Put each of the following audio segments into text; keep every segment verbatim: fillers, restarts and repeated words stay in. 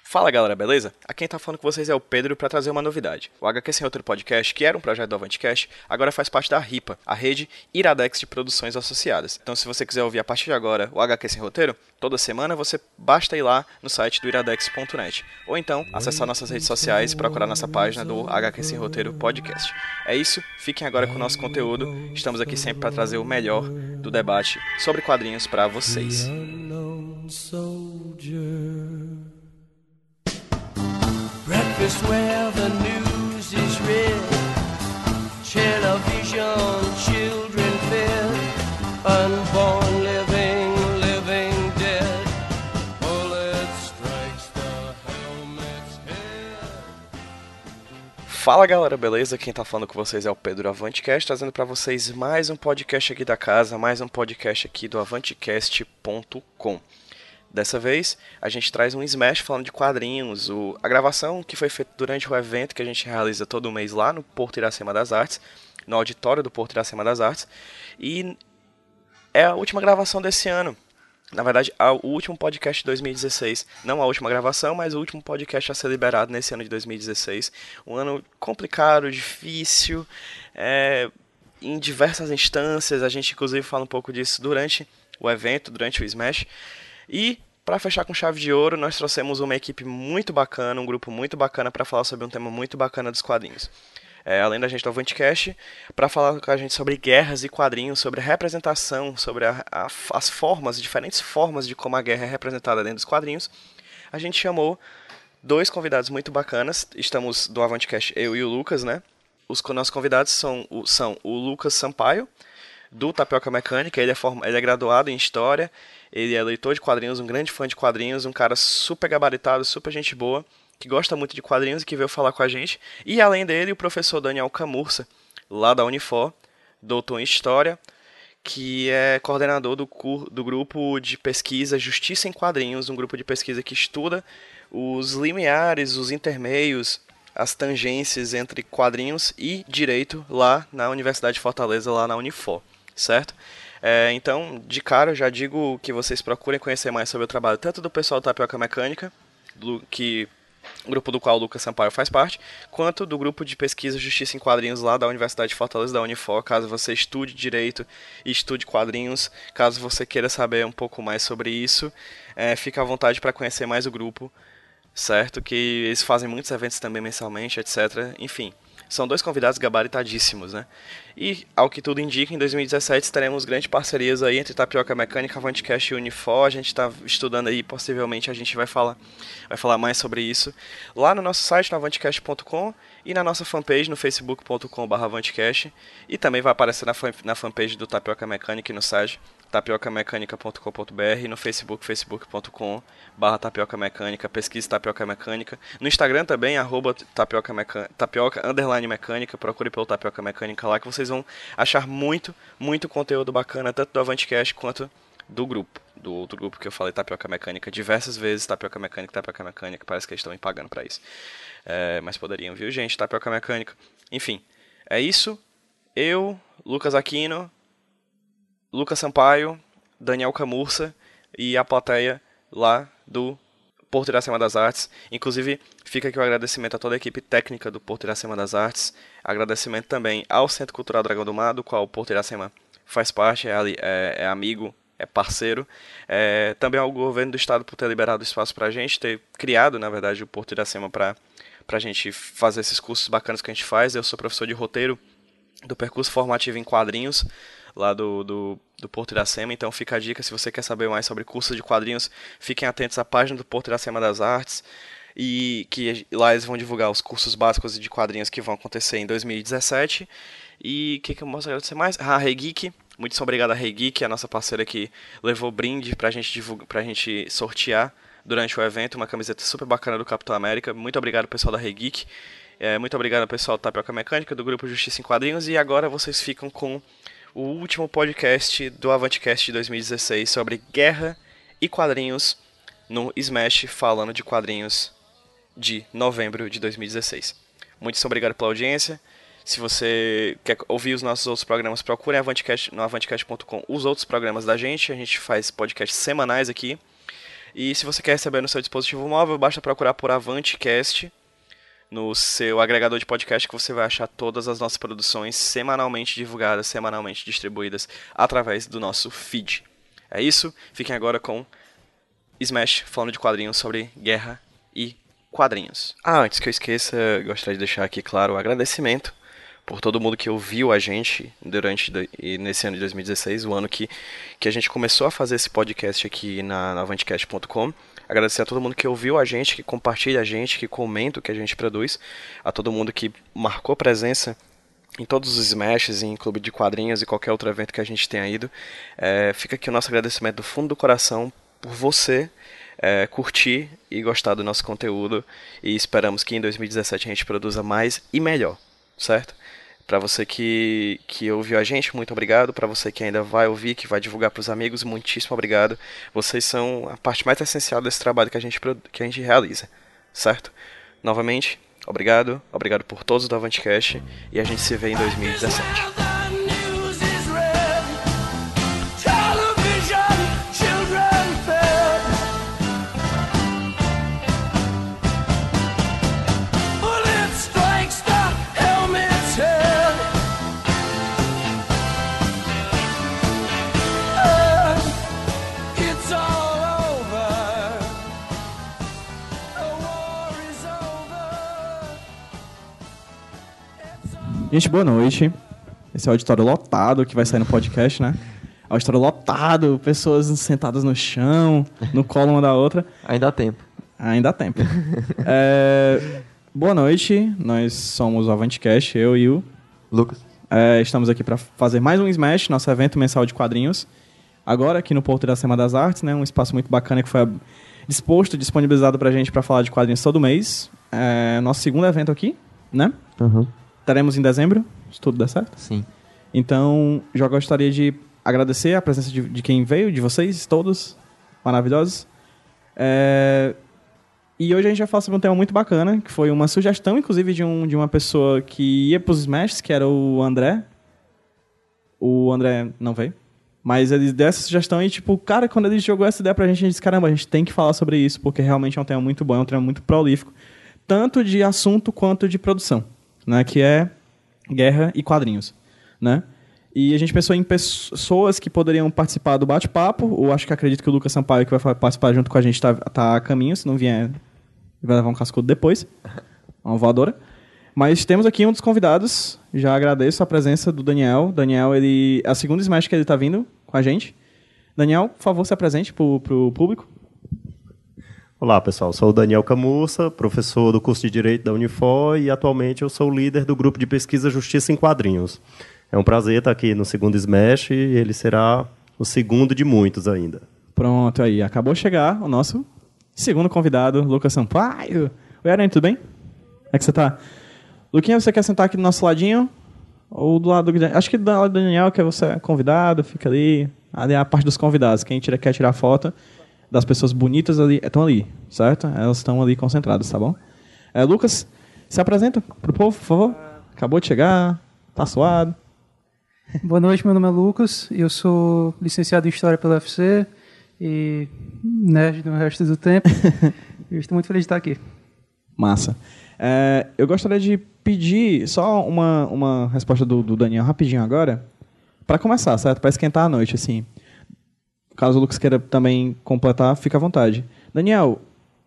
Fala galera, beleza? Aqui quem tá falando com vocês é o Pedro para trazer uma novidade. O H Q Sem Roteiro Podcast, que era um projeto do AvanteCast, agora faz parte da RIPA, a rede Iradex de produções associadas. Então se você quiser ouvir a partir de agora o H Q Sem Roteiro, toda semana você basta ir lá no site do iradex ponto net. Ou então acessar nossas redes sociais e procurar nossa página do H Q Sem Roteiro Podcast. É isso, fiquem agora com o nosso conteúdo. Estamos aqui sempre para trazer o melhor do debate sobre quadrinhos para vocês. Breakfast where the news is read, television, children fed, unborn living, living dead, bullet strikes the helmet's head. Fala galera, beleza? Quem tá falando com vocês é o Pedro AvanteCast, trazendo pra vocês mais um podcast aqui da casa, mais um podcast aqui do avantecast ponto com. Dessa vez, a gente traz um Smash falando de quadrinhos, o, a gravação que foi feita durante o evento que a gente realiza todo mês lá no Porto Iracema das Artes, no auditório do Porto Iracema das Artes, e é a última gravação desse ano. Na verdade, o último podcast de dois mil e dezesseis, não a última gravação, mas o último podcast a ser liberado nesse ano de dois mil e dezesseis. Um ano complicado, difícil, é, em diversas instâncias, a gente inclusive fala um pouco disso durante o evento, durante o Smash. E, para fechar com chave de ouro, nós trouxemos uma equipe muito bacana, um grupo muito bacana para falar sobre um tema muito bacana dos quadrinhos. É, além da gente do AvanteCast, para falar com a gente sobre guerras e quadrinhos, sobre a representação, sobre a, a, as formas, diferentes formas de como a guerra é representada dentro dos quadrinhos, a gente chamou dois convidados muito bacanas. Estamos do AvanteCast, eu e o Lucas, né? Os nossos convidados são, são o Lucas Sampaio, do Tapioca Mecânica. Ele é, form... ele é graduado em História, ele é leitor de quadrinhos, um grande fã de quadrinhos, um cara super gabaritado, super gente boa, que gosta muito de quadrinhos e que veio falar com a gente. E além dele, o professor Daniel Camurça, lá da Unifor, doutor em História, que é coordenador do, cur... do grupo de pesquisa Justiça em Quadrinhos, um grupo de pesquisa que estuda os limiares, os intermeios, as tangências entre quadrinhos e direito lá na Universidade de Fortaleza, lá na Unifor, certo? É, então, de cara, eu já digo que vocês procurem conhecer mais sobre o trabalho tanto do pessoal do Tapioca Mecânica, do, que, o grupo do qual o Lucas Sampaio faz parte, quanto do grupo de pesquisa Justiça em Quadrinhos lá da Universidade de Fortaleza, da Unifor, caso você estude direito e estude quadrinhos, caso você queira saber um pouco mais sobre isso, é, fique à vontade para conhecer mais o grupo, certo? Que eles fazem muitos eventos também mensalmente, etcétera. Enfim, são dois convidados gabaritadíssimos, né? E, ao que tudo indica, em dois mil e dezessete teremos grandes parcerias aí entre Tapioca Mecânica, AvanteCast e Unifor. A gente está estudando aí, possivelmente a gente vai falar, vai falar mais sobre isso lá no nosso site, no avantecast ponto com, e na nossa fanpage no facebook ponto com barra avantecast, e também vai aparecer na, fan, na fanpage do Tapioca Mecânica e no site tapioca mecânica ponto com ponto br, no Facebook, facebook ponto com barra tapioca mecânica, pesquisa tapioca mecânica, no Instagram também, arroba tapioca, mecânica, tapioca underline mecânica, procure pelo Tapioca Mecânica lá que vocês vão achar muito, muito conteúdo bacana, tanto do AvanteCast quanto do grupo, do outro grupo que eu falei, Tapioca Mecânica, diversas vezes, Tapioca Mecânica, Tapioca Mecânica, parece que eles estão me pagando pra isso, é, mas poderiam, viu gente, Tapioca Mecânica, enfim, é isso, eu, Lucas Aquino, Lucas Sampaio, Daniel Camurça e a plateia lá do Porto Iracema das Artes. Inclusive, fica aqui o agradecimento a toda a equipe técnica do Porto Iracema das Artes. Agradecimento também ao Centro Cultural Dragão do Mar, do qual o Porto Iracema faz parte, é, é, é amigo, é parceiro. É, também ao governo do estado por ter liberado espaço para a gente, ter criado, na verdade, o Porto Iracema para a gente fazer esses cursos bacanas que a gente faz. Eu sou professor de roteiro do percurso formativo em quadrinhos, lá do, do, do Porto Iracema, então fica a dica, se você quer saber mais sobre cursos de quadrinhos, fiquem atentos à página do Porto Iracema das Artes, e que lá eles vão divulgar os cursos básicos de quadrinhos que vão acontecer em dois mil e dezessete, e o que, que eu posso agradecer mais? Ah, a Hey Geek, muito obrigado a Hey Geek, a nossa parceira que levou brinde pra gente, divulgar, pra gente sortear durante o evento, uma camiseta super bacana do Capitão América, muito obrigado pessoal da Hey Geek, é, muito obrigado ao pessoal do Tapioca Mecânica, do grupo Justiça em Quadrinhos, e agora vocês ficam com o último podcast do AvanteCast de dois mil e dezesseis sobre guerra e quadrinhos no Smash, falando de quadrinhos de novembro de dois mil e dezesseis. Muito obrigado pela audiência. Se você quer ouvir os nossos outros programas, procure Avantecast, no avantecast ponto com os outros programas da gente. A gente faz podcasts semanais aqui. E se você quer receber no seu dispositivo móvel, basta procurar por AvanteCast no seu agregador de podcast, que você vai achar todas as nossas produções semanalmente divulgadas, semanalmente distribuídas através do nosso feed. É isso, fiquem agora com Smash, falando de quadrinhos sobre guerra e quadrinhos. Ah, antes que eu esqueça, eu gostaria de deixar aqui claro o agradecimento por todo mundo que ouviu a gente durante e nesse ano de dois mil e dezesseis, o ano que, que a gente começou a fazer esse podcast aqui na, na avantecast ponto com. Agradecer a todo mundo que ouviu a gente, que compartilha a gente, que comenta o que a gente produz, a todo mundo que marcou presença em todos os Smashes, em clube de quadrinhos e qualquer outro evento que a gente tenha ido. É, fica aqui o nosso agradecimento do fundo do coração por você é, curtir e gostar do nosso conteúdo, e esperamos que em dois mil e dezessete a gente produza mais e melhor, certo? Para você que, que ouviu a gente, muito obrigado. Para você que ainda vai ouvir, que vai divulgar para os amigos, muitíssimo obrigado. Vocês são a parte mais essencial desse trabalho que a gente, que a gente realiza, certo? Novamente, obrigado. Obrigado por todos do AvanteCast e a gente se vê em dois mil e dezessete. Gente, boa noite. Esse é o auditório lotado que vai sair no podcast, né? Auditório lotado, pessoas sentadas no chão, no colo uma da outra. Ainda há tempo. Ainda há tempo. é... Boa noite, nós somos o AvanteCast, eu e o... Lucas. É, estamos aqui para fazer mais um Smash, nosso evento mensal de quadrinhos. Agora aqui no Porto da Semana das Artes, né? Um espaço muito bacana que foi disposto, disponibilizado pra gente para falar de quadrinhos todo mês. É nosso segundo evento aqui, né? Uhum. Teremos em dezembro, se tudo der certo. Sim. Então, já gostaria de agradecer a presença de, de quem veio, de vocês, todos maravilhosos. É... E hoje a gente vai falar sobre um tema muito bacana, que foi uma sugestão, inclusive, de, um, de uma pessoa que ia pros Smashs, que era o André. O André não veio. Mas ele deu essa sugestão e, tipo, cara, quando ele jogou essa ideia pra gente, a gente disse, caramba, a gente tem que falar sobre isso, porque realmente é um tema muito bom, é um tema muito prolífico, tanto de assunto quanto de produção. Né, que é guerra e quadrinhos, né? E a gente pensou em pessoas que poderiam participar do bate-papo. Eu acho que acredito que o Lucas Sampaio, que vai participar junto com a gente, está tá a caminho. Se não vier, vai levar um cascudo depois, uma voadora. Mas temos aqui um dos convidados. Já agradeço a presença do Daniel. Daniel, ele é a segunda Smash que ele está vindo com a gente. Daniel, por favor, se apresente para o público. Olá, pessoal. Sou o Daniel Camussa, professor do curso de Direito da Unifor e atualmente eu sou o líder do grupo de pesquisa Justiça em Quadrinhos. É um prazer estar aqui no segundo Smash e ele será o segundo de muitos ainda. Pronto, aí. Acabou de chegar o nosso segundo convidado, Lucas Sampaio. Oi, Aranha, tudo bem? Como é que você tá? Luquinha, você quer sentar aqui do nosso ladinho? Ou do lado do... Acho que do lado do Daniel, que você é convidado, fica ali. Ali é a parte dos convidados. Quem tira, quer tirar foto das pessoas bonitas ali, estão ali, certo? Elas estão ali concentradas, tá bom? É, Lucas, se apresenta pro povo, por favor. Acabou de chegar, tá suado. Boa noite, meu nome é Lucas, eu sou licenciado em História pela U F C e nerd no resto do tempo. Eu estou muito feliz de estar aqui. Massa. É, eu gostaria de pedir só uma, uma resposta do, do Daniel rapidinho agora, para começar, certo? Para esquentar a noite, assim. Caso o Lucas queira também completar, fica à vontade. Daniel,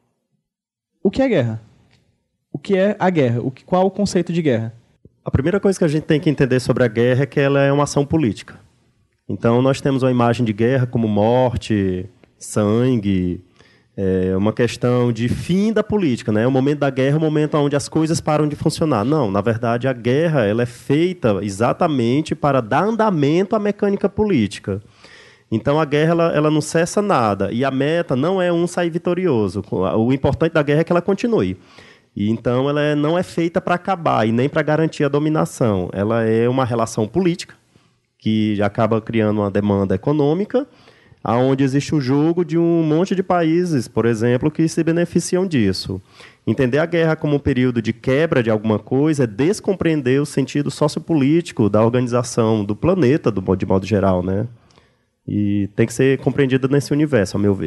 o que é guerra? O que é a guerra? O que, qual o conceito de guerra? A primeira coisa que a gente tem que entender sobre a guerra é que ela é uma ação política. Então, nós temos uma imagem de guerra como morte, sangue, é uma questão de fim da política, né? O momento da guerra é o momento onde as coisas param de funcionar. Não, na verdade, a guerra ela é feita exatamente para dar andamento à mecânica política. Então, a guerra ela, ela não cessa nada. E a meta não é um sair vitorioso. O importante da guerra é que ela continue. E, então, ela é, não é feita para acabar e nem para garantir a dominação. Ela é uma relação política que acaba criando uma demanda econômica, onde existe um jogo de um monte de países, por exemplo, que se beneficiam disso. Entender a guerra como um período de quebra de alguma coisa é descompreender o sentido sociopolítico da organização do planeta, do, de modo geral, né? E tem que ser compreendida nesse universo, ao meu ver.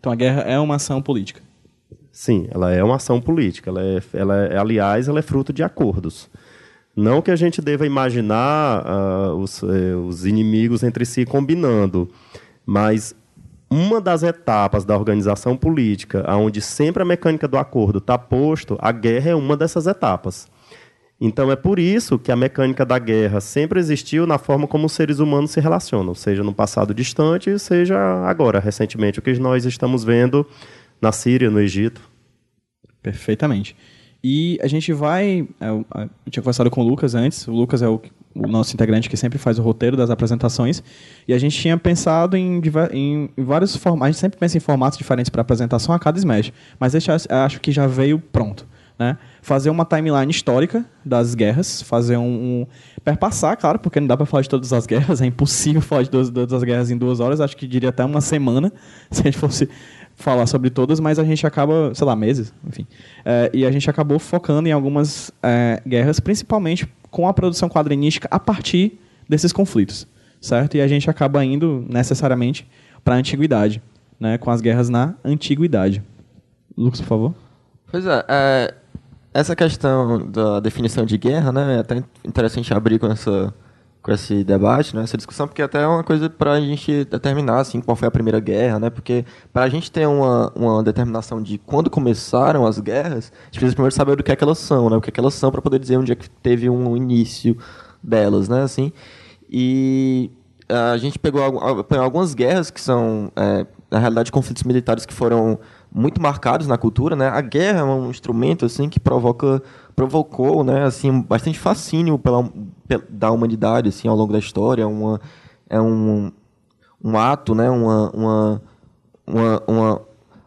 Então a guerra é uma ação política. Sim, ela é uma ação política. Ela é, ela é, aliás, ela é fruto de acordos. Não que a gente deva imaginar uh, os, eh, os inimigos entre si combinando, mas uma das etapas da organização política, onde sempre a mecânica do acordo está posto, a guerra é uma dessas etapas. Então, é por isso que a mecânica da guerra sempre existiu na forma como os seres humanos se relacionam, seja no passado distante, seja agora, recentemente, o que nós estamos vendo na Síria, no Egito. Perfeitamente. E a gente vai... Eu, eu tinha conversado com o Lucas antes. O Lucas é o, o nosso integrante que sempre faz o roteiro das apresentações. E a gente tinha pensado em, em, em vários formatos. A gente sempre pensa em formatos diferentes para apresentação a cada Smash. Mas esse eu acho que já veio pronto. Né? Fazer uma timeline histórica das guerras. Fazer um... um perpassar, claro, porque não dá para falar de todas as guerras. É impossível falar de todas, todas as guerras em duas horas. Acho que diria até uma semana, se a gente fosse... falar sobre todas, mas a gente acaba, sei lá, meses, enfim. É, e a gente acabou focando em algumas é, guerras, principalmente com a produção quadrinística a partir desses conflitos, certo? E a gente acaba indo necessariamente para a antiguidade, né, com as guerras na antiguidade. Lucas, por favor. Pois é, é, essa questão da definição de guerra, né, é até interessante abrir com essa... com esse debate, né, essa discussão, porque até é uma coisa para a gente determinar assim, qual foi a Primeira Guerra, né, porque para a gente ter uma, uma determinação de quando começaram as guerras, a gente precisa primeiro saber do que é que elas são, né, o que é que elas são para poder dizer onde é que teve um início delas, né, assim, e a gente pegou algumas guerras que são, é, na realidade, conflitos militares que foram muito marcados na cultura, né, a guerra é um instrumento, assim, que provoca... provocou, né, assim, bastante fascínio pela, pela, da humanidade, assim, ao longo da história. Uma, é um, um ato, né, uma, uma, uma, uma,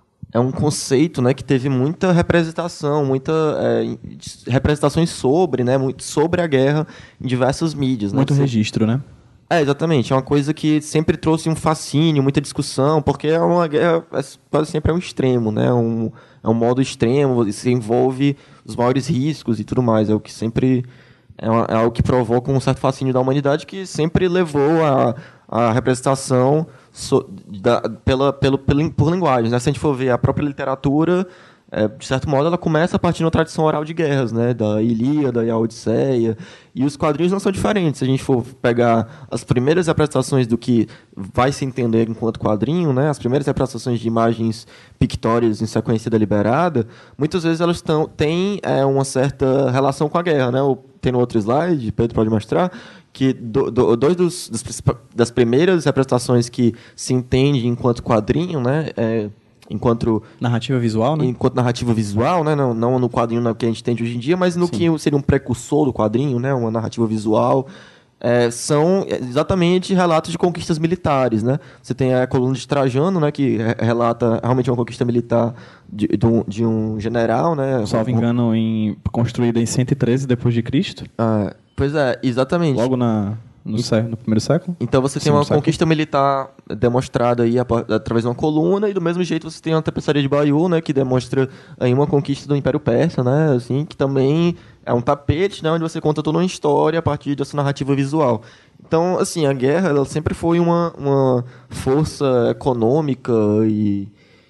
é um conceito, né, que teve muita representação, muita é, representações sobre, né, muito sobre a guerra em diversas mídias. Muito né, registro, né? É, exatamente. É uma coisa que sempre trouxe um fascínio, muita discussão, porque é uma guerra, é, quase sempre é um extremo, né? Um, é um modo extremo, e se envolve os maiores riscos e tudo mais. É o que sempre... É, uma, é algo que provoca um certo fascínio da humanidade que sempre levou a, a representação so, da, pela, pelo, pelo, por linguagens, né? Se a gente for ver a própria literatura... É, de certo modo, ela começa a partir de uma tradição oral de guerras, né? Da Ilíada e a Odisseia. E os quadrinhos não são diferentes. Se a gente for pegar as primeiras representações do que vai se entender enquanto quadrinho, né? As primeiras representações de imagens pictóricas em sequência deliberada, muitas vezes elas tão, têm é, uma certa relação com a guerra, né? Tem no outro slide, Pedro pode mostrar, que do, do, dois dos, dos, das primeiras representações que se entende enquanto quadrinho, né? É, enquanto narrativa visual, né? Enquanto narrativa visual, né? Não, não no quadrinho que a gente entende hoje em dia, mas no Sim. que seria um precursor do quadrinho, né? Uma narrativa visual. É, são exatamente relatos de conquistas militares, né? Você tem a coluna de Trajano, né? Que relata realmente uma conquista militar de, de, um, de um general, né? Salvo engano, em, construída em cento e treze depois de Cristo. Ah, pois é, exatamente. Logo na... No, sé... no primeiro século? Então você tem uma conquista militar demonstrada aí através de uma coluna, e do mesmo jeito você tem a tapeçaria de Bayeux, né, que demonstra aí uma conquista do Império Persa, né, assim, que também é um tapete, né, onde você conta toda uma história a partir dessa narrativa visual. Então, assim, a guerra ela sempre foi uma, uma força econômica e,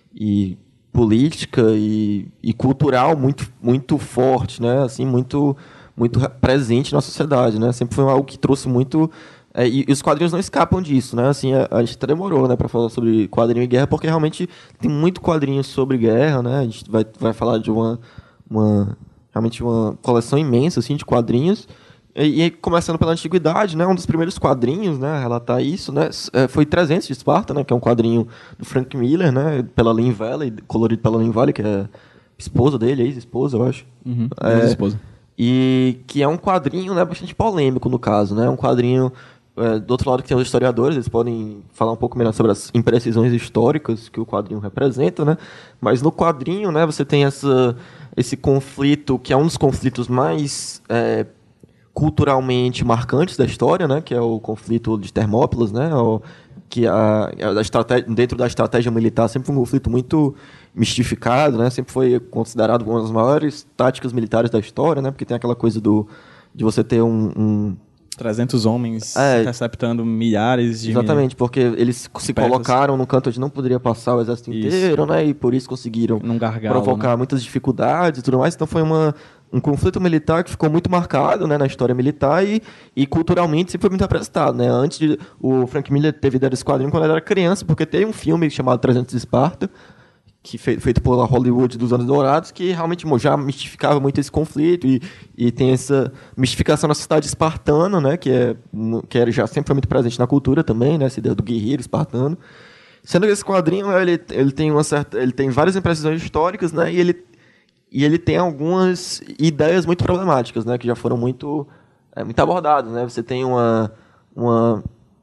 e política e, e cultural muito, muito forte, né, assim, muito... muito presente na sociedade, né? Sempre foi algo que trouxe muito... É, e, e os quadrinhos não escapam disso, né? Assim, a, a gente até demorou, né, para falar sobre quadrinho e guerra, porque realmente tem muito quadrinho sobre guerra, né? A gente vai, vai falar de uma, uma... realmente uma coleção imensa, assim, de quadrinhos. E, e começando pela antiguidade, né? Um dos primeiros quadrinhos, né, a relatar isso, né? Foi trezentos de Esparta, né? Que é um quadrinho do Frank Miller, né? Pela Lynn Valley, colorido pela Lynn Valley, que é esposa dele, ex-esposa, eu acho. Uhum, é, ex-esposa. E que é um quadrinho, né, bastante polêmico, no caso, né? Um quadrinho, é, do outro lado que tem os historiadores, eles podem falar um pouco melhor sobre as imprecisões históricas que o quadrinho representa, né? Mas no quadrinho, né, você tem essa, esse conflito, que é um dos conflitos mais é, culturalmente marcantes da história, né? Que é o conflito de Termópilas, né? O, que a, a estratégia, dentro da estratégia militar sempre foi um conflito muito mistificado, né? Sempre foi considerado uma das maiores táticas militares da história, né? Porque tem aquela coisa do, de você ter um, um, trezentos homens É. interceptando milhares de... Exatamente, porque eles se Pertas. colocaram num canto onde não poderia passar o exército Isso. inteiro, né? E por isso conseguiram Num gargalo, provocar né? muitas dificuldades e tudo mais. Então foi uma, um conflito militar que ficou muito marcado, né, na história militar e, e culturalmente sempre foi muito apresentado, né? Antes de, o Frank Miller teve ideia desse quadrinho quando ele era criança, porque tem um filme chamado trezentos de Esparta, que fe, feito pela Hollywood dos anos dourados, que realmente já mistificava muito esse conflito e, e tem essa mistificação na sociedade espartana, né, que, é, que era, já sempre foi muito presente na cultura também, né, essa ideia do guerreiro espartano. Sendo que esse quadrinho, ele, ele, tem uma certa, ele tem várias imprecisões históricas, né, e ele, e ele tem algumas ideias muito problemáticas, né, que já foram muito, é, muito abordadas. Né. Você tem uma... uma,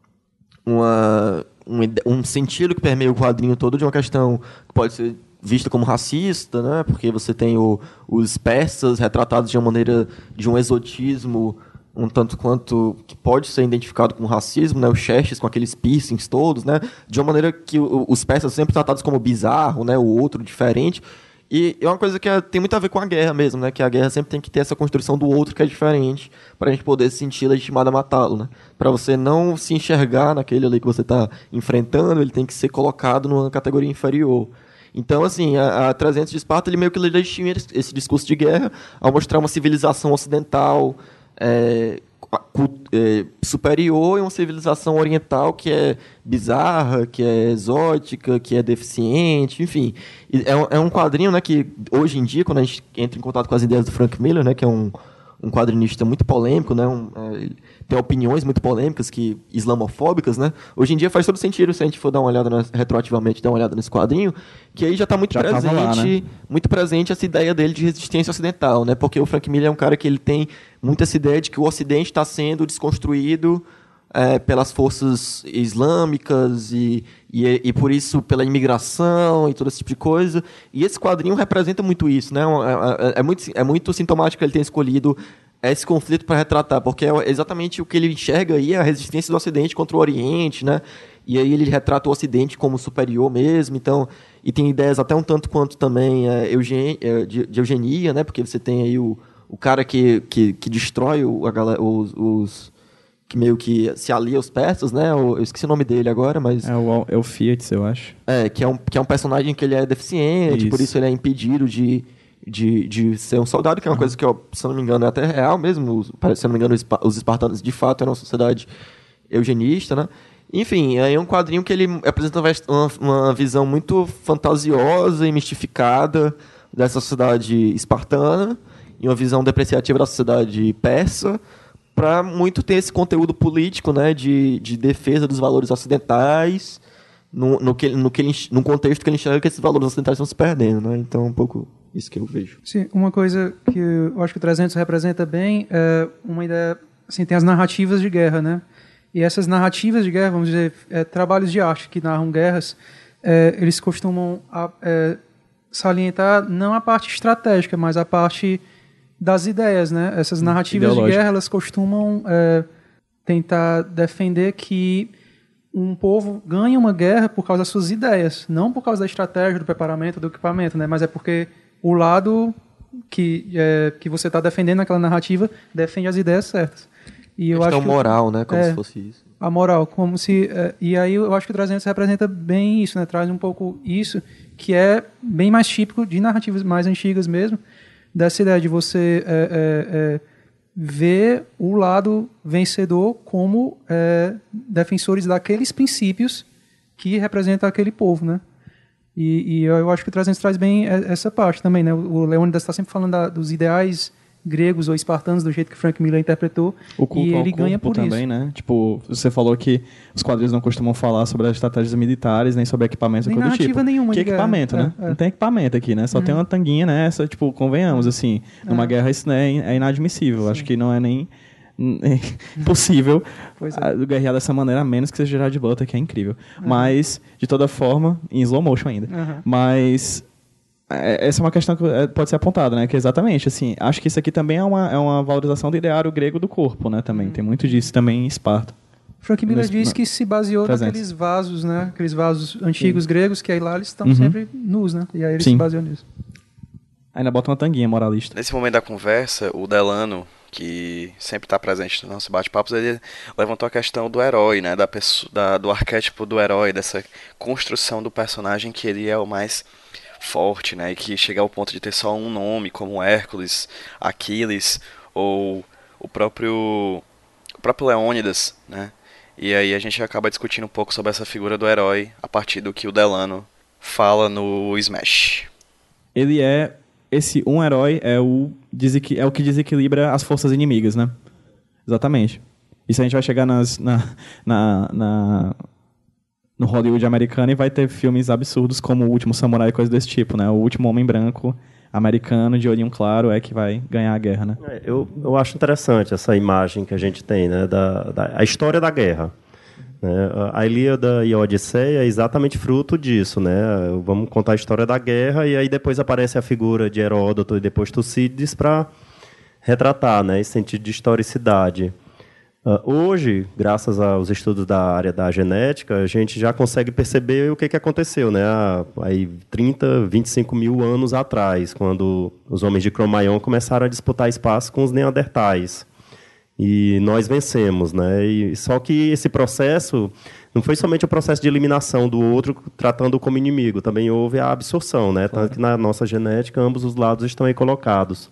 uma Um, um sentido que permeia o quadrinho todo de uma questão que pode ser vista como racista, né? Porque você tem o, os persas retratados de uma maneira, de um exotismo um tanto quanto que pode ser identificado como racismo, né? Os Xerxes com aqueles piercings todos, né? De uma maneira que o, os persas sempre tratados como bizarro, né? O outro diferente. E é uma coisa que é, tem muito a ver com a guerra mesmo, né? Que a guerra sempre tem que ter essa construção do outro que é diferente para a gente poder se sentir legitimado a matá-lo, né? Para você não se enxergar naquele ali que você está enfrentando, ele tem que ser colocado numa categoria inferior. Então, assim, a, a trezentos de Esparta, ele meio que legitima esse, esse discurso de guerra ao mostrar uma civilização ocidental é, é, superior e uma civilização oriental que é bizarra, que é exótica, que é deficiente, enfim. É um, é um quadrinho, né, que hoje em dia, quando a gente entra em contato com as ideias do Frank Miller, né, que é um, um quadrinista muito polêmico, né, um, é, tem opiniões muito polêmicas, que, islamofóbicas, né, hoje em dia faz todo sentido se a gente for dar uma olhada, na, retroativamente, dar uma olhada nesse quadrinho, que aí já está muito Já presente, tava lá, né? muito presente essa ideia dele de resistência ocidental, né, porque o Frank Miller é um cara que ele tem muito essa ideia de que o Ocidente está sendo desconstruído é, pelas forças islâmicas e, e, e, por isso, pela imigração e todo esse tipo de coisa. E esse quadrinho representa muito isso, né? É, é, é, muito, é muito sintomático que ele tenha escolhido esse conflito para retratar, porque é exatamente o que ele enxerga aí, a resistência do Ocidente contra o Oriente, né? E aí ele retrata o Ocidente como superior mesmo, então, e tem ideias até um tanto quanto também é, eugen, é, de, de eugenia, né? Porque você tem aí o, o cara que, que, que destrói o, a galera, os, os que meio que se alia aos persas, né? Eu esqueci o nome dele agora, mas... É o, é o Fiat, eu acho. É, que é, um, que é um personagem que ele é deficiente, Isso. por isso ele é impedido de, de, de ser um soldado, que é uma uhum. coisa que, ó, se eu não me engano, é até real mesmo. Os, se eu não me engano, os, os espartanos, de fato, eram uma sociedade eugenista, né? Enfim, é um quadrinho que ele apresenta uma, uma visão muito fantasiosa e mistificada dessa sociedade espartana e uma visão depreciativa da sociedade persa, para muito ter esse conteúdo político, né, de, de defesa dos valores ocidentais, no, no, que, no, que ele, no contexto que ele enxerga que esses valores ocidentais estão se perdendo, né? Então é um pouco isso que eu vejo. Sim, uma coisa que eu acho que o trezentos representa bem é uma ideia, assim, tem as narrativas de guerra, né? E essas narrativas de guerra, vamos dizer, é, trabalhos de arte que narram guerras, é, eles costumam a, é, salientar não a parte estratégica, mas a parte das ideias, né? Essas narrativas de guerra, elas costumam é, tentar defender que um povo ganha uma guerra por causa das suas ideias, não por causa da estratégia, do preparamento, do equipamento, né? Mas é porque o lado que, é, que você está defendendo naquela narrativa defende as ideias certas. E eu questão acho que moral, né? Como é, se fosse isso. A moral, como se... É, e aí eu acho que o trezentos representa bem isso, né? Traz um pouco isso, que é bem mais típico de narrativas mais antigas mesmo, dessa ideia de você é, é, é, ver o lado vencedor como é, defensores daqueles princípios que representam aquele povo, né? E, e eu acho que o trezentos traz bem essa parte também, né? O Leônidas está sempre falando da, dos ideais gregos ou espartanos, do jeito que Frank Miller interpretou, o culto e ele ao ganha corpo por também, isso. Né? Tipo, você falou que os quadrinhos não costumam falar sobre as estratégias militares, nem sobre equipamentos, nem coisa do narrativa tipo. nenhuma Que de equipamento, guerra. né? É, é. Não tem equipamento aqui, né? Só uhum. tem uma tanguinha nessa, tipo, convenhamos, assim, numa É. guerra isso né, é inadmissível. Sim. Acho que não é nem possível é. guerrear dessa maneira, a menos que seja Gerard Butler, que é incrível. Uhum. Mas, de toda forma, em slow motion ainda. Uhum. Mas... essa é uma questão que pode ser apontada, né? Que exatamente, assim, acho que isso aqui também é uma, é uma valorização do ideário grego do corpo, né? Também, hum. tem muito disso também em Esparta. Frank Miller Nesse, diz que se baseou trezentos. naqueles vasos, né? Aqueles vasos antigos Sim. gregos, que aí lá eles estão uhum. sempre nus, né? E aí ele Sim. se baseou nisso. Ainda bota uma tanguinha moralista. Nesse momento da conversa, o Delano, que sempre está presente nos nossos bate-papos, ele levantou a questão do herói, né, da pessoa, da, do arquétipo do herói, dessa construção do personagem que ele é o mais forte, né, e que chega ao ponto de ter só um nome, como Hércules, Aquiles, ou o próprio, o próprio Leônidas, né, e aí a gente acaba discutindo um pouco sobre essa figura do herói a partir do que o Delano fala no Smash. Ele é... Esse um herói é o, desequi- é o que desequilibra as forças inimigas, né? Exatamente. Isso a gente vai chegar nas, na, na, na, no Hollywood americano e vai ter filmes absurdos como O Último Samurai e coisas desse tipo, né? O último homem branco americano de olhinho claro é que vai ganhar a guerra, né? É, eu, eu acho interessante essa imagem que a gente tem, né? Da, da, a história da guerra. Né? A Ilíada e a Odisseia é exatamente fruto disso, né? Vamos contar a história da guerra e aí depois aparece a figura de Heródoto e depois Tucídides para retratar, né, esse sentido de historicidade. Uh, hoje, graças aos estudos da área da genética, a gente já consegue perceber o que, que aconteceu, né? Aí trinta, vinte e cinco mil anos atrás, quando os homens de Cro-Magnon começaram a disputar espaço com os neandertais. E nós vencemos, né? E, só que esse processo não foi somente o processo de eliminação do outro, tratando-o como inimigo, também houve a absorção, né? Tanto que na nossa genética ambos os lados estão aí colocados.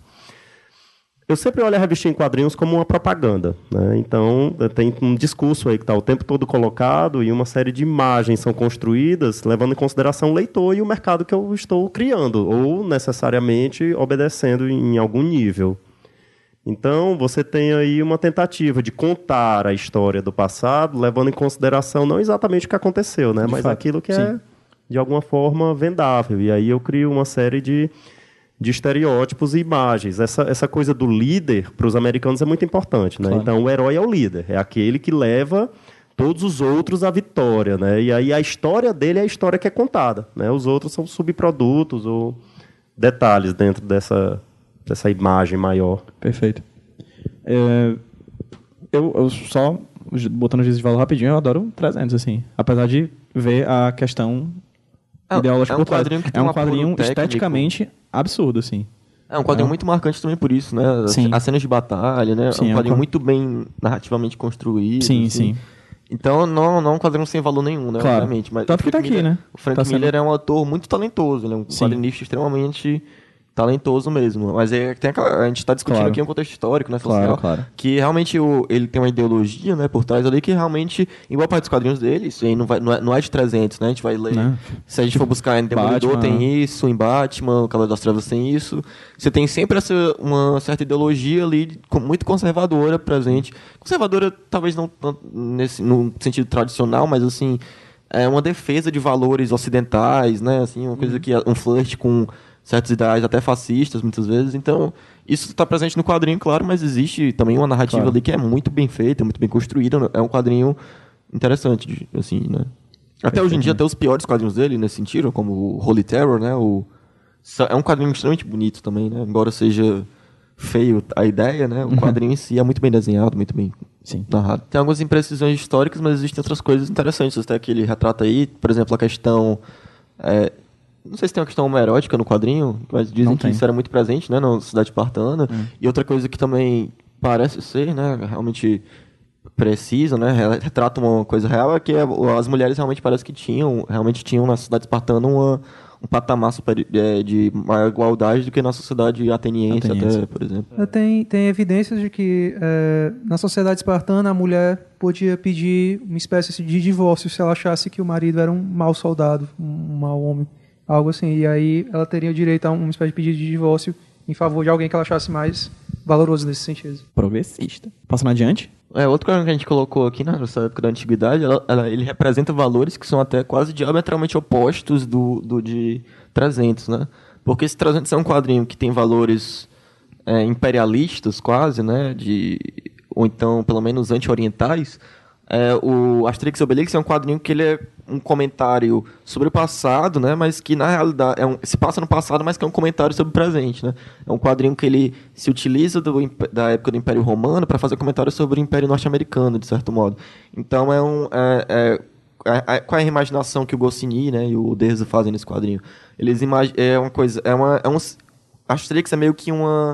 Eu sempre olho a revistinha em quadrinhos como uma propaganda, né? Então, tem um discurso aí que está o tempo todo colocado e uma série de imagens são construídas levando em consideração o leitor e o mercado que eu estou criando, ou necessariamente obedecendo em algum nível. Então, você tem aí uma tentativa de contar a história do passado, levando em consideração não exatamente o que aconteceu, né? mas fato, aquilo que sim. é, de alguma forma, vendável. E aí eu crio uma série de, de estereótipos e imagens. Essa, essa coisa do líder, para os americanos, é muito importante. Né? Claro. Então, o herói é o líder, é aquele que leva todos os outros à vitória. Né? E aí a história dele é a história que é contada. Né? Os outros são subprodutos ou detalhes dentro dessa... dessa imagem maior. Perfeito. É, eu, eu só, botando o juízo de valor rapidinho, eu adoro trezentos, assim. Apesar de ver a questão é, ideológica é um por trás. quadrinho que tem É um um apuro quadrinho técnico. esteticamente absurdo, assim. É um quadrinho É um- muito marcante também por isso, né? As, Sim. as cenas de batalha, né? Sim, é é um um quadrinho qua- muito bem narrativamente construído. Sim, assim. sim. Então, não, não é um quadrinho sem valor nenhum, né? Claro. Obviamente. Mas Tanto o que tá Frank aqui, Miller- né? O Frank Tá sendo- Miller é um autor muito talentoso, ele é um Sim. quadrinista extremamente talentoso mesmo. Mas é, tem aquela, a gente está discutindo Claro. aqui um contexto histórico, né? Claro, Social, claro. que realmente o, ele tem uma ideologia, né? Por trás ali que realmente, em boa parte dos quadrinhos dele, isso aí não, vai, não, é, não é de trezentos, né? A gente vai ler... Né? Se a gente for buscar em Demolidor, Batman. tem isso, em Batman, o Cavaleiro das Trevas tem isso. Você tem sempre essa, uma certa ideologia ali, com- muito conservadora presente. Conservadora, talvez não tanto nesse, no sentido tradicional, mas assim, é uma defesa de valores ocidentais, né? Assim, uma coisa que é um flerte com certos ideais até fascistas, muitas vezes. Então, isso está presente no quadrinho, claro, mas existe também uma narrativa Claro. ali que é muito bem feita, muito bem construída. É um quadrinho interessante, de- assim, né? Até hoje em dia, até os piores quadrinhos dele, nesse sentido, como o Holy Terror, né? O... É um quadrinho extremamente bonito também, né? Embora seja feio a ideia, né? O quadrinho em si é muito bem desenhado, muito bem Sim. narrado. Tem algumas imprecisões históricas, mas existem outras coisas interessantes. Até que ele retrata aí, por exemplo, a questão... é, não sei se tem uma questão homoerótica no quadrinho, mas dizem Não que tem. isso era muito presente, né? Na cidade espartana. Hum. E outra coisa que também parece ser, né? Realmente precisa, né? re- Retrata uma coisa real, é que é- as mulheres realmente parece que tinham, realmente tinham na sociedade espartana uma, um patamar superi- é, de maior igualdade do que na sociedade ateniense, Ateniense. até, por exemplo. Eh, Tem, tem evidências de que eh, na sociedade espartana a mulher podia pedir uma espécie de divórcio se ela achasse que o marido era um mau soldado, um mau homem, algo assim. E aí ela teria o direito a uma espécie de pedido de divórcio em favor de alguém que ela achasse mais valoroso nesse sentido. Progressista. Passando adiante. É, outro coisa que a gente colocou aqui, né, nessa época da antiguidade, ela, ela- ele representa valores que são até quase diametralmente opostos do, do de trezentos, né? Porque esse trezentos é um quadrinho que tem valores é, imperialistas quase, né? De, ou então, pelo menos, anti-orientais. É, o Asterix e Obelix é um quadrinho que ele é um comentário sobre o passado, né? Mas que, na realidade, é um, se passa no passado, mas que é um comentário sobre o presente, né? É um quadrinho que ele se utiliza do, imp- da época do Império Romano para fazer comentário sobre o Império Norte-Americano, de certo modo. Então, é um... É, é, é- é- qual é a imaginação que o Goscinny, né, e o Derza fazem nesse quadrinho? Eles imag- é uma coisa... É uma, é um, Asterix é meio que uma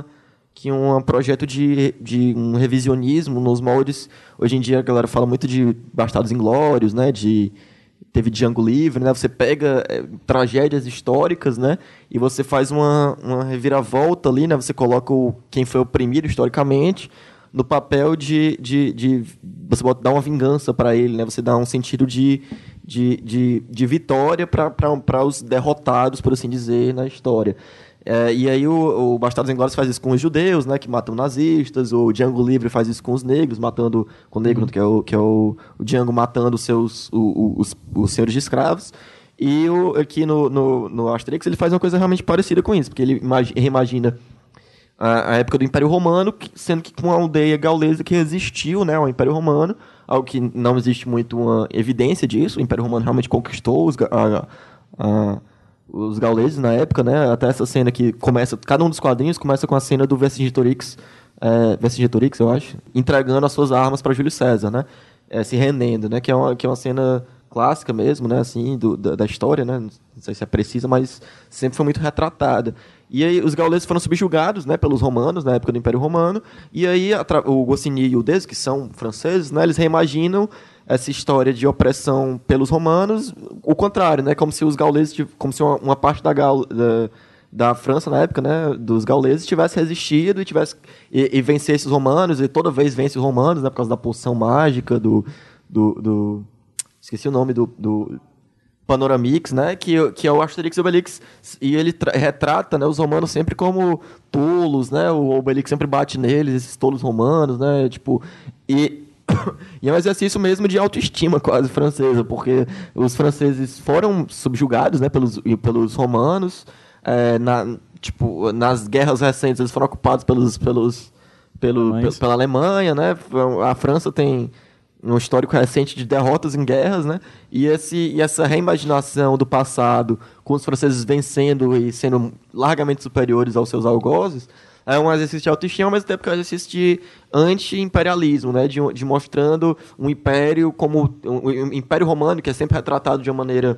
que um projeto de, de um revisionismo nos moldes. Hoje em dia a galera fala muito de Bastardos Inglórios, né? De, teve Django Livre, né? Você pega é, tragédias históricas, né? E você faz uma, uma reviravolta ali, né? Você coloca o, quem foi oprimido historicamente no papel de, de, de você dar uma vingança para ele, né? Você dá um sentido de, de, de, de vitória para os derrotados, por assim dizer, na história. É, e aí o, o Bastardos Inglórios faz isso com os judeus, né, que matam nazistas. O Django Livre faz isso com os negros, matando com o negro, uhum. que é o, que é o, o Django matando os seus o, o, os, os senhores de escravos. E o, aqui no, no, no Asterix ele faz uma coisa realmente parecida com isso, porque ele imagina, reimagina a, a época do Império Romano, sendo que com uma aldeia gaulesa que resistiu, né, ao Império Romano, algo que não existe muito uma evidência disso. O Império Romano realmente conquistou os, a, a, os gauleses na época, né? Até essa cena que começa, cada um dos quadrinhos começa com a cena do Vercingetorix, é, Vercingetorix, eu acho, entregando as suas armas para Júlio César, né? É, se rendendo, né? Que é uma, que é uma cena clássica mesmo, né? Assim, do, da, da história, né? Não sei se é precisa, mas sempre foi muito retratada. E aí os gauleses foram subjugados, né, pelos romanos, na época do Império Romano, e aí a, o Goscinny e o Deleuze, que são franceses, né, eles reimaginam essa história de opressão pelos romanos, o contrário, né, como se os gauleses, como se uma, uma parte da, Gaul, da, da França, na época, né, dos gauleses, tivesse resistido e, tivesse, e, e vencesse os romanos, e toda vez vence os romanos, né, por causa da poção mágica, do... do, do esqueci o nome do... do Panoramix, né, que, que é o Asterix e Obelix, e ele retrata, né, os romanos sempre como tolos, né, o Obelix sempre bate neles, esses tolos romanos, né, tipo, e, e é um exercício mesmo de autoestima quase francesa, porque os franceses foram subjugados, né, pelos, pelos romanos, é, na, tipo, nas guerras recentes eles foram ocupados pelos, pelos, pelo, pelo, pela Alemanha, né, a França tem um histórico recente de derrotas em guerras, né? E, esse, e essa reimaginação do passado, com os franceses vencendo e sendo largamente superiores aos seus algozes, é um exercício de autoestima, ao mesmo tempo que é um exercício de anti-imperialismo, né? De, de mostrando um império como... Um, um império romano, que é sempre retratado de uma maneira...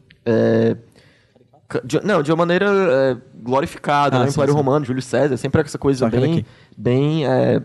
É, de, não, de uma maneira é, glorificada, ah, né? O Império sim. Romano, Júlio César, sempre essa coisa Só bem... bem é,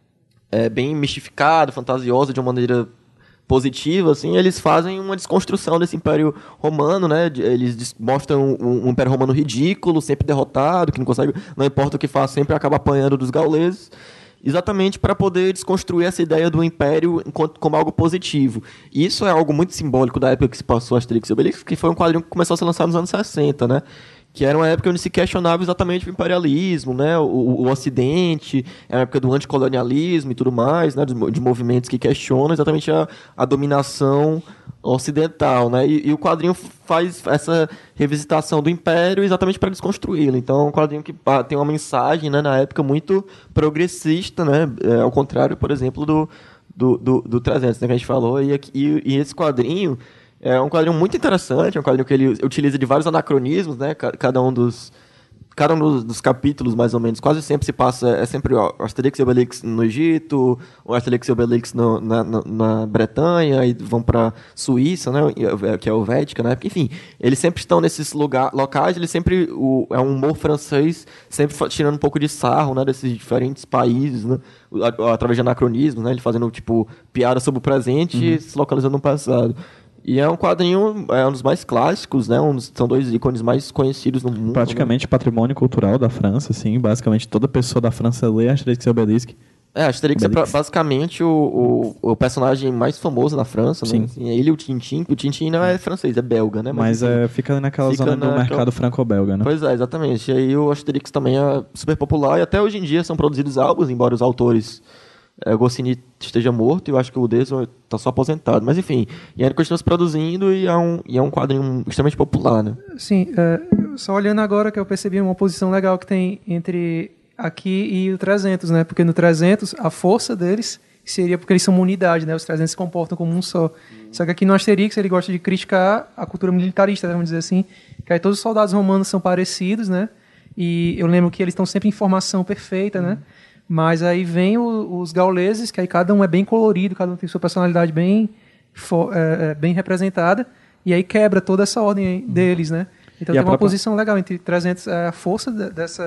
É, bem mistificado, fantasioso, de uma maneira positiva, assim, eles fazem uma desconstrução desse Império Romano, né? Eles mostram um, um Império Romano ridículo, sempre derrotado, que não consegue, não importa o que faz, sempre acaba apanhando dos gauleses, exatamente para poder desconstruir essa ideia do Império enquanto, como algo positivo. E isso é algo muito simbólico da época que se passou Asterix e Obelix, que foi um quadrinho que começou a ser lançado nos anos sessenta, né? Que era uma época onde se questionava exatamente o imperialismo, né? o, o, o Ocidente, é a época do anticolonialismo e tudo mais, né? de, de movimentos que questionam exatamente a, a dominação ocidental. Né? E, e o quadrinho faz essa revisitação do império exatamente para desconstruí-lo. Então é um quadrinho que ah, tem uma mensagem, né, na época muito progressista, né? É, ao contrário, por exemplo, do, do, do, do trezentos, né, que a gente falou. E, e, e esse quadrinho... É um quadrinho muito interessante, é um quadrinho que ele utiliza de vários anacronismos, né? Cada um dos, cada um dos, dos capítulos, mais ou menos, quase sempre se passa, é sempre o Asterix e Obelix no Egito, o Asterix e Obelix no, na, na, na Bretanha, e vão para Suíça, né? Que é a Helvética, né? Enfim, eles sempre estão nesses lugar, locais, eles sempre, o, é um humor francês, sempre tirando um pouco de sarro, né? Desses diferentes países, né? Através de anacronismos, né? Ele fazendo, tipo, piada sobre o presente uhum. e se localizando no passado. E é um quadrinho, é um dos mais clássicos, né? Um dos, são dois ícones mais conhecidos no mundo. Praticamente, né? Patrimônio cultural da França, sim. Basicamente, toda pessoa da França lê Asterix e Obelix. É, Asterix é pra, basicamente o, o, o personagem mais famoso na França, sim. Né? Assim, é ele e o Tintin. O Tintin não é francês, é belga, né? Mas, Mas é, fica naquela fica zona na, do mercado franco-belga, né? Pois é, exatamente. E aí o Asterix também é super popular. E até hoje em dia são produzidos álbuns, embora os autores... É, o Goscinny esteja morto e eu acho que o Deleuze está só aposentado. Mas, enfim, e ele continua se produzindo e é um, e é um quadrinho extremamente popular, né? Sim, é, só olhando agora que eu percebi uma oposição legal que tem entre aqui e o trezentos, né? Porque no trezentos, a força deles seria porque eles são uma unidade, né? Os trezentos se comportam como um só. Só que aqui no Asterix ele gosta de criticar a cultura militarista, vamos dizer assim, que aí todos os soldados romanos são parecidos, né? E eu lembro que eles estão sempre em formação perfeita, né? Mas aí vem o, os gauleses, que aí cada um é bem colorido, cada um tem sua personalidade bem, for, é, bem representada, e aí quebra toda essa ordem deles, né? Então e tem uma própria... posição legal entre trezentos, é, a força de, dessa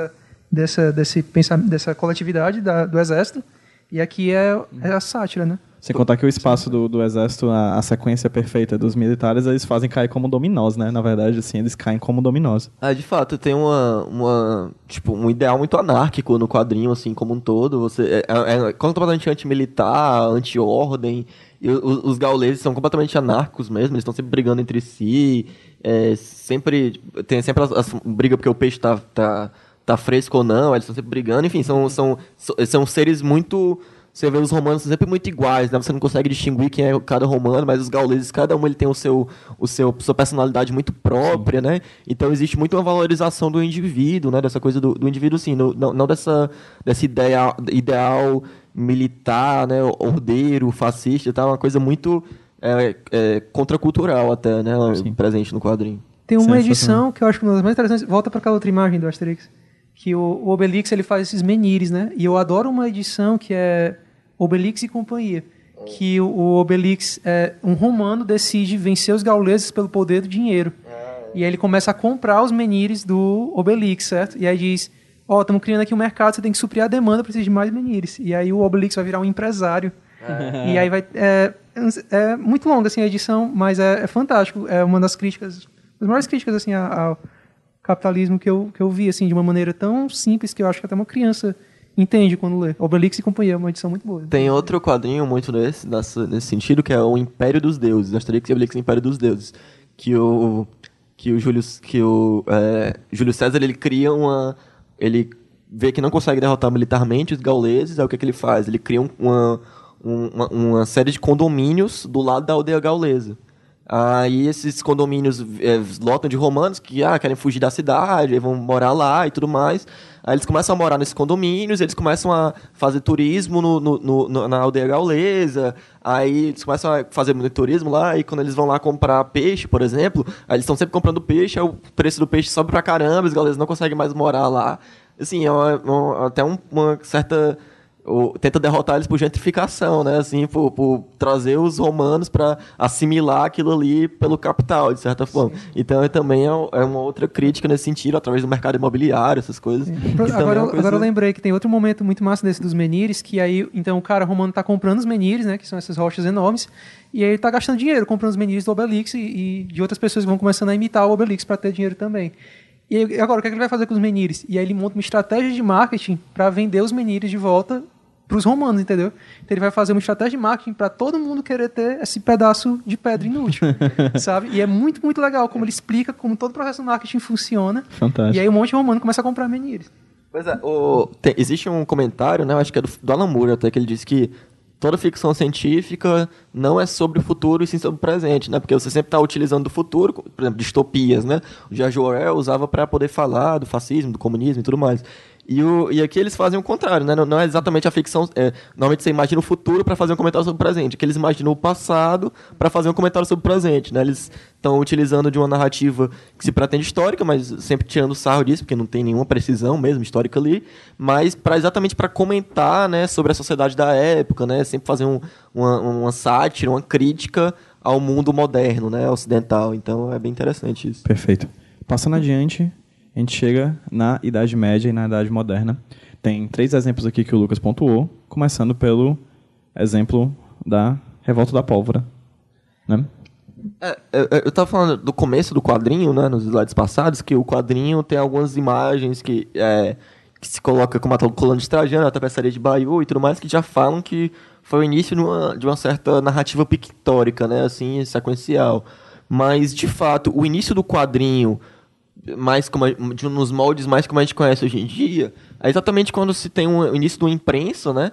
dessa, desse pensamento, dessa coletividade da, do exército. E aqui é, é a sátira, né? Sem contar que o espaço do, do exército, a, a sequência perfeita dos militares, eles fazem cair como dominós, né? Na verdade, assim, eles caem como dominós. Ah, de fato, tem uma, uma, tipo, um ideal muito anárquico no quadrinho, assim, como um todo. Você, é, é completamente anti-militar, anti-ordem. E os, os gauleses são completamente anárquicos mesmo, eles estão sempre brigando entre si. É, sempre, tem sempre as, as briga porque o peixe tá, tá, tá fresco ou não, eles estão sempre brigando. Enfim, são, são, são seres muito... Você vê os romanos sempre muito iguais, né? Você não consegue distinguir quem é cada romano, mas os gauleses, cada um ele tem o seu, o seu, sua personalidade muito própria, né? Então existe muito uma valorização do indivíduo, né? Dessa coisa do, do indivíduo, sim, no, não, não dessa, dessa ideia, ideal militar, né? Ordeiro, fascista, tá? Uma coisa muito é, é, contracultural até, né? Sim. Presente no quadrinho. Tem uma edição que eu acho que uma das mais interessantes, volta para aquela outra imagem do Asterix, que o, o Obelix ele faz esses menires, né? E eu adoro uma edição que é Obelix e companhia, que o, o Obelix, é, um romano, decide vencer os gauleses pelo poder do dinheiro. E aí ele começa a comprar os menires do Obelix, certo? E aí diz, ó, oh, estamos criando aqui um mercado, você tem que suprir a demanda, precisa de mais menires. E aí o Obelix vai virar um empresário. E aí vai... É, é muito longa, assim, a edição, mas é, é fantástico. É uma das críticas, das maiores críticas, assim, ao capitalismo que eu, que eu vi, assim, de uma maneira tão simples que eu acho que até uma criança entende quando lê. Obelix e companhia, é uma edição muito boa. Tem outro quadrinho muito nesse, nesse, nesse sentido, que é o Império dos Deuses, Asterix e Obelix e Império dos Deuses, que o, que o, Júlio, que o é, Júlio César, ele cria uma... Ele vê que não consegue derrotar militarmente os gauleses, aí o que, que ele faz? Ele cria um, uma, uma, uma série de condomínios do lado da aldeia gaulesa. Aí esses condomínios é, lotam de romanos que ah, querem fugir da cidade, aí vão morar lá e tudo mais. Aí eles começam a morar nesses condomínios, eles começam a fazer turismo no, no, no, na aldeia gaulesa, aí eles começam a fazer muito turismo lá, e quando eles vão lá comprar peixe, por exemplo, aí eles estão sempre comprando peixe, aí o preço do peixe sobe pra caramba, os gauleses não conseguem mais morar lá. Assim, é uma, uma, até um, uma certa... Ou, tenta derrotar eles por gentrificação, né? Assim, por, por trazer os romanos para assimilar aquilo ali pelo capital, de certa forma. Sim. Então, é, também é, é uma outra crítica nesse sentido, através do mercado imobiliário, essas coisas. Agora, é coisa... agora eu lembrei que tem outro momento muito massa desse dos menires, que aí, então, o cara romano tá comprando os menires, né? Que são essas rochas enormes, e aí ele tá gastando dinheiro comprando os menires do Obelix e, e de outras pessoas que vão começando a imitar o Obelix para ter dinheiro também. E agora, o que, é que ele vai fazer com os menires? E aí ele monta uma estratégia de marketing para vender os menires de volta para os romanos, entendeu? Então ele vai fazer uma estratégia de marketing para todo mundo querer ter esse pedaço de pedra inútil, sabe? E é muito, muito legal como ele explica como todo o processo de marketing funciona. Fantástico. E aí um monte de romano começa a comprar menires. Pois é, o, tem, existe um comentário, né, acho que é do, do Alan Moore até, que ele diz que toda ficção científica não é sobre o futuro e sim sobre o presente, né? Porque você sempre está utilizando do futuro, por exemplo, distopias, né? O George Orwell usava para poder falar do fascismo, do comunismo e tudo mais. E, o, e aqui eles fazem o contrário, né? Não, não é exatamente a ficção... É, normalmente você imagina o futuro para fazer um comentário sobre o presente. Aqui eles imaginam o passado para fazer um comentário sobre o presente, né? Eles estão utilizando de uma narrativa que se pretende histórica, mas sempre tirando sarro disso, porque não tem nenhuma precisão mesmo histórica ali, mas pra, exatamente para comentar, né, sobre a sociedade da época, né? Sempre fazer um, uma, uma sátira, uma crítica ao mundo moderno, né? Ocidental. Então é bem interessante isso. Perfeito. Passando adiante... A gente chega na Idade Média e na Idade Moderna. Tem três exemplos aqui que o Lucas pontuou, começando pelo exemplo da Revolta da Pólvora. Né? É, eu estava falando do começo do quadrinho, né, nos slides passados, que o quadrinho tem algumas imagens que, é, que se coloca como a coluna de Trajano, a tapeçaria de Bayeux e tudo mais, que já falam que foi o início de uma, de uma certa narrativa pictórica, né, assim, sequencial. Mas, de fato, o início do quadrinho... mais como a, de, nos moldes mais como a gente conhece hoje em dia, é exatamente quando se tem um, o início do imprensa, né?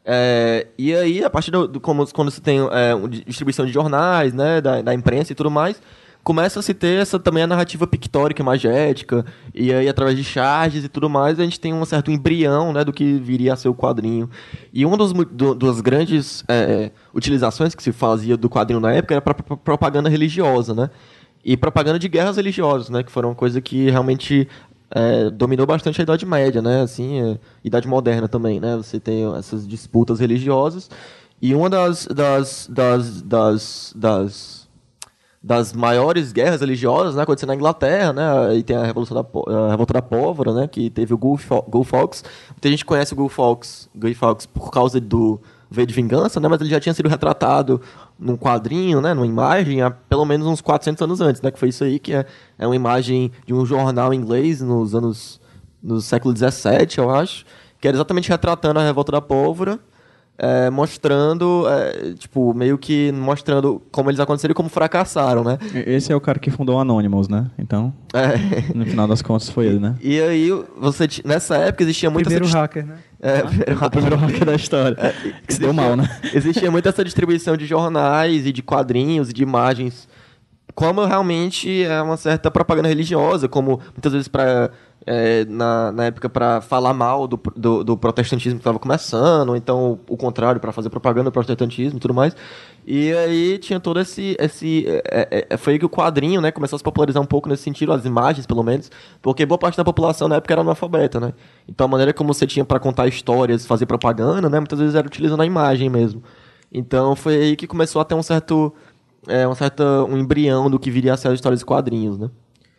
É, e aí, a partir do, do como, quando se tem é, distribuição de jornais, né, da, da imprensa e tudo mais, começa a se ter essa, também a narrativa pictórica, imagética, e aí através de charges e tudo mais, a gente tem um certo embrião, né, do que viria a ser o quadrinho. E uma dos, do, das grandes é, utilizações que se fazia do quadrinho na época era para propaganda religiosa, né? E propaganda de guerras religiosas, né? Que foram uma coisa que realmente é, dominou bastante a Idade Média, né? Assim, é, Idade Moderna também, né? Você tem essas disputas religiosas. E uma das, das, das, das, das, das maiores guerras religiosas, né, acontecendo na Inglaterra, né, e tem a Revolução da, a Revolta da Pólvora, né, que teve o Guy Fawkes. Guy Fawkes. Muita gente conhece o Guy Fawkes, Guy Fawkes por causa do V de Vingança, né, mas ele já tinha sido retratado num quadrinho, né, numa imagem, há pelo menos uns quatrocentos anos antes, né, que foi isso aí, que é, é uma imagem de um jornal inglês nos anos, no século dezessete, eu acho, que era exatamente retratando a Revolta da Pólvora, é, mostrando, é, tipo, meio que mostrando como eles aconteceram e como fracassaram, né? Esse é o cara que fundou o Anonymous, né? Então, é. no final das contas, foi ele, né? E aí, você, nessa época, existia muita... Primeiro essa... hacker, né? É, Ah, o primeiro hacker da história. É, que se deu mal, né? Existia muito essa distribuição de jornais e de quadrinhos e de imagens, como realmente é uma certa propaganda religiosa, como muitas vezes para é, na, na época para falar mal do, do, do protestantismo que estava começando, ou então o contrário, para fazer propaganda do protestantismo e tudo mais. E aí tinha todo esse... esse é, é, foi aí que o quadrinho, né, começou a se popularizar um pouco nesse sentido, as imagens pelo menos, porque boa parte da população na época era analfabeta, né? Então a maneira como você tinha para contar histórias, fazer propaganda, né, muitas vezes era utilizando a imagem mesmo. Então foi aí que começou a ter um certo... É, um certo um embrião do que viria a ser as histórias de quadrinhos, né?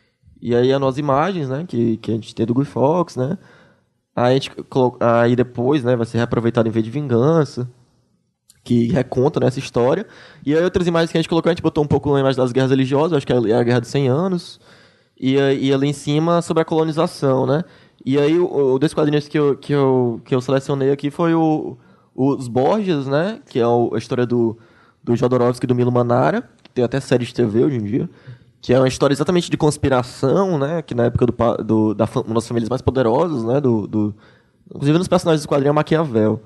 E aí as imagens, né, que, que a gente tem do Guy Fawkes, né? Aí, a gente colo... aí depois, né, vai ser reaproveitado em V de Vingança, que reconta, né, essa história. E aí outras imagens que a gente colocou, a gente botou um pouco na imagem das guerras religiosas, acho que é a Guerra dos cem anos, e, e ali em cima sobre a colonização, né? E aí o, o dois quadrinhos que eu, que, eu, que eu selecionei aqui foi o, os Borgias, né, que é o, a história do, do Jodorowsky e do Milo Manara, que tem até série de T V hoje em dia, que é uma história exatamente de conspiração, né, que na época do, do, da uma das famílias mais poderosas, né, do, do, inclusive nos personagens do quadrinho é Maquiavel.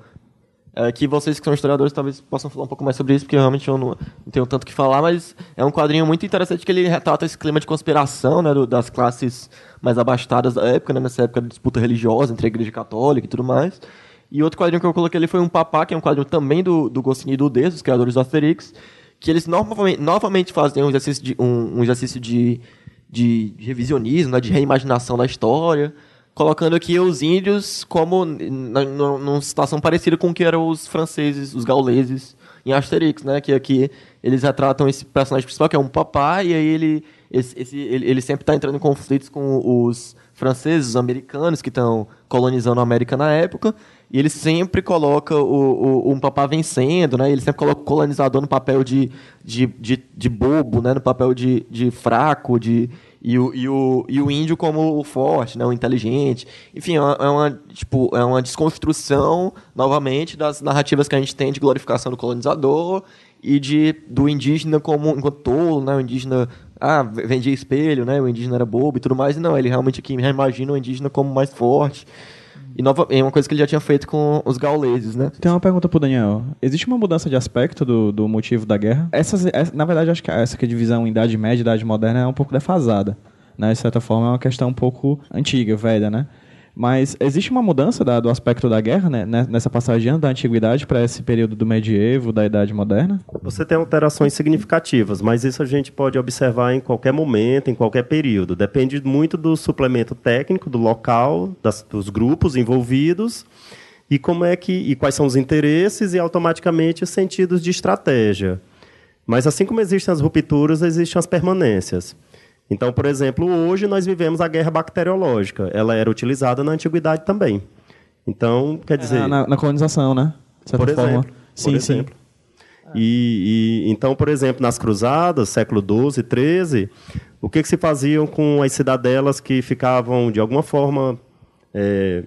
É, que vocês que são historiadores talvez possam falar um pouco mais sobre isso, porque realmente eu não, não tenho tanto o que falar, mas é um quadrinho muito interessante que ele retrata esse clima de conspiração, né, do, das classes mais abastadas da época, né, nessa época de disputa religiosa entre a Igreja Católica e tudo mais. E outro quadrinho que eu coloquei ali foi um Papá, que é um quadrinho também do, do Goscinny e do Udes, os criadores do Asterix, que eles novamente, novamente fazem um exercício de, um, um exercício de, de, de revisionismo, né, de reimaginação da história, colocando aqui os índios como na, na, numa situação parecida com o que eram os franceses, os gauleses em Asterix, né, que aqui eles retratam esse personagem principal, que é um papai, e aí ele, esse, esse, ele, ele sempre está entrando em conflitos com os franceses, os americanos, que estão colonizando a América na época, e ele sempre coloca o, o, um papá vencendo, né? Ele sempre coloca o colonizador no papel de, de, de, de bobo, né? No papel de, de fraco, de, e, o, e, o, e o índio como o forte, né? O inteligente. Enfim, é uma, é uma, tipo, é uma desconstrução, novamente, das narrativas que a gente tem de glorificação do colonizador e de, do indígena como enquanto tolo, né? O indígena... Ah, vendia espelho, né? O indígena era bobo e tudo mais. E não, ele realmente aqui reimagina o indígena como mais forte. E nova, é uma coisa que ele já tinha feito com os gauleses, né? Tem uma pergunta pro Daniel. Existe uma mudança de aspecto do, do motivo da guerra? Essas, essa, na verdade, acho que essa que é a divisão em Idade Média e Idade Moderna é um pouco defasada. Né? De certa forma, é uma questão um pouco antiga, velha, né? Mas existe uma mudança da, do aspecto da guerra, né? Nessa passagem da Antiguidade para esse período do medievo, da Idade Moderna? Você tem alterações significativas, mas isso a gente pode observar em qualquer momento, em qualquer período. Depende muito do suplemento técnico, do local, das, dos grupos envolvidos e como é que e quais são os interesses e automaticamente os sentidos de estratégia. Mas assim como existem as rupturas, existem as permanências. Então, por exemplo, hoje nós vivemos a guerra bacteriológica. Ela era utilizada na antiguidade também. Então, quer dizer... É, na, na colonização, né? De certa por forma. exemplo. Sim, por exemplo. Sim. E, e, então, por exemplo, nas cruzadas, século doze, treze, o que, que se faziam com as cidadelas que ficavam, de alguma forma, é,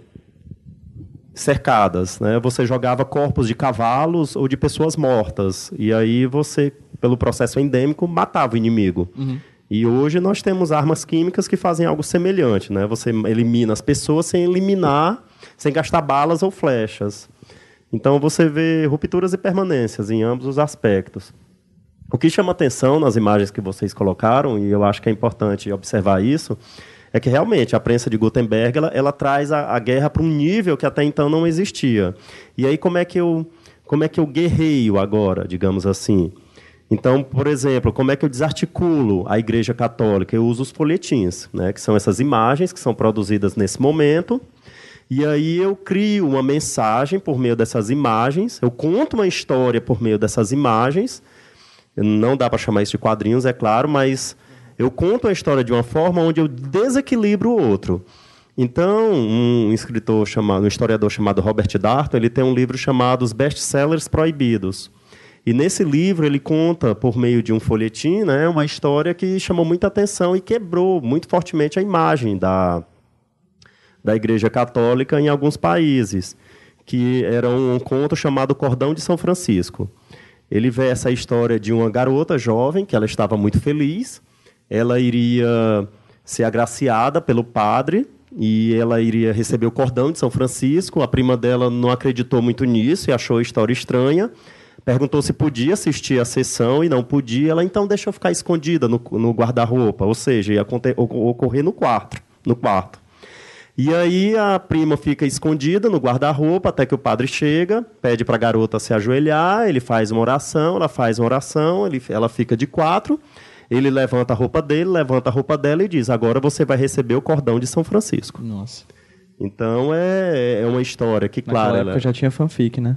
cercadas, né? Você jogava corpos de cavalos ou de pessoas mortas. E aí você, pelo processo endêmico, matava o inimigo. Uhum. E hoje nós temos armas químicas que fazem algo semelhante, né? Você elimina as pessoas sem eliminar, sem gastar balas ou flechas. Então você vê rupturas e permanências em ambos os aspectos. O que chama atenção nas imagens que vocês colocaram, e eu acho que é importante observar isso, é que realmente a prensa de Gutenberg ela, ela traz a, a guerra para um nível que até então não existia. E aí como é que eu, como é que eu guerreio agora, digamos assim? Então, por exemplo, como é que eu desarticulo a Igreja Católica? Eu uso os folhetins, né, que são essas imagens que são produzidas nesse momento, e aí eu crio uma mensagem por meio dessas imagens, eu conto uma história por meio dessas imagens, Não dá para chamar isso de quadrinhos, é claro, mas eu conto a história de uma forma onde eu desequilibro o outro. Então, um escritor chamado, um historiador chamado Robert Darnton, ele tem um livro chamado Os Best-Sellers Proibidos. E nesse livro ele conta, por meio de um folhetim, né, uma história que chamou muita atenção e quebrou muito fortemente a imagem da, da Igreja Católica em alguns países, que era um conto chamado Cordão de São Francisco. Ele versa a história de uma garota jovem, que ela estava muito feliz, ela iria ser agraciada pelo padre, e ela iria receber o cordão de São Francisco. A prima dela não acreditou muito nisso e achou a história estranha. Perguntou se podia assistir à sessão e não podia. Ela então deixou ficar escondida no, no guarda-roupa, ou seja, ia ocorrer no quarto, no quarto. E aí a prima fica escondida no guarda-roupa até que o padre chega, pede para a garota se ajoelhar, ele faz uma oração, ela faz uma oração, ele, ela fica de quatro, ele levanta a roupa dele, levanta a roupa dela e diz: agora você vai receber o cordão de São Francisco. Nossa. Então é, é uma história que, claro... Naquela época ela... já tinha fanfic, né?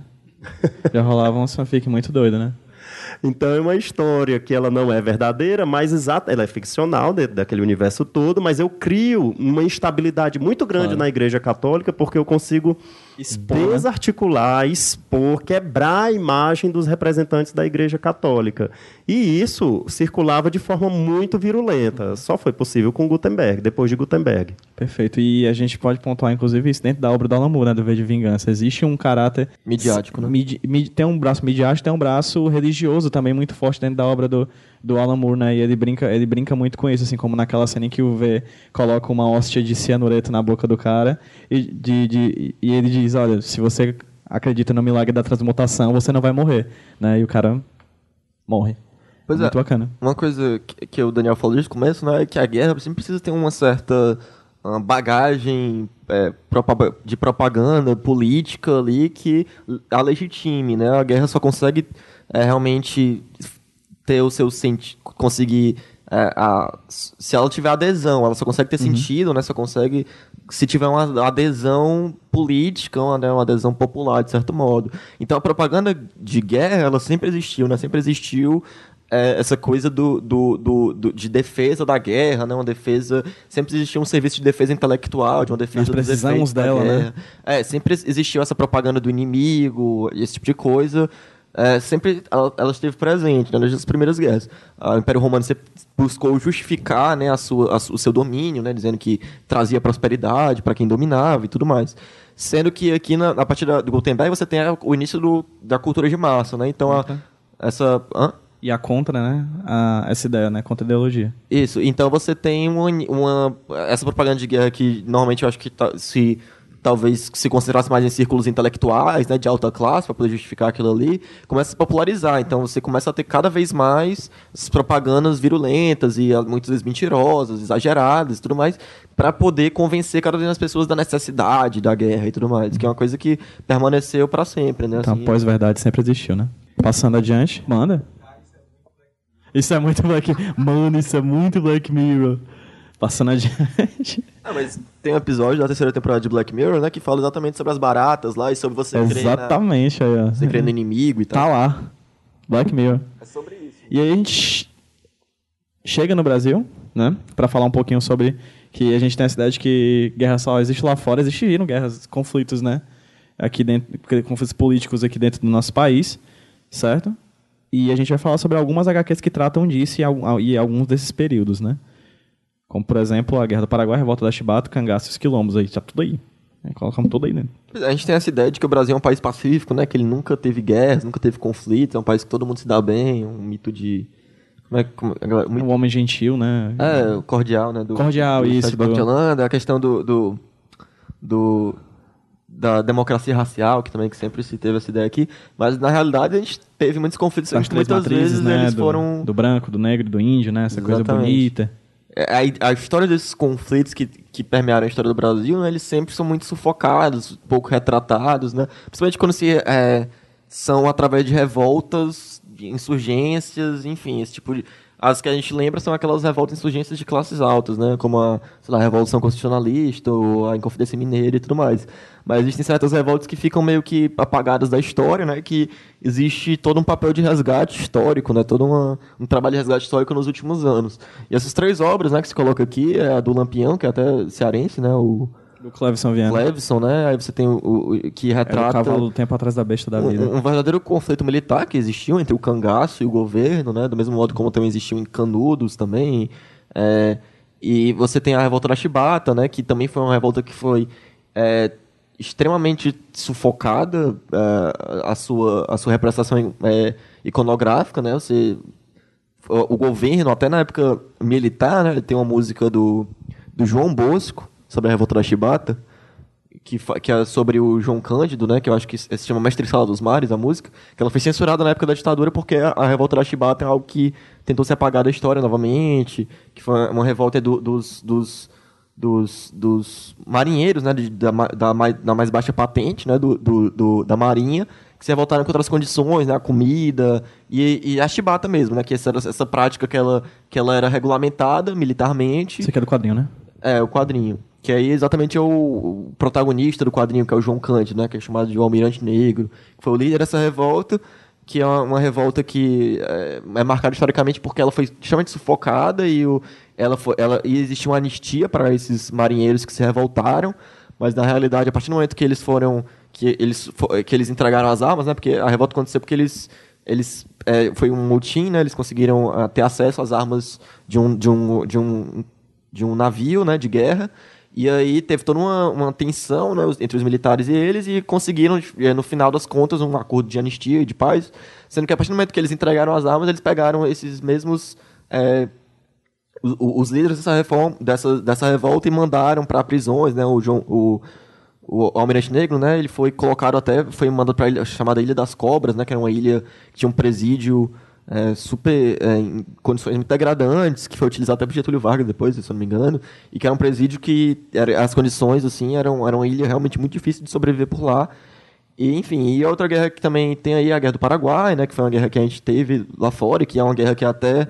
Já rolava uma fanfic muito doida, né? Então é uma história que ela não é verdadeira, mas exata, ela é ficcional dentro daquele universo todo, mas eu crio uma instabilidade muito grande claro. na Igreja Católica, porque eu consigo expor, desarticular, expor, quebrar a imagem dos representantes da Igreja Católica. E isso circulava de forma muito virulenta. Só foi possível com Gutenberg, depois de Gutenberg. Perfeito. E a gente pode pontuar, inclusive, isso dentro da obra do Alan Moore, né, do V de Vingança. Existe um caráter... midiático, né? Midi, midi, tem um braço midiático, tem um braço religioso também muito forte dentro da obra do, do Alan Moore, né? E ele brinca, ele brinca muito com isso, assim, como naquela cena em que o V coloca uma hóstia de cianureto na boca do cara e, de, de, e ele diz: olha, se você acredita no milagre da transmutação, você não vai morrer, né? E o cara morre. Pois muito é, bacana. Uma coisa que, que o Daniel falou desde o começo, né, é que a guerra sempre precisa ter uma certa uma bagagem é, de propaganda política ali que a legitime, né? A guerra só consegue é, realmente ter o seu sentido, conseguir é, a, se ela tiver adesão, ela só consegue ter uhum. sentido, né? Só consegue se tiver uma adesão política, uma, né, uma adesão popular, de certo modo. Então a propaganda de guerra, ela sempre existiu, né? Sempre existiu É, essa coisa do, do, do, do, de defesa da guerra, né? Uma defesa... Sempre existiu um serviço de defesa intelectual, de uma defesa Nós precisamos dela, né? É, sempre existiu essa propaganda do inimigo, esse tipo de coisa. É, sempre ela, ela esteve presente, né, nas primeiras guerras. O Império Romano sempre buscou justificar, né, a sua, a, o seu domínio, né, dizendo que trazia prosperidade para quem dominava e tudo mais. Sendo que aqui, na, a partir da, do Gutenberg, você tem a, o início do, da cultura de massa, né? Então, a, essa... Hã? E a contra, né? A, essa ideia, né? Contra a ideologia. Isso. Então você tem uma, uma... Essa propaganda de guerra que normalmente eu acho que ta, se... talvez se considerasse mais em círculos intelectuais, né, de alta classe, para poder justificar aquilo ali, começa a se popularizar. Então você começa a ter cada vez mais propagandas virulentas e muitas vezes mentirosas, exageradas e tudo mais, para poder convencer cada vez mais pessoas da necessidade da guerra e tudo mais, que é uma coisa que permaneceu para sempre, né? Então assim, a pós-verdade sempre existiu, né? Passando adiante, manda. Isso é muito Black... Mano, isso é muito Black Mirror. Passando adiante. Ah, mas tem um episódio da terceira temporada de Black Mirror, né, que fala exatamente sobre as baratas lá e sobre você exatamente, crer na... aí, ó. Você crer no inimigo e tal. Tá lá. Black Mirror. É sobre isso. E aí a gente chega no Brasil, né, pra falar um pouquinho sobre que a gente tem essa ideia de que guerra só existe lá fora, existiram guerras, conflitos, né, aqui dentro, conflitos políticos aqui dentro do nosso país, certo? E a gente vai falar sobre algumas H Qs que tratam disso e, e alguns desses períodos, né? Como, por exemplo, a Guerra do Paraguai, a Revolta da Chibata, Cangaço e os Quilombos. Aí, tá tudo aí. É, colocamos tudo aí dentro. A gente tem essa ideia de que o Brasil é um país pacífico, né? Que ele nunca teve guerras, nunca teve conflitos. É um país que todo mundo se dá bem. Um mito de... Como é, como, muito... Um homem gentil, né? É, cordial, né? Do, cordial, do isso. Do Banco de Holanda. A questão do... do, do da democracia racial, que também que sempre se teve essa ideia aqui, mas na realidade a gente teve muitos conflitos As que muitas matrizes, vezes né, eles do, foram... Do branco, do negro, do índio, né? Essa Exatamente. Coisa bonita. A, a história desses conflitos que, que permearam a história do Brasil, né, eles sempre são muito sufocados, pouco retratados, né? Principalmente quando se, é, são através de revoltas, de insurgências, enfim, esse tipo de... as que a gente lembra são aquelas revoltas insurgências de classes altas, né? Como a, sei lá, a Revolução Constitucionalista, ou a Inconfidência Mineira e tudo mais. Mas existem certas revoltas que ficam meio que apagadas da história, né? Que existe todo um papel de resgate histórico, né? Todo uma, um trabalho de resgate histórico nos últimos anos. E essas três obras, né, que se coloca aqui, é a do Lampião, que é até cearense, né? O Do Clevison Viana. Clevison, né? Aí você tem o, o que retrata... Era o cavalo do tempo atrás da besta da vida. Um, um verdadeiro conflito militar que existiu entre o cangaço e o governo, né? Do mesmo modo como também existiu em Canudos também. É, e você tem a revolta da Chibata, né? Que também foi uma revolta que foi é, extremamente sufocada, é, a, sua, a sua representação é, iconográfica, né? Você, o, o governo, até na época militar, né? Tem uma música do, do João Bosco, sobre a Revolta da Chibata, que, que é sobre o João Cândido, né, que eu acho que se chama Mestre Sala dos Mares, a música, que ela foi censurada na época da ditadura porque a, a Revolta da Chibata é algo que tentou se apagar da história novamente, que foi uma revolta do, dos, dos, dos, dos marinheiros, né, de, da, da, mais, da mais baixa patente, né, do, do, do, da marinha, que se revoltaram contra as condições, né, a comida e, e a chibata mesmo, né, que essa, essa prática que ela, que ela era regulamentada militarmente. Isso aqui é do quadrinho, né? É, o quadrinho. Que aí exatamente é o protagonista do quadrinho, que é o João Cândido, né? Que é chamado de o Almirante Negro. Que foi o líder dessa revolta, que é uma, uma revolta que é, é marcada historicamente porque ela foi extremamente sufocada e, o, ela foi, ela, e existiu uma anistia para esses marinheiros que se revoltaram, mas na realidade, a partir do momento que eles foram... que eles, que eles entregaram as armas, né? Porque a revolta aconteceu porque eles... eles é, foi um motim, né? Eles conseguiram uh, ter acesso às armas de um... De um, de um de um navio, né, de guerra, e aí teve toda uma, uma tensão, né, entre os militares e eles, e conseguiram, no final das contas, um acordo de anistia e de paz, sendo que a partir do momento que eles entregaram as armas, eles pegaram esses mesmos... É, os, os líderes dessa, reforma, dessa, dessa revolta e mandaram para prisões, né, o, João, o, o Almirante Negro, né, ele foi colocado até, foi mandado para a ilha chamada Ilha das Cobras, né, que era uma ilha que tinha um presídio... É, super é, em condições muito degradantes, que foi utilizado até por Getúlio Vargas depois, se eu não me engano, e que era um presídio que era, as condições assim eram, eram uma ilha realmente muito difícil de sobreviver por lá. E, enfim, e outra guerra que também tem aí, a Guerra do Paraguai, né, que foi uma guerra que a gente teve lá fora, e que é uma guerra que até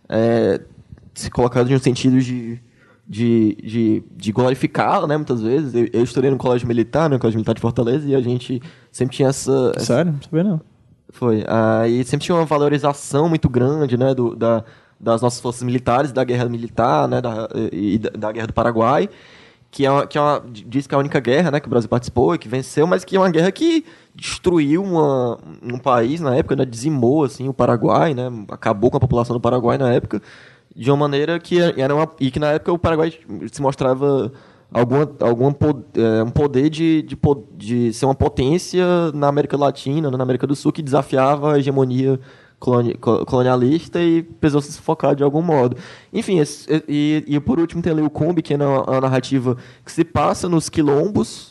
é, se colocada em um sentido de, de, de, de glorificá-la, né, muitas vezes. Eu, eu estudei no colégio militar, no colégio militar de Fortaleza, e a gente sempre tinha essa... essa... Sério? Não sabia não. Foi. Ah, e sempre tinha uma valorização muito grande, né, do, da, das nossas forças militares, da guerra militar, né, da, e da, da guerra do Paraguai, que é uma, que é uma, diz que é a única guerra, né, que o Brasil participou e que venceu, mas que é uma guerra que destruiu uma, um país na época, né, dizimou assim, o Paraguai, né, acabou com a população do Paraguai na época, de uma maneira que era uma, e que na época o Paraguai se mostrava alguma, algum é, um poder de, de, de ser uma potência na América Latina, na América do Sul, que desafiava a hegemonia coloni, colonialista e precisou se sufocar de algum modo. Enfim, esse, e, e por último tem ali o Kombi, que é uma narrativa que se passa nos quilombos,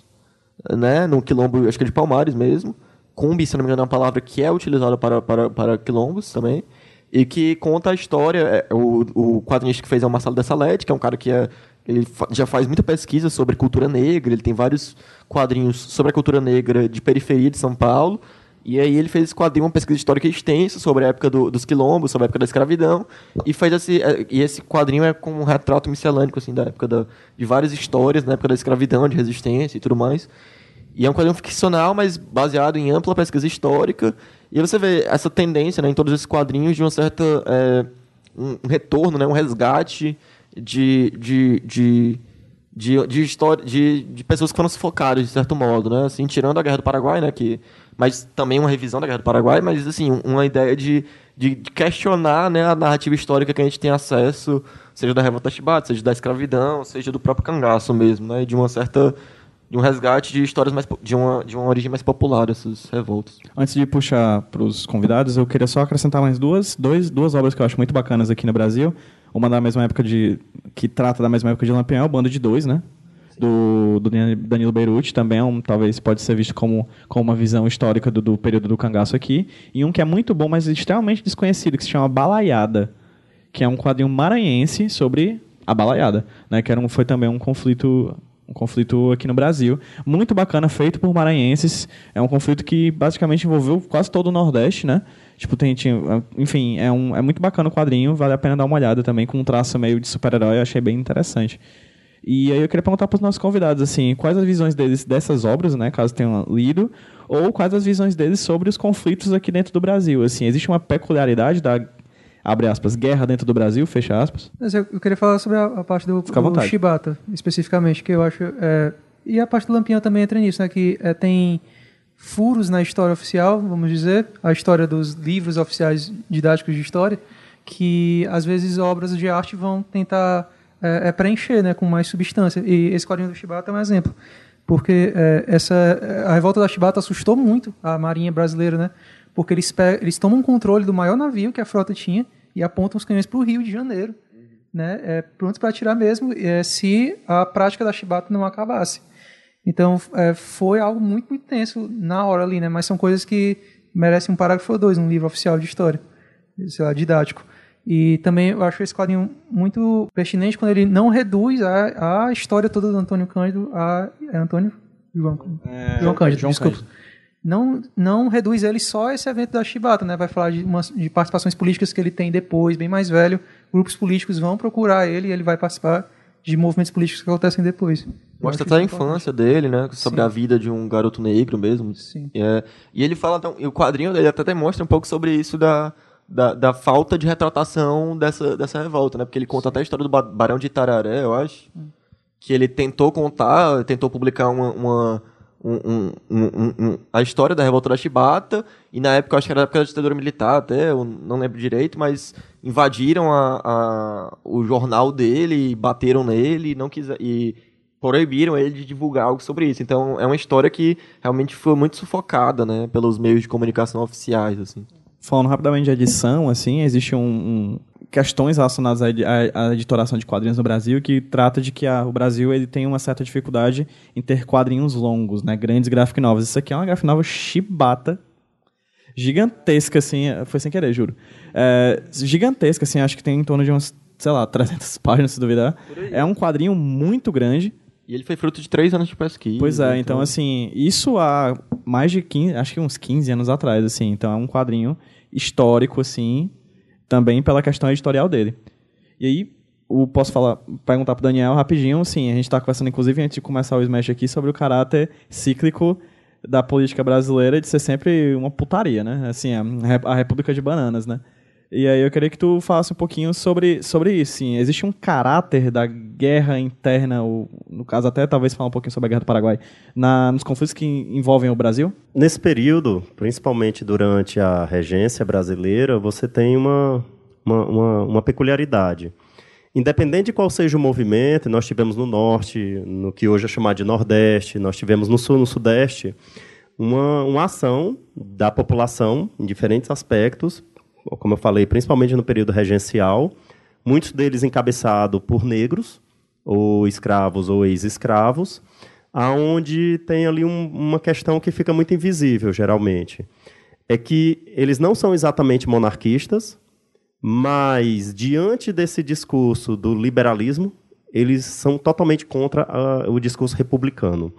né, no quilombo, acho que é de Palmares mesmo. Kombi, se não me engano, é uma palavra que é utilizada para, para, para quilombos também, e que conta a história. O, o quadrinista que fez é o Marcelo Dessalete, que é um cara que é ele já faz muita pesquisa sobre cultura negra, ele tem vários quadrinhos sobre a cultura negra de periferia de São Paulo, e aí ele fez esse quadrinho, uma pesquisa histórica extensa sobre a época do, dos quilombos, sobre a época da escravidão, e fez esse, e esse quadrinho é com um retrato miscelânico, assim, da época da, de várias histórias, na época da escravidão, de resistência e tudo mais. E é um quadrinho ficcional, mas baseado em ampla pesquisa histórica, e você vê essa tendência, né, em todos esses quadrinhos de uma certa... É, um retorno, né, um resgate de, de, de, de, de, história, de, de pessoas que foram sufocadas, de certo modo, né? Assim, tirando a Guerra do Paraguai, né? Que, mas também uma revisão da Guerra do Paraguai, mas assim, uma ideia de, de, de questionar, né, a narrativa histórica que a gente tem acesso, seja da Revolta Chibata, seja da escravidão, seja do próprio cangaço mesmo, né? De uma certa... de um resgate de histórias mais de uma, de uma origem mais popular dessas revoltas. Antes de puxar para os convidados, eu queria só acrescentar mais duas, dois, duas obras que eu acho muito bacanas aqui no Brasil. Uma da mesma época de... que trata da mesma época de Lampião, o Bando de Dois, né? Do, do Danilo Beruti, também é um, talvez pode ser visto como, como uma visão histórica do, do período do cangaço aqui. E um que é muito bom, mas extremamente desconhecido, que se chama Balaiada, que é um quadrinho maranhense sobre a balaiada, né? Que era um, foi também um conflito um conflito aqui no Brasil. Muito bacana, feito por maranhenses. É um conflito que basicamente envolveu quase todo o Nordeste, né? Tipo, tem, tinha, enfim, é, um, é muito bacana o quadrinho, vale a pena dar uma olhada também, com um traço meio de super-herói, eu achei bem interessante. E aí eu queria perguntar para os nossos convidados, assim, quais as visões deles dessas obras, né, caso tenham lido, ou quais as visões deles sobre os conflitos aqui dentro do Brasil. Assim, existe uma peculiaridade da, abre aspas, guerra dentro do Brasil, fecha aspas? Mas eu, eu queria falar sobre a, a parte do, do Shibata, especificamente, que eu acho... É, e a parte do Lampião também entra nisso, né, que é, tem... furos na história oficial, vamos dizer, a história dos livros oficiais didáticos de história, que às vezes obras de arte vão tentar é, é, preencher, né, com mais substância. E esse quadrinho do Shibata é um exemplo, porque é, essa, a revolta da Shibata assustou muito a marinha brasileira, né, porque eles, pegam, eles tomam controle do maior navio que a frota tinha e apontam os canhões para o Rio de Janeiro, né, é, prontos para atirar mesmo é, se a prática da Shibata não acabasse. Então, é, foi algo muito, muito tenso na hora ali, né? Mas são coisas que merecem um parágrafo ou dois num livro oficial de história, sei lá, didático. E também eu acho esse quadrinho muito pertinente quando ele não reduz a, a história toda do Antônio Cândido a... É Antônio? João, é, João Cândido, João desculpa. Cândido. Não, não reduz ele só a esse evento da Shibata, né? Vai falar de, uma, de participações políticas que ele tem depois, bem mais velho. Grupos políticos vão procurar ele e ele vai participar de movimentos políticos que acontecem depois. Mostra até a infância dele, né? Sobre Sim. a vida de um garoto negro mesmo. Sim. É, e ele fala, então, e o quadrinho dele até mostra um pouco sobre isso da, da, da falta de retratação dessa, dessa revolta, né? Porque ele conta Sim. até a história do Barão de Itararé, eu acho, hum. que ele tentou contar, tentou publicar uma, uma, um, um, um, um, a história da revolta da Shibata, e na época, eu acho que era a época da ditadura militar até, eu não lembro direito, mas invadiram a, a, o jornal dele, bateram nele, não quiser, e proibiram ele de divulgar algo sobre isso. Então, é uma história que realmente foi muito sufocada, né, pelos meios de comunicação oficiais, assim. Falando rapidamente de edição, assim, existe um, um questões relacionadas à, à, à editoração de quadrinhos no Brasil que trata de que a, o Brasil ele tem uma certa dificuldade em ter quadrinhos longos, né, grandes graphic novels. Isso aqui é uma graphic novel Shibata, gigantesca, assim, foi sem querer, juro. É, gigantesca, assim, acho que tem em torno de uns, sei lá, trezentas páginas, se duvidar. É um quadrinho muito grande. E ele foi fruto de três anos de pesquisa. Pois é, então, então assim, isso há mais de quinze, acho que uns quinze anos atrás, assim. Então é um quadrinho histórico, assim, também pela questão editorial dele. E aí, eu posso falar, perguntar pro Daniel rapidinho, sim, a gente tá conversando, inclusive, antes de começar o Smash aqui, sobre o caráter cíclico da política brasileira de ser sempre uma putaria, né? Assim, a, a República de Bananas, né? E aí eu queria que tu falasse um pouquinho sobre, sobre isso. Sim. Existe um caráter da guerra interna, ou, no caso até talvez falar um pouquinho sobre a Guerra do Paraguai, na, nos conflitos que envolvem o Brasil? Nesse período, principalmente durante a regência brasileira, você tem uma, uma, uma, uma peculiaridade. Independente de qual seja o movimento, nós tivemos no Norte, no que hoje é chamado de Nordeste, nós tivemos no Sul, no Sudeste, uma, uma ação da população em diferentes aspectos, como eu falei, principalmente no período regencial, muitos deles encabeçados por negros, ou escravos ou ex-escravos, aonde tem ali um, uma questão que fica muito invisível, geralmente. É que eles não são exatamente monarquistas, mas, diante desse discurso do liberalismo, eles são totalmente contra a, o discurso republicano.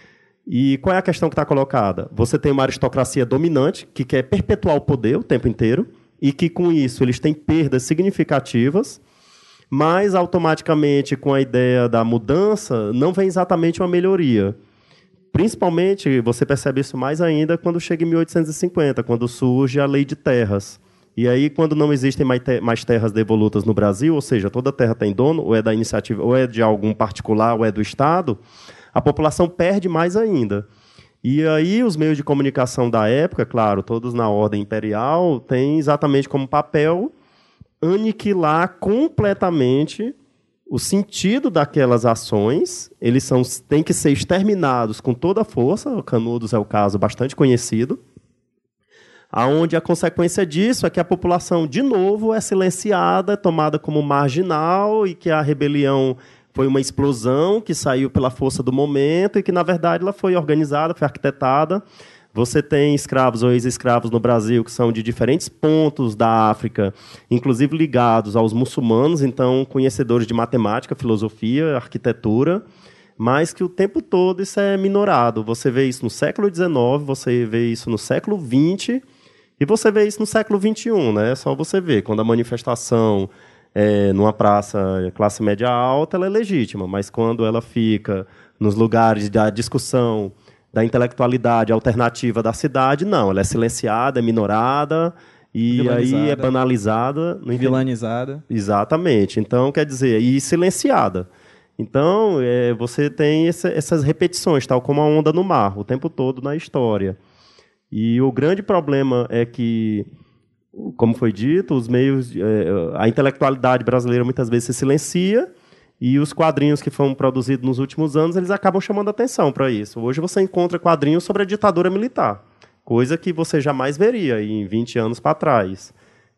E qual é a questão que está colocada? Você tem uma aristocracia dominante, que quer perpetuar o poder o tempo inteiro, e que, com isso, eles têm perdas significativas, mas, automaticamente, com a ideia da mudança, não vem exatamente uma melhoria. Principalmente, você percebe isso mais ainda quando chega em mil oitocentos e cinquenta, quando surge a Lei de Terras. E aí, quando não existem mais terras devolutas no Brasil, ou seja, toda terra tem dono, ou é da iniciativa, ou é de algum particular, ou é do Estado, a população perde mais ainda. E aí os meios de comunicação da época, claro, todos na ordem imperial, têm exatamente como papel aniquilar completamente o sentido daquelas ações. Eles são, têm que ser exterminados com toda a força. O Canudos é o caso bastante conhecido, aonde a consequência disso é que a população, de novo, é silenciada, é tomada como marginal e que a rebelião foi uma explosão que saiu pela força do momento e que, na verdade, ela foi organizada, foi arquitetada. Você tem escravos ou ex-escravos no Brasil que são de diferentes pontos da África, inclusive ligados aos muçulmanos, então conhecedores de matemática, filosofia, arquitetura. mas que o tempo todo isso é minorado. Você vê isso no século dezenove, você vê isso no século vinte e você vê isso no século vinte e um, né? É só você ver, quando a manifestação é numa praça classe média alta, ela é legítima, mas quando ela fica nos lugares da discussão da intelectualidade alternativa da cidade, não, ela é silenciada, é minorada e aí é banalizada. Vilanizada. Exatamente. Então, quer dizer, e silenciada. Então, é, você tem essa, essas repetições, tal como a onda no mar, o tempo todo na história. E o grande problema é que, como foi dito, os meios, é, a intelectualidade brasileira muitas vezes se silencia e os quadrinhos que foram produzidos nos últimos anos, eles acabam chamando atenção para isso. Hoje você encontra quadrinhos sobre a ditadura militar, coisa que você jamais veria em vinte anos para trás.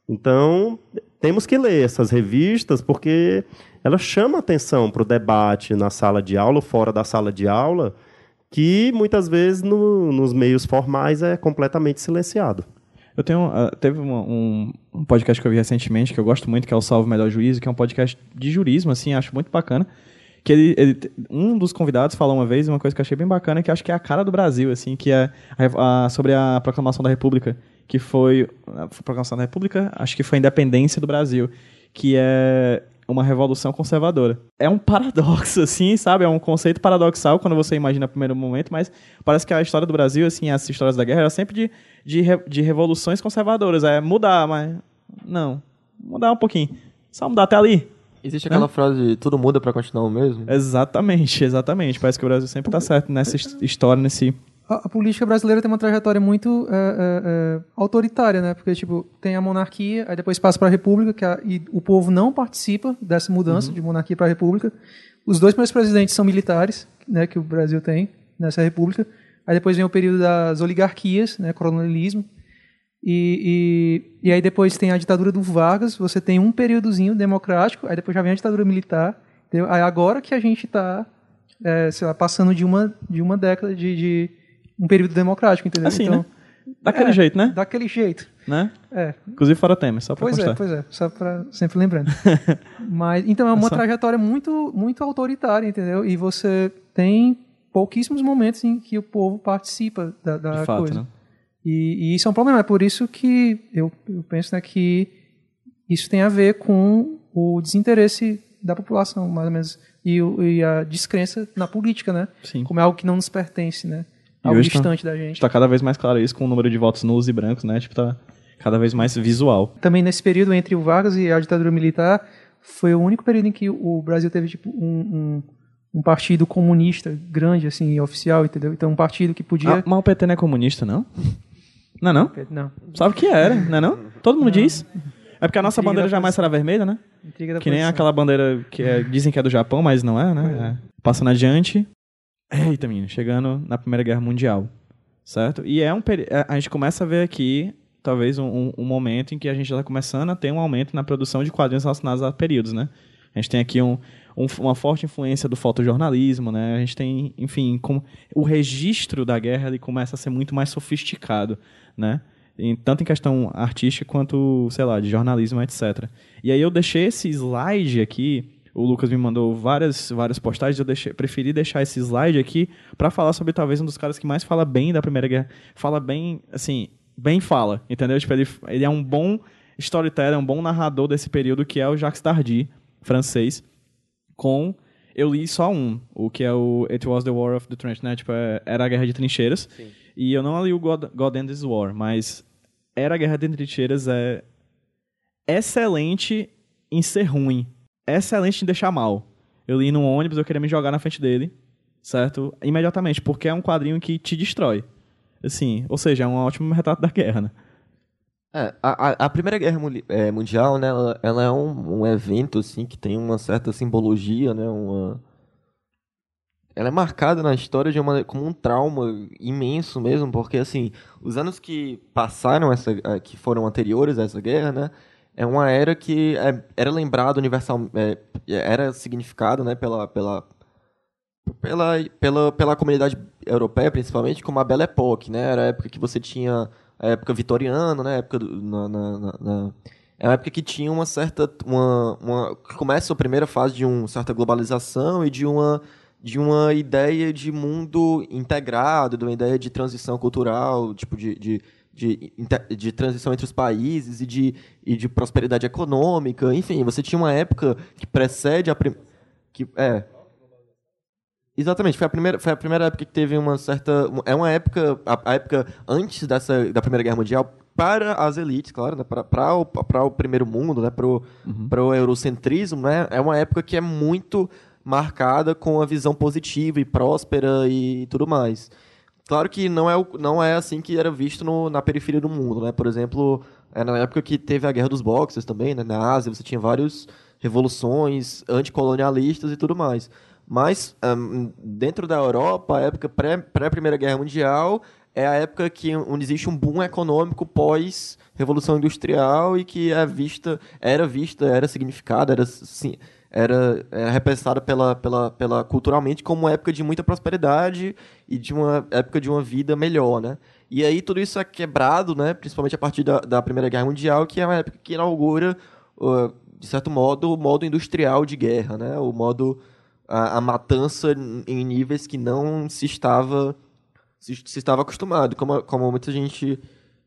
Então, temos que ler essas revistas porque elas chamam atenção para o debate na sala de aula ou fora da sala de aula, que muitas vezes no, nos meios formais é completamente silenciado. Eu tenho, uh, teve uma, um, um podcast que eu vi recentemente, que eu gosto muito, que é o Salve Melhor Juízo, que é um podcast de jurismo, assim, acho muito bacana. Que ele, ele, um dos convidados falou uma vez uma coisa que eu achei bem bacana, que acho que é a cara do Brasil, assim, que é a, a, sobre a Proclamação da República, que foi a Proclamação da República, acho que foi a independência do Brasil, que é uma revolução conservadora. É um paradoxo, assim, sabe? É um conceito paradoxal quando você imagina no primeiro momento, mas parece que a história do Brasil, assim, as histórias da guerra, era sempre de, de, de revoluções conservadoras. É mudar, mas não. Mudar um pouquinho. Só mudar até ali. Existe aquela Hã? frase, tudo muda pra continuar o mesmo? Exatamente, exatamente. Parece que o Brasil sempre tá certo nessa história, nesse... A, a política brasileira tem uma trajetória muito é, é, é, autoritária, né? Porque, tipo, tem a monarquia, aí depois passa para a república, que a, e o povo não participa dessa mudança uhum. de monarquia para a república. Os dois primeiros presidentes são militares, né, que o Brasil tem nessa república. Aí depois vem o período das oligarquias, né, coronelismo. E, e, e aí depois tem a ditadura do Vargas, você tem um períodozinho democrático, aí depois já vem a ditadura militar. Entendeu? Aí agora que a gente está, é, sei lá, passando de uma, de uma década de... de um período democrático, entendeu? Assim, então, né? Daquele é, jeito, né? Daquele jeito. Né? É. Inclusive fora Temer, só para Pois constar. é, pois é. Só para sempre lembrando. Mas, então, é uma é só... trajetória muito, muito autoritária, entendeu? E você tem pouquíssimos momentos em que o povo participa da, da De fato, coisa. né? E, e isso é um problema. É por isso que eu, eu penso, né, que isso tem a ver com o desinteresse da população, mais ou menos, e, e a descrença na política, né? Sim. Como é algo que não nos pertence, né? Algo distante tá, da gente. Está cada vez mais claro isso com o número de votos nulos e brancos, né? Tipo, tá cada vez mais visual. Também nesse período entre o Vargas e a ditadura militar, foi o único período em que o Brasil teve tipo um, um, um partido comunista grande, assim, oficial, entendeu? Então um partido que podia... Ah, mas o P T não é comunista, não? Não é não? Não. Sabe o que era, não é não? Todo mundo não. diz. É porque a nossa Intriga bandeira jamais será vermelha, né? Intriga da que nem posição. Aquela bandeira que é, dizem que é do Japão, mas não é, né? É. Passando adiante... Eita, menino, chegando na Primeira Guerra Mundial, certo? E é um a gente começa a ver aqui, talvez, um, um momento em que a gente já está começando a ter um aumento na produção de quadrinhos relacionados a períodos, né? A gente tem aqui um, um, uma forte influência do fotojornalismo, né? A gente tem, enfim, como o registro da guerra ele começa a ser muito mais sofisticado, né? Em, tanto em questão artística quanto, sei lá, de jornalismo, etcétera. E aí eu deixei esse slide aqui. O Lucas me mandou várias, várias postagens, eu deixei, preferi deixar esse slide aqui para falar sobre talvez um dos caras que mais fala bem da Primeira Guerra. Fala bem, assim, bem fala, entendeu? Tipo, ele, ele é um bom storyteller, é um bom narrador desse período, que é o Jacques Tardy, francês, com... Eu li só um, o que é o It Was the War of the Trench, né? Tipo, é, era a Guerra de Trincheiras. Sim. E eu não li o God, God End This War, mas Era a Guerra de Trincheiras é excelente em ser ruim. Excelente em deixar mal. Eu li num ônibus, eu queria me jogar na frente dele, certo? Imediatamente, porque é um quadrinho que te destrói. Assim, ou seja, é um ótimo retrato da guerra, né? É, a, a Primeira Guerra Mundial, né, ela, ela é um, um evento, assim, que tem uma certa simbologia, né, uma... Ela é marcada na história de uma, como um trauma imenso mesmo, porque, assim, os anos que passaram, essa, que foram anteriores a essa guerra, né, é uma era que é, era lembrado universal, é, era significado, né, pela, pela, pela, pela, pela comunidade europeia, principalmente, como a Belle Époque, né, era a época que você tinha a época vitoriana, né, a época do, na, na, na, na, é uma época que tinha uma certa, uma, uma, começa a primeira fase de uma certa globalização e de uma de uma ideia de mundo integrado, de uma ideia de transição cultural, tipo de, de, de, de, de transição entre os países e de, e de prosperidade econômica. Enfim, você tinha uma época que precede a primeira... É. Exatamente, foi a, primeira, foi a primeira época que teve uma certa... É uma época, a, a época antes dessa, da Primeira Guerra Mundial, para as elites, claro, né, para, para, o, para o primeiro mundo, né, para, o, uhum. para o eurocentrismo, né, é uma época que é muito marcada com a visão positiva e próspera e tudo mais. Claro que não é, o, não é assim que era visto no, na periferia do mundo, né? Por exemplo, é na época que teve a Guerra dos Boxers também, né, na Ásia, você tinha várias revoluções anticolonialistas e tudo mais. Mas, um, dentro da Europa, a época pré, pré-Primeira Guerra Mundial é a época que, onde existe um boom econômico pós-Revolução Industrial e que é vista, era vista, era significada, era, sim, era, era repensada pela, pela, pela, culturalmente como uma época de muita prosperidade e de uma época de uma vida melhor, né? E aí tudo isso é quebrado, né? Principalmente a partir da, da Primeira Guerra Mundial, que é uma época que inaugura, uh, de certo modo, o modo industrial de guerra, né? O modo... A, a matança em níveis que não se estava se, se estava acostumado, como, como muita gente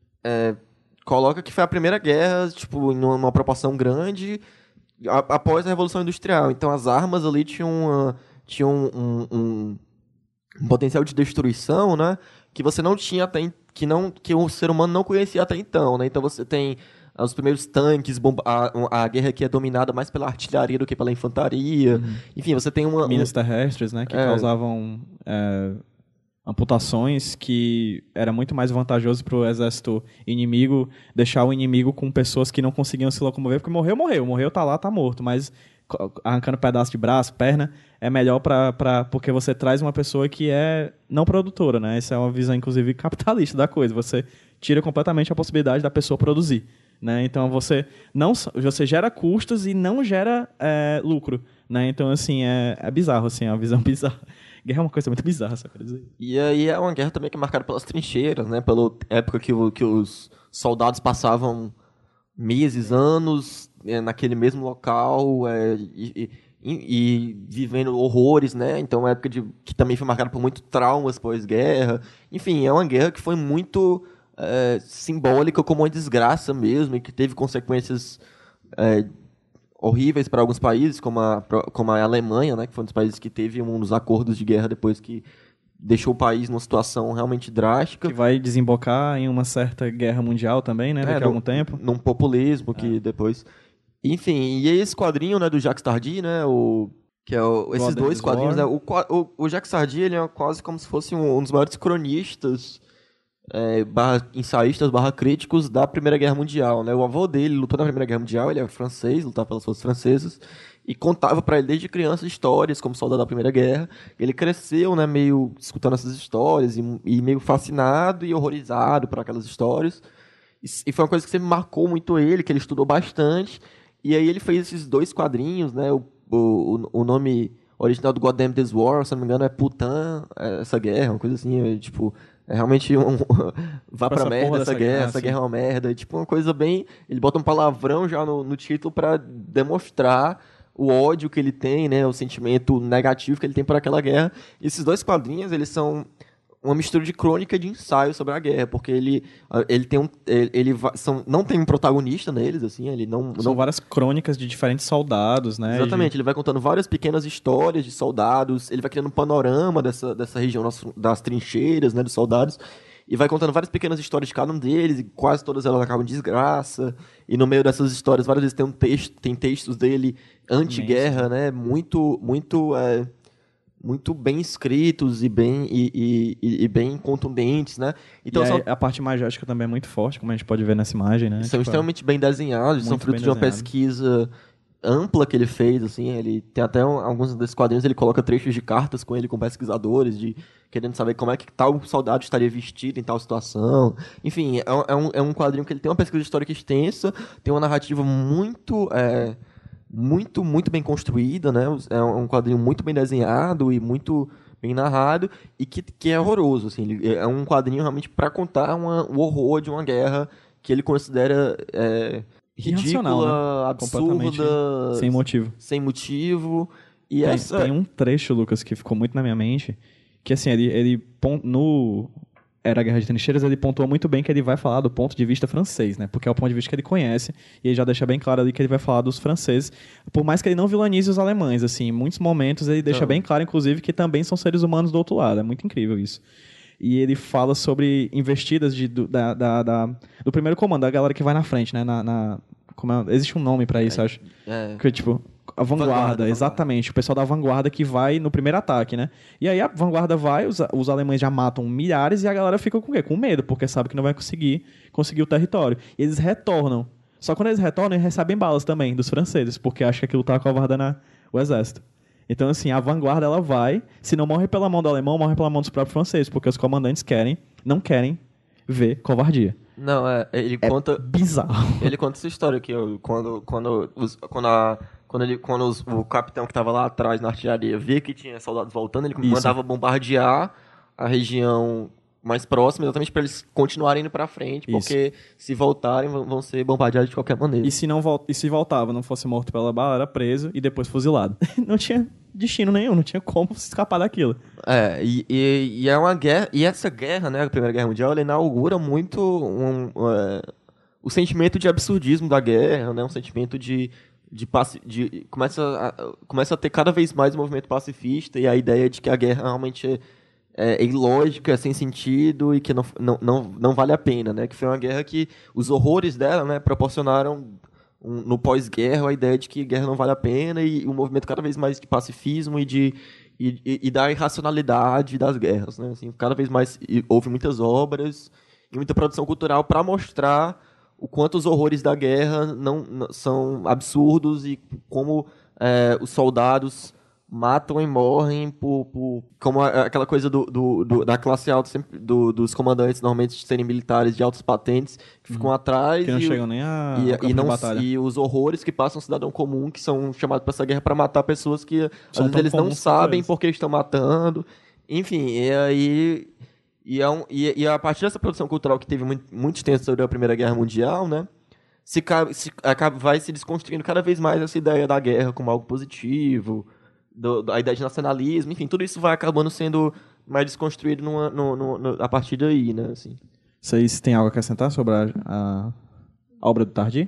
é, coloca que foi a primeira guerra, tipo, em uma proporção grande a, após a Revolução Industrial. Então as armas ali tinham, uma, tinham um, um, um potencial de destruição, né, que você não tinha até que não que o ser humano não conhecia até então, né? Então você tem os primeiros tanques, bomba, a, a guerra aqui é dominada mais pela artilharia do que pela infantaria. Uhum. Enfim, você tem uma... Minas um... terrestres, né? Que é. causavam é, amputações, que era muito mais vantajoso para o exército inimigo deixar o inimigo com pessoas que não conseguiam se locomover, porque morreu, morreu. Morreu, tá lá, tá morto. Mas arrancando pedaço de braço, perna, é melhor pra, pra, porque você traz uma pessoa que é não produtora, né? Essa é uma visão, inclusive, capitalista da coisa. Você tira completamente a possibilidade da pessoa produzir. Né? Então você não você gera custos e não gera é, lucro, né? Então assim é, é bizarro, assim, é uma visão bizarra. Guerra é uma coisa muito bizarra, só quero dizer. E aí é uma guerra também que é marcada pelas trincheiras, né? Pela época que, o, que os soldados passavam meses, anos é, naquele mesmo local é, e, e, e vivendo horrores, né? Então é uma época de, que também foi marcada por muitos traumas pós-guerra. Enfim, é uma guerra que foi muito É, simbólica como uma desgraça mesmo, e que teve consequências é, horríveis para alguns países, como a, como a Alemanha, né, que foi um dos países que teve um dos acordos de guerra depois que deixou o país numa situação realmente drástica. Que vai desembocar em uma certa guerra mundial também, né, daqui é, a algum tempo. Num populismo que é. depois... Enfim, e esse quadrinho, né, do Jacques Tardy, né, o... que é o, esses dois quadrinhos, né, o, o, o Jacques Tardy, ele é quase como se fosse um, um dos maiores cronistas É, barra, ensaístas barra críticos da Primeira Guerra Mundial, né? O avô dele lutou na Primeira Guerra Mundial, ele é francês, lutava pelas forças francesas, e contava para ele desde criança histórias como soldado da Primeira Guerra. Ele cresceu, né, meio escutando essas histórias e, e meio fascinado e horrorizado por aquelas histórias. E, e foi uma coisa que sempre marcou muito ele, que ele estudou bastante. E aí ele fez esses dois quadrinhos, né? O, o, o nome original do God Damn This War, se não me engano, é Putain, essa guerra, uma coisa assim, é, tipo... É realmente um... Vá pra merda essa guerra, guerra, essa assim. guerra é uma merda. É tipo uma coisa bem... Ele bota um palavrão já no, no título pra demonstrar o ódio que ele tem, né? O sentimento negativo que ele tem por aquela guerra. E esses dois quadrinhos, eles são uma mistura de crônica e de ensaio sobre a guerra, porque ele, ele tem um... Ele, ele são, não tem um protagonista neles, assim, ele não... São não... várias crônicas de diferentes soldados, né? Exatamente, de... ele vai contando várias pequenas histórias de soldados, ele vai criando um panorama dessa, dessa região, das, das trincheiras, né, dos soldados, e vai contando várias pequenas histórias de cada um deles, e quase todas elas acabam em desgraça, e no meio dessas histórias, várias vezes tem, um texto, tem textos dele anti-guerra, né, muito, muito... É... muito bem escritos e bem, e, e, e bem contundentes, né? Então, e são... a parte magética também é muito forte, como a gente pode ver nessa imagem, né? São tipo, extremamente bem desenhados, são frutos de uma pesquisa ampla que ele fez, assim, ele tem até um, alguns desses quadrinhos, ele coloca trechos de cartas com ele, com pesquisadores, de querendo saber como é que tal soldado estaria vestido em tal situação. Enfim, é, é, um, é um quadrinho que ele tem uma pesquisa histórica extensa, tem uma narrativa muito... É, muito, muito bem construída, né? É um quadrinho muito bem desenhado e muito bem narrado, e que, que é horroroso, assim. Ele é um quadrinho realmente para contar uma, o horror de uma guerra que ele considera é, ridícula, né? Absurda, sem motivo. Sem motivo. E tem, essa... tem um trecho, Lucas, que ficou muito na minha mente, que assim, ele, ele pon- no Era a Guerra de Trincheiras, ele pontua muito bem que ele vai falar do ponto de vista francês, né? Porque é o ponto de vista que ele conhece, e ele já deixa bem claro ali que ele vai falar dos franceses, por mais que ele não vilanize os alemães, assim, em muitos momentos ele deixa Então... bem claro, inclusive, que também são seres humanos do outro lado, é muito incrível isso. E ele fala sobre investidas de, do, da, da, da, do primeiro comando, da galera que vai na frente, né? Na, na, como é, existe um nome pra isso, É, acho. é. Que, tipo, a vanguarda, Vanguarda, exatamente. O pessoal da vanguarda que vai no primeiro ataque, né? E aí a vanguarda vai, os, os alemães já matam milhares e a galera fica com o quê? Com medo, porque sabe que não vai conseguir conseguir o território. E eles retornam. Só quando eles retornam, eles recebem balas também dos franceses, porque acham que aquilo tá acovardando o exército. Então, assim, a vanguarda, ela vai, se não morre pela mão do alemão, morre pela mão dos próprios franceses, porque os comandantes querem, não querem ver covardia. Não, é, ele É conta... bizarro. Ele conta essa história que eu, quando, quando, os, quando, a, quando, ele, quando os, o capitão que estava lá atrás na artilharia via que tinha soldados voltando, ele Isso. mandava bombardear a região mais próxima, exatamente para eles continuarem indo para frente, Isso. porque se voltarem vão vão ser bombardeados de qualquer maneira. E se, não vol- e se voltava, não fosse morto pela bala, era preso e depois fuzilado. Não tinha destino nenhum, não tinha como se escapar daquilo. É, e, e, e é uma guerra, e essa guerra, né, a Primeira Guerra Mundial, ela inaugura muito um, é, o sentimento de absurdismo da guerra, né, um sentimento de, de, paci- de começa, a, começa a ter cada vez mais um movimento pacifista e a ideia de que a guerra realmente é, é, é ilógica, é sem sentido e que não, não, não, não vale a pena, né, que foi uma guerra que os horrores dela, né, proporcionaram um, no pós-guerra a ideia de que a guerra não vale a pena e um movimento cada vez mais de pacifismo e de E, e, e da irracionalidade das guerras, né? Assim, cada vez mais e, houve muitas obras e muita produção cultural para mostrar o quanto os horrores da guerra não, não são absurdos e como é, os soldados matam e morrem por, por como a, aquela coisa do, do, do, da classe alta sempre, do, dos comandantes normalmente serem militares de altas patentes que ficam atrás Que não e, chegam nem a, e, ao campo e, não, de batalha. e os horrores que passa um cidadão comum que são chamados para essa guerra para matar pessoas que às São vezes tão eles não comuns quanto sabem eles. por que estão matando. Enfim, e aí e, é um, e, e a partir dessa produção cultural que teve muito, muito extensa sobre a Primeira Guerra Mundial, né, se, ca- se acaba, vai se desconstruindo cada vez mais essa ideia da guerra como algo positivo, do, da ideia de nacionalismo, enfim, tudo isso vai acabando sendo mais desconstruído numa, no, no, no, a partir daí, né, assim. Vocês têm algo a acrescentar sobre a, a, a obra do Tardy?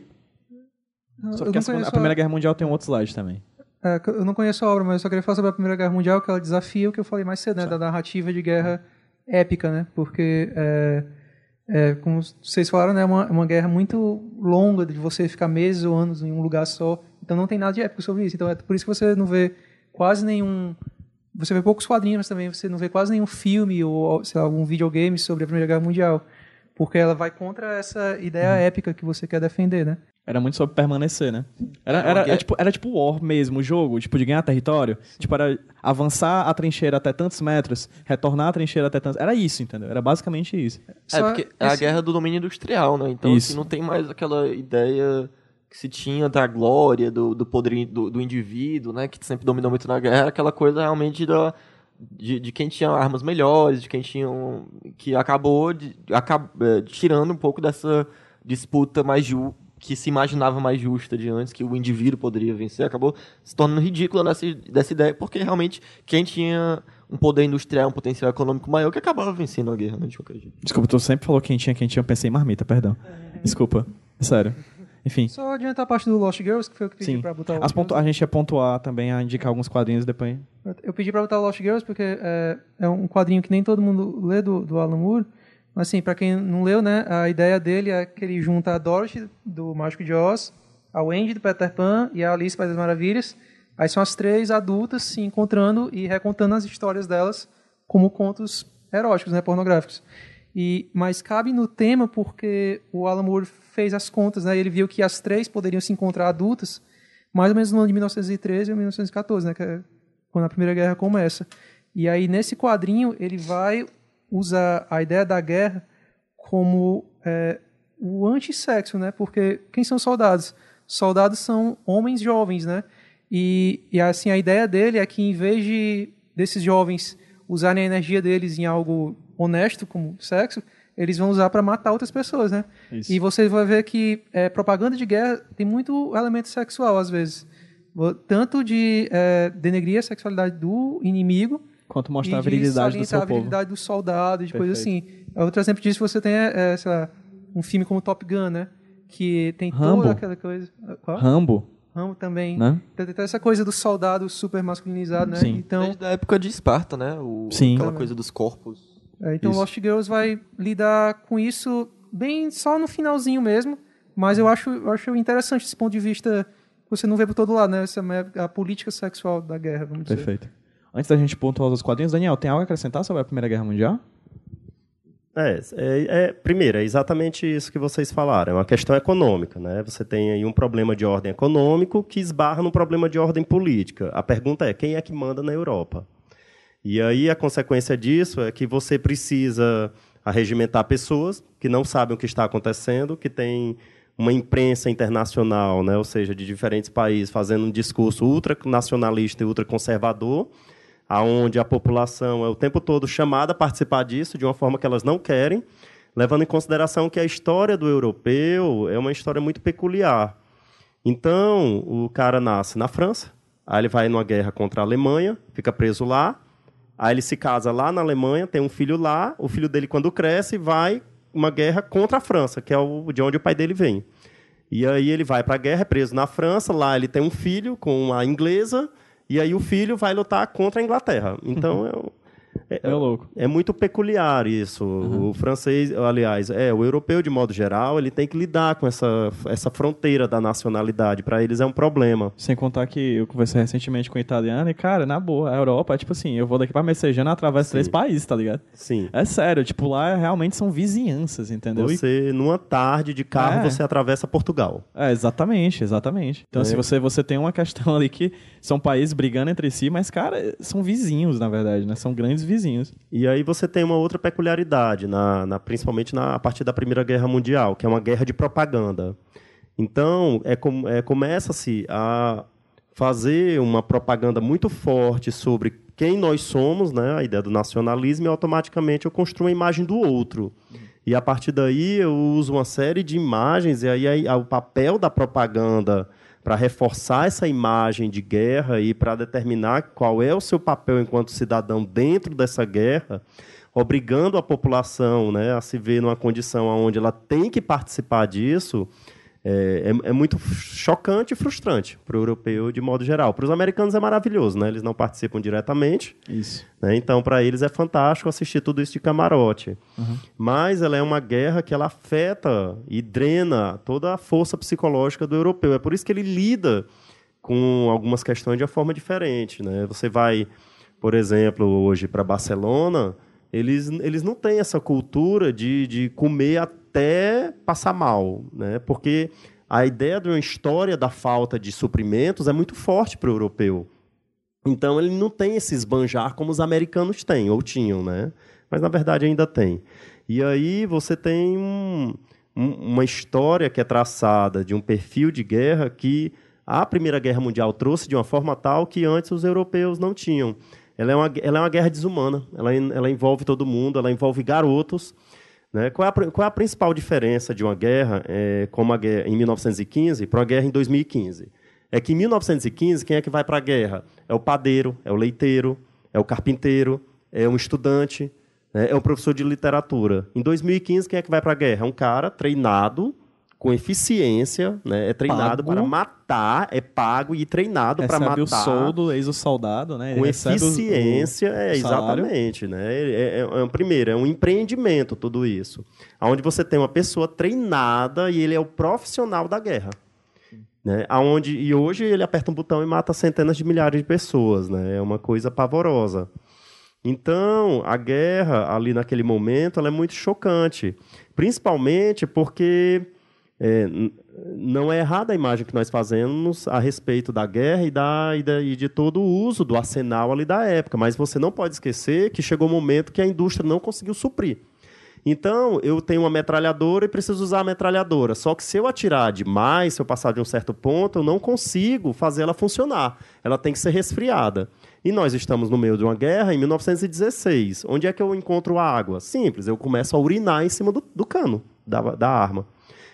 Não, Só eu que a, não segunda- conheço a Primeira Guerra Mundial tem um outro slide também. É, que eu não conheço a obra, mas eu só queria falar sobre a Primeira Guerra Mundial, que ela desafia o que eu falei mais cedo, né, da narrativa de guerra épica, né? Porque, é, é, como vocês falaram, né, é uma, uma guerra muito longa, de você ficar meses ou anos em um lugar só. Então não tem nada de épico sobre isso. Então é por isso que você não vê quase nenhum... Você vê poucos quadrinhos, mas também você não vê quase nenhum filme ou, sei lá, algum videogame sobre a Primeira Guerra Mundial. Porque ela vai contra essa ideia épica que você quer defender, né? Era muito sobre permanecer, né? Era, É uma era, guerra- era, tipo, era tipo War mesmo, o jogo, tipo, de ganhar território. Tipo, era avançar a trincheira até tantos metros, retornar a trincheira até tantos... Era isso, entendeu? Era basicamente isso. É, Só porque é a esse- guerra do domínio industrial, né? Então, Isso. assim, não tem mais aquela ideia que se tinha da glória, do, do poder do, do indivíduo, né? Que sempre dominou muito na guerra, aquela coisa realmente da, de, de quem tinha armas melhores, de quem tinha... Um, que acabou, de, acab, é, tirando um pouco dessa disputa mais ju, que se imaginava mais justa de antes, que o indivíduo poderia vencer, acabou se tornando ridícula nessa, dessa ideia, porque realmente quem tinha um poder industrial, um potencial econômico maior, que acabava vencendo a guerra, né, de qualquer jeito. Desculpa, tu sempre falou quem tinha, quem tinha, eu pensei em marmita, perdão. Desculpa, sério. Enfim, Só adiantar a parte do Lost Girls, que foi o que eu pedi sim. pra botar o As Lost pontu- Girls. a gente ia pontuar também, a indicar alguns quadrinhos depois. Eu pedi pra botar o Lost Girls porque é, é um quadrinho que nem todo mundo lê do, do Alan Moore. Mas assim, pra quem não leu, né, a ideia dele é que ele junta a Dorothy do Mágico de Oz, a Wendy do Peter Pan e a Alice País das Maravilhas. Aí são as três adultas se encontrando e recontando as histórias delas como contos eróticos, né, pornográficos. E, mas cabe no tema porque o Alan Moore fez as contas, né, ele viu que as três poderiam se encontrar adultas mais ou menos no ano de mil novecentos e treze ou mil novecentos e quatorze, né, que é quando a Primeira Guerra começa. E aí, nesse quadrinho, ele vai usar a ideia da guerra como é, o antissexo, né? Porque quem são soldados? Soldados são homens jovens, né? E, e assim, a ideia dele é que, em vez de desses jovens usarem a energia deles em algo honesto, como sexo, eles vão usar para matar outras pessoas, né? Isso. E você vai ver que é, propaganda de guerra tem muito elemento sexual, às vezes. Tanto de é, denegrir a sexualidade do inimigo, quanto mostrar e a virilidade do seu a povo. virilidade do soldado, de Perfeito. coisa assim. Outro exemplo disso, você tem é, sei lá, um filme como Top Gun, né? Que tem Rambo. toda aquela coisa... Qual? Rambo, Rambo também. né? Então, tem essa coisa do soldado super masculinizado, né? Sim. Então, Desde a época de Esparta, né? O, Sim. Aquela Também. coisa dos corpos. é, então Isso. Lost Girls vai lidar com isso bem só no finalzinho mesmo, mas eu acho, eu acho interessante esse ponto de vista que você não vê por todo lado, né? Essa, a política sexual da guerra, vamos dizer. Perfeito. Antes da gente pontuar os quadrinhos, Daniel, tem algo a acrescentar sobre a Primeira Guerra Mundial? É, é, é, primeiro, é exatamente isso que vocês falaram, é uma questão econômica, né? Você tem aí um problema de ordem econômico que esbarra num problema de ordem política. A pergunta é, quem é que manda na Europa? E aí a consequência disso é que você precisa arregimentar pessoas que não sabem o que está acontecendo, que tem uma imprensa internacional, né? Ou seja, de diferentes países, fazendo um discurso ultranacionalista e ultraconservador, aonde a população é o tempo todo chamada a participar disso de uma forma que elas não querem, levando em consideração que a história do europeu é uma história muito peculiar. Então, o cara nasce na França, aí ele vai numa guerra contra a Alemanha, fica preso lá, aí ele se casa lá na Alemanha, tem um filho lá, o filho dele, quando cresce, vai uma guerra contra a França, que é o, de onde o pai dele vem. E aí ele vai para a guerra, é preso na França, lá ele tem um filho com uma inglesa, e aí o filho vai lutar contra a Inglaterra. Então, é, é, É louco. é muito peculiar isso. Uhum. O francês, aliás, é, o europeu, de modo geral, ele tem que lidar com essa, essa fronteira da nacionalidade. Para eles é um problema. Sem contar que eu conversei recentemente com um italiano e, cara, na boa, a Europa é tipo assim, eu vou daqui pra Messejana, atravesso Sim. três países, tá ligado? Sim. É sério, tipo, lá realmente são vizinhanças, entendeu? E- Você, numa tarde de carro, É. você atravessa Portugal. É, exatamente, exatamente. Então, É. se você, você tem uma questão ali que são países brigando entre si, mas, cara, são vizinhos, na verdade, né? São grandes vizinhos. E aí você tem uma outra peculiaridade, na, na, principalmente na, a partir da Primeira Guerra Mundial, que é uma guerra de propaganda. Então, é, com- é, começa-se a fazer uma propaganda muito forte sobre quem nós somos, né, a ideia do nacionalismo, e automaticamente eu construo a imagem do outro. E a partir daí eu uso uma série de imagens, e aí, aí o papel da propaganda para reforçar essa imagem de guerra e para determinar qual é o seu papel enquanto cidadão dentro dessa guerra, obrigando a população, né, a se ver numa condição onde ela tem que participar disso, é, é, é muito chocante e frustrante para o europeu de modo geral. Para os americanos é maravilhoso, né? Eles não participam diretamente, Isso. né? Então, para eles é fantástico assistir tudo isso de camarote. Mas ela é uma guerra que ela afeta e drena toda a força psicológica do europeu. É por isso que ele lida com algumas questões de uma forma diferente, né? Você vai, por exemplo, hoje para Barcelona, eles, eles não têm essa cultura de, de comer até passar mal, né? Porque a ideia de uma história da falta de suprimentos é muito forte para o europeu. Então, ele não tem esse esbanjar como os americanos têm, ou tinham, né? Mas, na verdade, ainda tem. E aí você tem um, um, uma história que é traçada de um perfil de guerra que a Primeira Guerra Mundial trouxe de uma forma tal que antes os europeus não tinham. Ela é uma, ela é uma guerra desumana, ela, ela envolve todo mundo, ela envolve garotos. Né? Qual é a, qual é a principal diferença de uma guerra, é, como a guerra em mil novecentos e quinze, para uma guerra em dois mil e quinze? É que em mil novecentos e quinze, quem é que vai para a guerra? É o padeiro, é o leiteiro, é o carpinteiro, é um estudante, né? É o professor de literatura. Em dois mil e quinze, quem é que vai para a guerra? É um cara treinado, com eficiência, né? É treinado Pago. para matar, é pago e treinado para matar. Recebe o soldo, eis o soldado, né? Ele Com recebe o- eficiência, o é, salário. exatamente. Né? É, é, é, primeiro, é um empreendimento tudo isso. Onde você tem uma pessoa treinada e ele é o profissional da guerra. Né? Aonde, e hoje ele aperta um botão e mata centenas de milhares de pessoas. Né? É uma coisa pavorosa. Então, a guerra, ali naquele momento, ela é muito chocante. Principalmente porque é, n- não é errada a imagem que nós fazemos a respeito da guerra e, da, e, da, e de todo o uso do arsenal ali da época. Mas você não pode esquecer que chegou um momento que a indústria não conseguiu suprir. Então, eu tenho uma metralhadora e preciso usar a metralhadora. Só que se eu atirar demais, se eu passar de um certo ponto, eu não consigo fazer ela funcionar. Ela tem que ser resfriada. E nós estamos no meio de uma guerra em mil novecentos e dezesseis. Onde é que eu encontro água? Simples, eu começo a urinar em cima do, do cano da, da arma.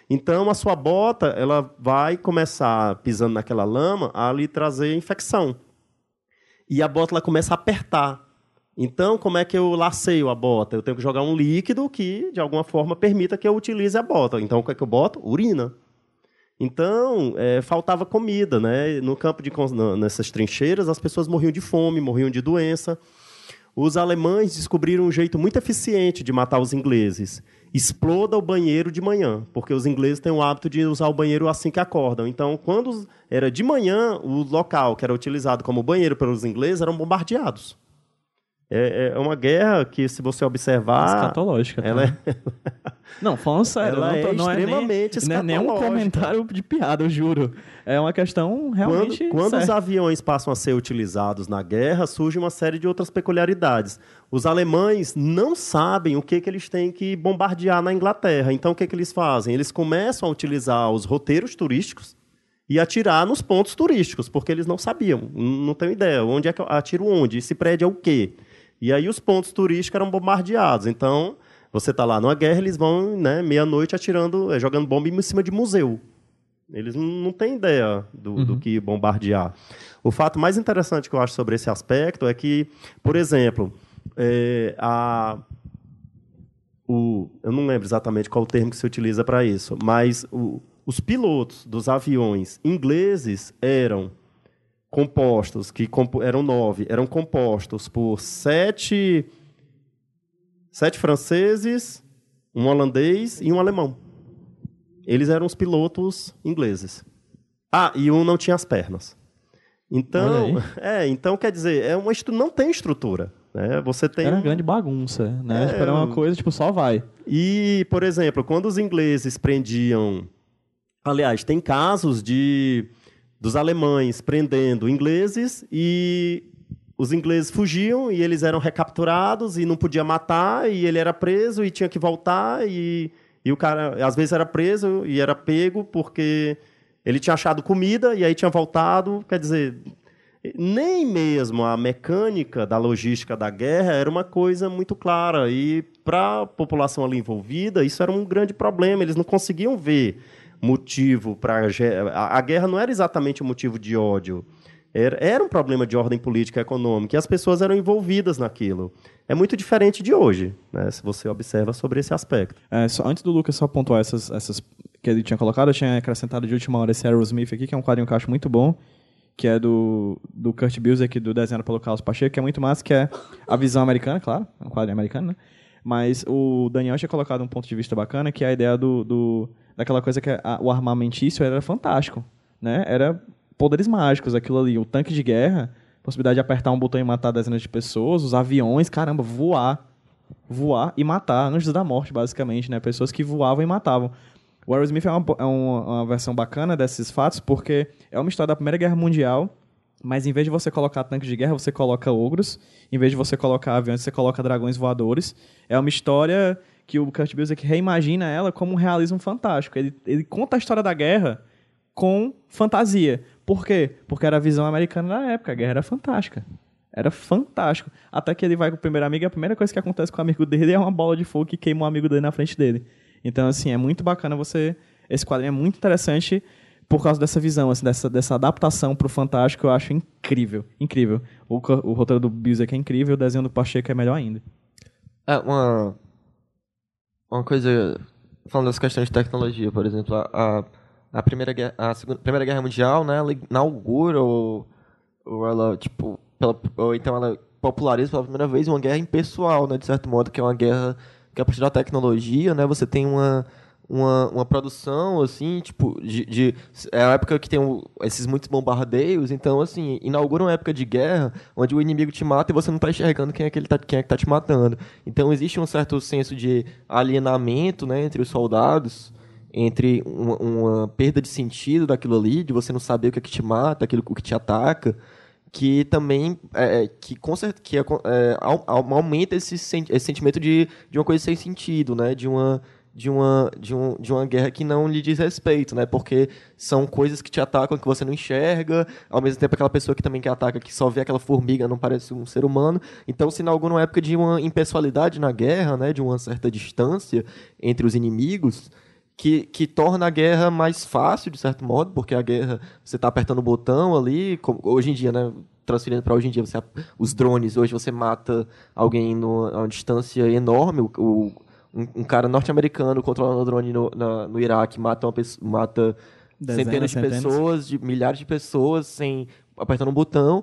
Então, a sua bota ela vai começar, pisando naquela lama, a lhe trazer infecção. E a bota ela começa a apertar. Então, como é que eu laceio a bota? Eu tenho que jogar um líquido que, de alguma forma, permita que eu utilize a bota. Então, o que é que eu boto? Urina. Então, é, faltava comida, né? No campo de nessas trincheiras, as pessoas morriam de fome, morriam de doença. Os alemães descobriram um jeito muito eficiente de matar os ingleses. Exploda o banheiro de manhã, porque os ingleses têm o hábito de usar o banheiro assim que acordam. Então, quando era de manhã, o local que era utilizado como banheiro pelos ingleses eram bombardeados. É, é uma guerra que, se você observar... Escatológica. Ela é... Não, falando sério, ela não, tô, é não extremamente é nem, não é nem um escatológica. comentário de piada, eu juro. É uma questão realmente Quando, quando os certa. aviões passam a ser utilizados na guerra, surge uma série de outras peculiaridades. Os alemães não sabem o que, que eles têm que bombardear na Inglaterra. Então, o que, que eles fazem? Eles começam a utilizar os roteiros turísticos e atirar nos pontos turísticos, porque eles não sabiam, não têm ideia. Onde é que eu atiro onde? Esse prédio é o quê? E aí os pontos turísticos eram bombardeados. Então, você está lá numa guerra, eles vão, né, meia-noite atirando, jogando bomba em cima de museu. Eles não têm ideia do, uhum. do que bombardear. O fato mais interessante que eu acho sobre esse aspecto é que, por exemplo, é, a, o, eu não lembro exatamente qual o termo que se utiliza para isso, mas o, os pilotos dos aviões ingleses eram compostos, que compo, eram nove, eram compostos por sete, sete franceses, um holandês e um alemão. Eles eram os pilotos ingleses. Ah, e um não tinha as pernas. Então, é, então quer dizer, é uma não tem estrutura, né? Você tem era uma um... grande bagunça, né? É, tipo, era uma coisa tipo só vai. E, por exemplo, quando os ingleses prendiam, aliás, tem casos de dos alemães prendendo ingleses e os ingleses fugiam e eles eram recapturados e não podia matar e ele era preso e tinha que voltar e, e o cara às vezes era preso e era pego porque ele tinha achado comida e aí tinha voltado. Quer dizer, nem mesmo a mecânica da logística da guerra era uma coisa muito clara e para a população ali envolvida isso era um grande problema, eles não conseguiam ver motivo para a, a guerra não era exatamente um motivo de ódio, era, era um problema de ordem política e econômica e as pessoas eram envolvidas naquilo. É muito diferente de hoje, né, se você observa sobre esse aspecto. É, só, antes do Lucas só pontuar essas, essas que ele tinha colocado, eu tinha acrescentado de última hora esse Aerosmith aqui, que é um quadrinho que eu acho muito bom, que é do, do Kurt Busiek, do desenhado pelo Carlos Pacheco, que é muito massa, que é a visão americana, claro, é um quadrinho americano, né? Mas o Daniel tinha colocado um ponto de vista bacana, que é a ideia do, do, daquela coisa que a, o armamentício era fantástico, né? Era poderes mágicos, aquilo ali, o tanque de guerra, possibilidade de apertar um botão e matar dezenas de pessoas, os aviões, caramba, voar, voar e matar, anjos da morte, basicamente, né? Pessoas que voavam e matavam. O Aerosmith é uma, é uma, uma versão bacana desses fatos, porque é uma história da Primeira Guerra Mundial, mas em vez de você colocar tanques de guerra, você coloca ogros. Em vez de você colocar aviões, você coloca dragões voadores. É uma história que o Kurt Busiek reimagina ela como um realismo fantástico. Ele, ele conta a história da guerra com fantasia. Por quê? Porque era a visão americana da época. A guerra era fantástica. Era fantástico. Até que ele vai com o primeiro amigo e a primeira coisa que acontece com o amigo dele é uma bola de fogo que queima um amigo dele na frente dele. Então, assim, é muito bacana você... Esse quadrinho é muito interessante por causa dessa visão, assim, dessa, dessa adaptação pro fantástico, eu acho incrível. Incrível. O, o roteiro do Busiek é incrível, o desenho do Pacheco é melhor ainda. É, uma... Uma coisa... Falando das questões de tecnologia, por exemplo, a, a, a, primeira, guerra, a segunda, Primeira Guerra Mundial, né, ela inaugura ou, ou ela, tipo... Pela, ou então ela populariza pela primeira vez uma guerra impessoal, né, de certo modo, que é uma guerra que a partir da tecnologia, né, você tem uma... Uma, uma produção, assim, tipo, de, de... É a época que tem um, esses muitos bombardeios, então, assim, inaugura uma época de guerra onde o inimigo te mata e você não está enxergando quem é que ele tá, quem é que tá te matando. Então, existe um certo senso de alienamento, né, entre os soldados, entre uma, uma perda de sentido daquilo ali, de você não saber o que é que te mata, aquilo, o que te ataca, que também é, que, com certeza, que é, é, aumenta esse, esse sentimento de, de uma coisa sem sentido, né, de uma... De uma, de, um, de uma guerra que não lhe diz respeito, né? Porque são coisas que te atacam que você não enxerga, ao mesmo tempo aquela pessoa que também que ataca, que só vê aquela formiga, não parece um ser humano. Então se inaugura uma época de uma impessoalidade na guerra, né? De uma certa distância entre os inimigos, que, que torna a guerra mais fácil, de certo modo, porque a guerra, você está apertando o botão ali, como, hoje em dia, né? Transferindo para hoje em dia, você, os drones, hoje você mata alguém no, a uma distância enorme, o, o, um, um cara norte-americano controlando o drone no, na, no Iraque mata, uma, mata Dezenas, centenas de centenas. pessoas, de milhares de pessoas, sem, apertando um botão.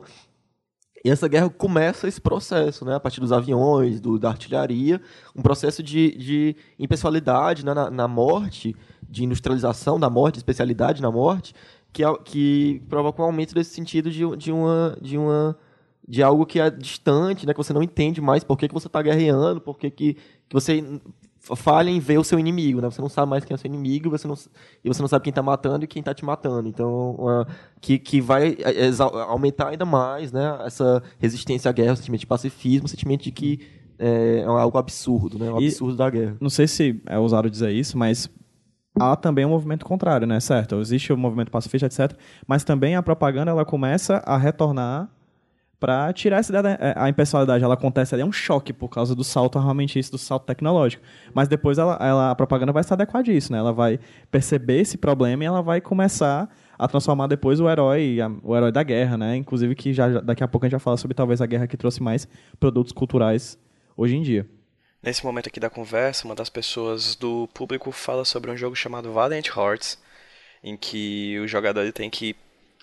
E essa guerra começa esse processo, né, a partir dos aviões, do, da artilharia, um processo de, de impessoalidade, né, na, na morte, de industrialização da morte, de especialidade na morte, que, que provoca um aumento desse sentido de, de, uma, de, uma, de algo que é distante, né, que você não entende mais por que, que você está guerreando, por que, que, que você falha em ver o seu inimigo, né? Você não sabe mais quem é o seu inimigo, você não, e você não sabe quem está matando e quem está te matando. Então, uh, que, que vai aumentar ainda mais, né, essa resistência à guerra, o sentimento de pacifismo, o sentimento de que é, é algo absurdo, né? Um absurdo E, da guerra. Não sei se é ousado dizer isso, mas há também um movimento contrário, né? Certo, existe o movimento pacifista, etcétera. Mas também a propaganda ela começa a retornar para tirar essa ideia da a impessoalidade. Ela acontece ali, é um choque por causa do salto armamentista, do salto tecnológico. Mas depois ela, ela, a propaganda vai se adequar disso, né? Ela vai perceber esse problema e ela vai começar a transformar depois o herói, a, o herói da guerra, né? Inclusive que já, daqui a pouco a gente vai falar sobre talvez a guerra que trouxe mais produtos culturais hoje em dia. Nesse momento aqui da conversa, uma das pessoas do público fala sobre um jogo chamado Valiant Hearts, em que o jogador ele tem que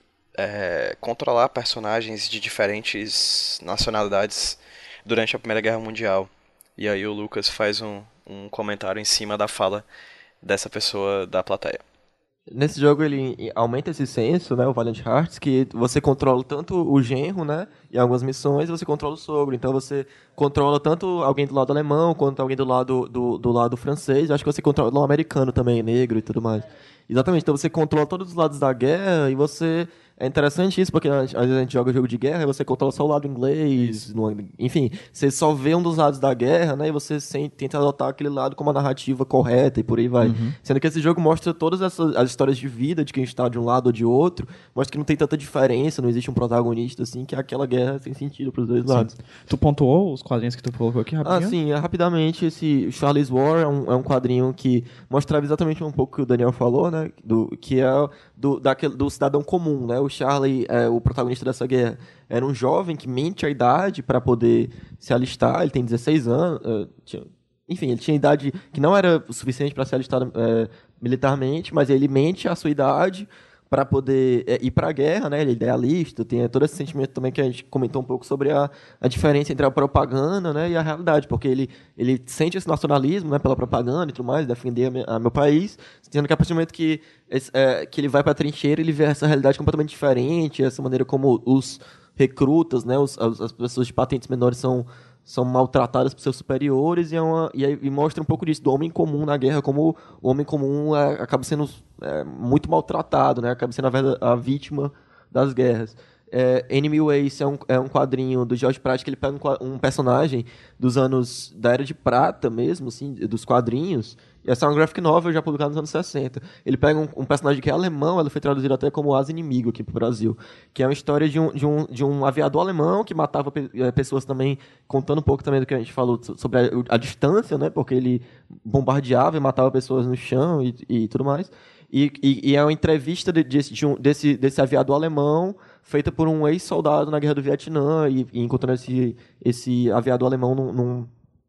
é, controlar personagens de diferentes nacionalidades durante a Primeira Guerra Mundial. E aí o Lucas faz um, um comentário em cima da fala dessa pessoa da plateia. Nesse jogo ele aumenta esse senso, né, o Valiant Hearts, que você controla tanto o genro, né, em algumas missões, você controla o sogro. Então você controla tanto alguém do lado alemão, quanto alguém do lado, do, do lado francês. Eu acho que você controla um americano também, negro e tudo mais. Exatamente, então você controla todos os lados da guerra e você... É interessante isso, porque às vezes a gente joga jogo de guerra e você controla só o lado inglês, no, enfim, você só vê um dos lados da guerra, né, e você sem, tenta adotar aquele lado como a narrativa correta e por aí vai. Uhum. Sendo que esse jogo mostra todas essas, as histórias de vida de quem está de um lado ou de outro, mostra que não tem tanta diferença, não existe um protagonista, assim, que é aquela guerra sem sentido para os dois Sim. lados. Tu pontuou os quadrinhos que tu colocou aqui rapidinho? Ah, sim, é, rapidamente, esse Charlie's War é um, é um quadrinho que mostrava exatamente um pouco o que o Daniel falou, né, do, que é do, daquele, do cidadão comum, né, o Charlie, é, o protagonista dessa guerra, era um jovem que mente a idade para poder se alistar. Ele tem dezesseis anos. Uh, tinha, enfim, ele tinha idade que não era o suficiente para se alistar uh, militarmente, mas ele mente a sua idade para poder é, ir para a guerra, né? Ele é idealista, tem todo esse sentimento também que a gente comentou um pouco sobre a, a diferença entre a propaganda, né, e a realidade, porque ele, ele sente esse nacionalismo, né, pela propaganda e tudo mais, defender a, me, a meu país, sendo que a partir do momento que, esse, é, que ele vai para a trincheira, ele vê essa realidade completamente diferente, essa maneira como os recrutas, né, os, as, as pessoas de patentes menores são... são maltratadas por seus superiores e, é uma, e, e mostra um pouco disso, do homem comum na guerra, como o homem comum é, acaba sendo é, muito maltratado, né? Acaba sendo a, a vítima das guerras. É, Enemy Waste é um, é um quadrinho do George Pratt, que ele pega um, um personagem dos anos da Era de Prata mesmo, assim, dos quadrinhos, e essa é uma graphic novel já publicada nos anos sessenta. Ele pega um, um personagem que é alemão, ela foi traduzida até como Asa Inimigo aqui pro Brasil, que é uma história de um, de um, de um aviador alemão que matava pe pessoas também, contando um pouco também do que a gente falou sobre a, a distância, né, porque ele bombardeava e matava pessoas no chão e, e tudo mais. E, e, e é uma entrevista de, de, de um, desse, desse aviador alemão feita por um ex-soldado na Guerra do Vietnã e, e encontrando esse, esse aviador alemão num, num,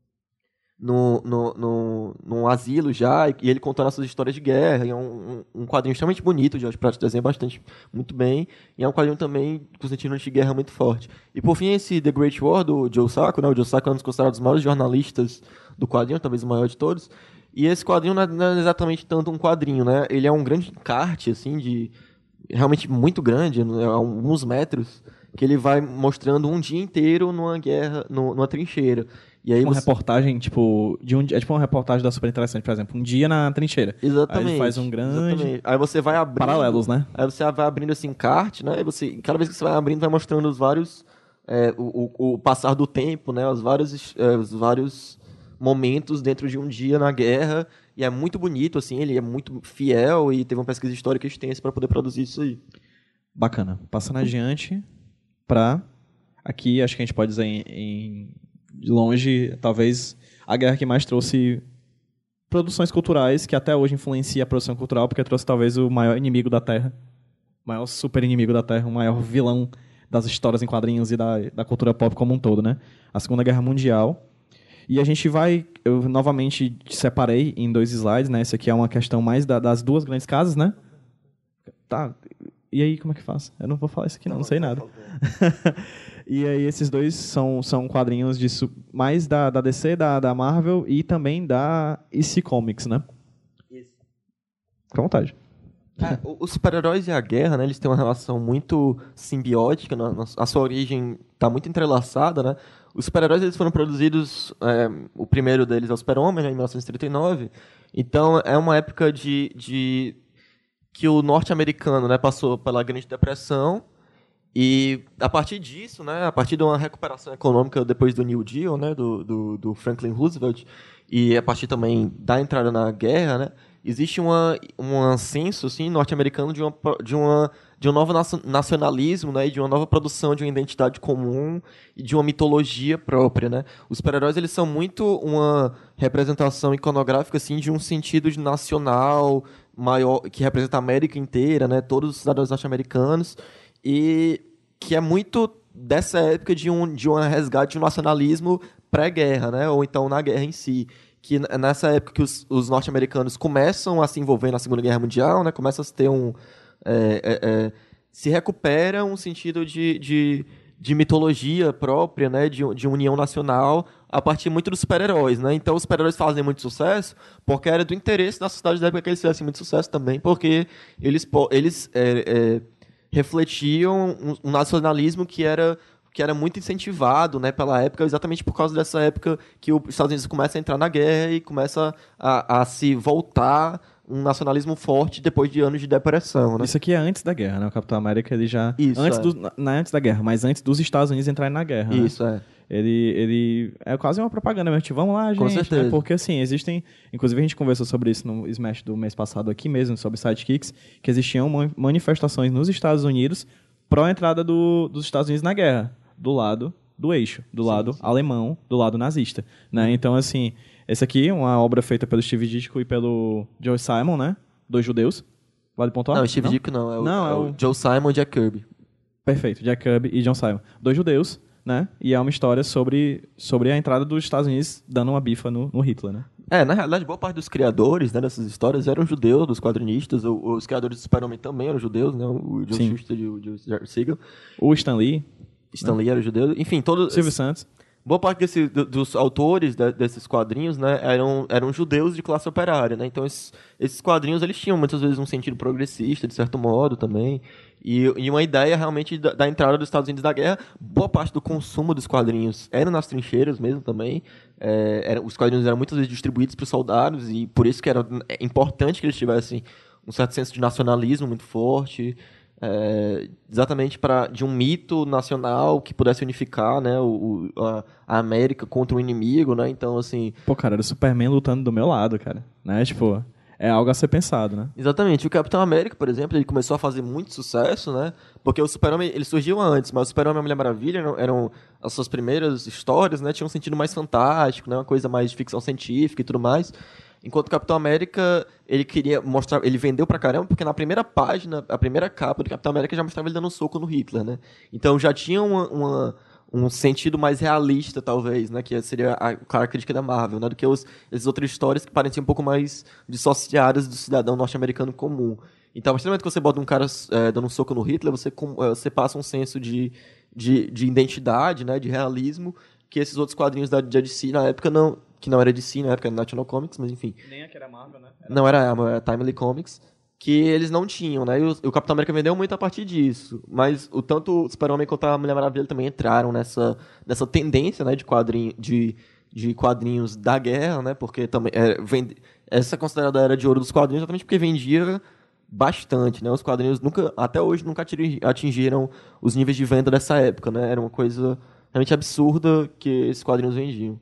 num, num, num, num asilo já, e ele contando essas histórias de guerra. E é um, um quadrinho extremamente bonito, o George Pratt desenha bastante, muito bem, e é um quadrinho também com sentido de guerra muito forte. E por fim, esse The Great War, do Joe Sacco, né? O Joe Sacco é um dos considerados maiores jornalistas do quadrinho, talvez o maior de todos. E esse quadrinho não é, não é exatamente tanto um quadrinho, né? Ele é um grande encarte, assim, de... realmente muito grande, é alguns metros, que ele vai mostrando um dia inteiro numa guerra, numa trincheira. E aí uma você... reportagem, tipo, de um, é tipo uma reportagem da Super Interessante, por exemplo, um dia na trincheira. Exatamente. Aí ele faz um grande... Exatamente. Aí você vai abrindo... Paralelos, né? Aí você vai abrindo esse encarte, né? E você, cada vez que você vai abrindo, vai mostrando os vários... É, o, o, o passar do tempo, né? Os vários, é, os vários momentos dentro de um dia na guerra. E é muito bonito, assim, ele é muito fiel e teve uma pesquisa histórica extensa para poder produzir isso aí. Bacana. Passando adiante para aqui, acho que a gente pode dizer em, em de longe, talvez a guerra que mais trouxe produções culturais que até hoje influencia a produção cultural, porque trouxe talvez o maior inimigo da Terra, o maior super inimigo da Terra, o maior vilão das histórias em quadrinhos e da, da cultura pop como um todo, né? A Segunda Guerra Mundial. E a gente vai, eu novamente separei em dois slides, né? Esse aqui é uma questão mais da, das duas grandes casas, né? Tá, e aí como é que faz? Eu não vou falar isso aqui não, não sei nada. E aí esses dois são, são quadrinhos de su- mais da, da D C, da, da Marvel e também da E C Comics, né? Isso. Fica à vontade. É, o- os super-heróis e a guerra, né, eles têm uma relação muito simbiótica, na- na- a sua origem está muito entrelaçada, né? Os super-heróis eles foram produzidos, é, o primeiro deles é o Super-Homem, né, em mil novecentos e trinta e nove. Então é uma época de, de que o norte-americano, né, passou pela Grande Depressão e a partir disso, né, a partir de uma recuperação econômica depois do New Deal, né, do, do, do Franklin Roosevelt e a partir também da entrada na guerra, né, existe uma, um senso assim, norte-americano de, uma, de, uma, de um novo nacionalismo, né, e de uma nova produção de uma identidade comum e de uma mitologia própria. Né? Os super-heróis eles são muito uma representação iconográfica assim, de um sentido de nacional maior, que representa a América inteira, né, todos os cidadãos norte-americanos, e que é muito dessa época de um, de um resgate de um nacionalismo pré-guerra, né, ou então na guerra em si. Que nessa época que os, os norte-americanos começam a se envolver na Segunda Guerra Mundial, né, começa a ter um... É, é, é, se recupera um sentido de, de, de mitologia própria, né, de, de união nacional, a partir muito dos super-heróis. Né? Então, os super-heróis fazem muito sucesso porque era do interesse da sociedade da época que eles fizessem muito sucesso também, porque eles, eles é, é, refletiam um, um nacionalismo que era... que era muito incentivado, né, pela época, exatamente por causa dessa época que os Estados Unidos começa a entrar na guerra e começa a, a se voltar um nacionalismo forte depois de anos de depressão, né? Isso aqui é antes da guerra, né? O Capitão América, ele já... Isso, antes, é. do, não é antes da guerra, mas antes dos Estados Unidos entrarem na guerra, Isso, né? é. Ele, ele é quase uma propaganda mesmo, tipo, vamos lá, gente. Com certeza. Né? Porque, assim, existem... Inclusive, a gente conversou sobre isso no Smash do mês passado aqui mesmo, sobre Sidekicks, que existiam manifestações nos Estados Unidos pró-entrada do, dos Estados Unidos na guerra, do lado do eixo, do Sim, lado sim. alemão, do lado nazista, né? Então, assim, esse aqui é uma obra feita pelo Steve Ditko e pelo Joe Simon, né? Dois judeus. Vale pontuar? Não, Steve Ditko não, é o, Não, é é o o- Joe Simon e Jack Kirby. Perfeito, Jack Kirby e John Simon. Dois judeus, né? E é uma história sobre, sobre a entrada dos Estados Unidos dando uma bifa no, no Hitler, né? É, na realidade, boa parte dos criadores, né, dessas histórias eram judeus, dos quadrinistas, o- os criadores do Super-Homem também eram judeus, né, o Joe Sim. Shuster e o Joe Siegel. O Stan Lee, Stan Lee era judeu, enfim, todos... Silvio Santos. Boa parte desse, do- dos autores de- desses quadrinhos, né, eram, eram judeus de classe operária, né? Então esses, esses quadrinhos eles tinham muitas vezes um sentido progressista, de certo modo também, e, e uma ideia realmente da, da entrada dos Estados Unidos da guerra. Boa parte do consumo dos quadrinhos era nas trincheiras mesmo também. É, era, os quadrinhos eram muitas vezes distribuídos para os soldados e por isso que era é importante que eles tivessem um certo senso de nacionalismo muito forte. É, exatamente para de um mito nacional que pudesse unificar, né, o, o- a, a América contra o inimigo, né? Então, assim, Pô, cara, era o Superman lutando do meu lado, cara. Né? Tipo, é algo a ser pensado, né? exatamente. O Capitão América, por exemplo, ele começou a fazer muito sucesso, né? Porque o Super-Homem, ele surgiu antes, mas o Super-Homem e a Mulher Maravilha eram, eram as suas primeiras histórias, né? Tinham um sentido mais fantástico, né? Uma coisa mais de ficção científica e tudo mais. Enquanto o Capitão América, ele queria mostrar... Ele vendeu pra caramba, porque na primeira página, a primeira capa do Capitão América já mostrava ele dando um soco no Hitler, né? Então já tinha uma... uma um sentido mais realista, talvez, né? Que seria a característica da Marvel, né? Do que os, essas outras histórias que pareciam um pouco mais dissociadas do cidadão norte-americano comum. Então, a partir do momento que você bota um cara é, dando um soco no Hitler, você, com, é, você passa um senso de, de, de identidade, né? De realismo, que esses outros quadrinhos da, da D C, na época, não... Que não era D C, na época era National Comics, mas enfim. Nem aquele era Marvel, né? Não era a era Timely Comics, que eles não tinham, né? E o, o Capitão América vendeu muito a partir disso. Mas o tanto o Super-Homem quanto a Mulher Maravilha também entraram nessa, nessa tendência, né, de, quadrinho, de, de quadrinhos da guerra, né? Porque também é, vende, essa é considerada a era de ouro dos quadrinhos exatamente porque vendia bastante, né? Os quadrinhos nunca, até hoje nunca atingi- atingiram os níveis de venda dessa época, né? Era uma coisa realmente absurda que esses quadrinhos vendiam.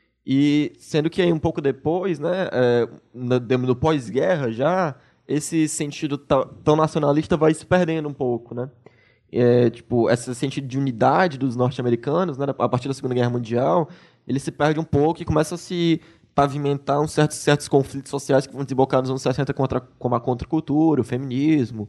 E sendo que aí um pouco depois, né, é, no, no pós-guerra já, esse sentido ta- tão nacionalista vai se perdendo um pouco, né? É, tipo, esse sentido de unidade dos norte-americanos, né, a partir da Segunda Guerra Mundial, ele se perde um pouco e começa a se pavimentar uns certos, certos conflitos sociais que vão desembocar nos anos sessenta contra, como a contracultura, o feminismo,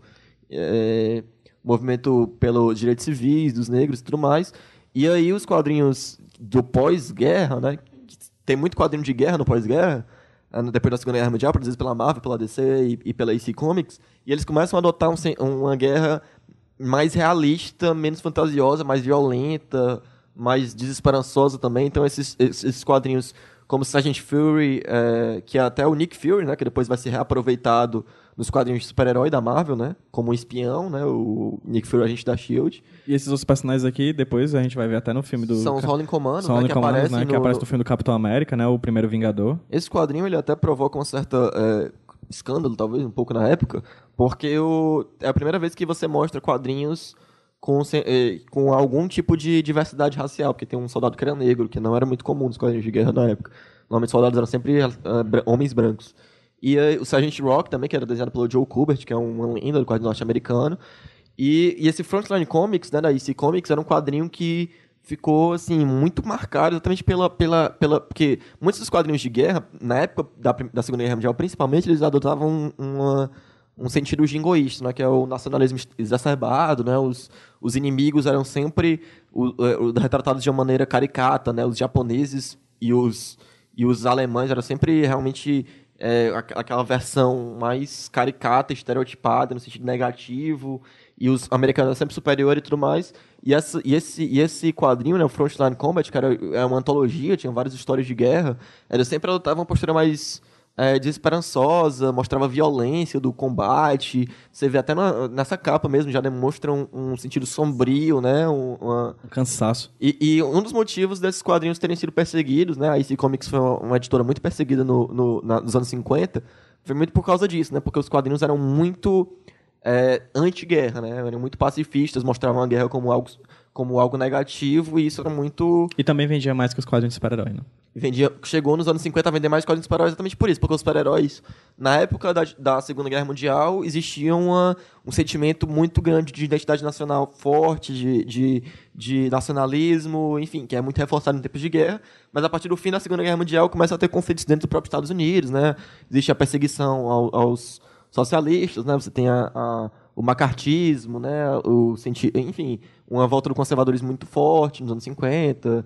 é, movimento pelos direitos civis dos negros e tudo mais. E aí os quadrinhos do pós-guerra, né? Tem muito quadrinho de guerra no pós-guerra, depois da Segunda Guerra Mundial, produzidos pela Marvel, pela D C e, e pela A C Comics, e eles começam a adotar um, uma guerra mais realista, menos fantasiosa, mais violenta, mais desesperançosa também. Então esses, esses quadrinhos como Sergeant Fury, é, que é até o Nick Fury, né, que depois vai ser reaproveitado nos quadrinhos de super-herói da Marvel, né, como um espião, né, o Nick Fury, agente da S H I E L D. E esses outros personagens aqui, depois a gente vai ver até no filme do... São os Rolling Commandos, São né, Rolling que Commandos, aparecem né, no... que aparece no filme do Capitão América, né, o primeiro Vingador. Esse quadrinho, ele até provoca uma certa é, escândalo, talvez, um pouco na época, porque o... é a primeira vez que você mostra quadrinhos com, com algum tipo de diversidade racial, porque tem um soldado que era negro, que não era muito comum nos quadrinhos de guerra na época. Normalmente os soldados eram sempre uh, homens brancos. E uh, o Sergeant Rock também, que era desenhado pelo Joe Kubert, que é uma lenda do quadrinho norte-americano. E, e esse Frontline Comics, né, da A C Comics, era um quadrinho que ficou assim, muito marcado exatamente pela, pela, pela... Porque muitos dos quadrinhos de guerra, na época da, da Segunda Guerra Mundial, principalmente, eles adotavam uma... um sentido jingoísta, né, que é o nacionalismo exacerbado, né, os, os inimigos eram sempre o, o, retratados de uma maneira caricata, né, os japoneses e os, e os alemães eram sempre realmente é, aquela versão mais caricata, estereotipada, no sentido negativo, e os americanos eram sempre superiores e tudo mais, e, essa, e, esse, e esse quadrinho, né, o Frontline Combat, que era é uma antologia, tinha várias histórias de guerra, eles sempre adotavam uma postura mais... É, desesperançosa, mostrava violência do combate. Você vê até na, nessa capa mesmo, já demonstra um, um sentido sombrio, né? Um, uma... um cansaço. E, e um dos motivos desses quadrinhos terem sido perseguidos, né? A A C Comics foi uma, uma editora muito perseguida no, no, na, nos anos cinquenta, foi muito por causa disso, né? Porque os quadrinhos eram muito é, anti-guerra, né? Eram muito pacifistas, mostravam a guerra como algo, como algo negativo, e isso era muito... E também vendia mais que os quadrinhos de super-herói, né? Vendia, chegou nos anos cinquenta a vender mais quadrinhos de super-heróis exatamente por isso, porque os super-heróis, na época da, da Segunda Guerra Mundial, existia uma, um sentimento muito grande de identidade nacional forte, de, de, de nacionalismo, enfim, que é muito reforçado em tempos de guerra, mas a partir do fim da Segunda Guerra Mundial começa a ter conflitos dentro do próprio Estados Unidos, né? Existe a perseguição ao, aos socialistas, né? Você tem a, a, o macartismo, né? O senti- enfim, uma volta do conservadorismo muito forte nos anos cinquenta.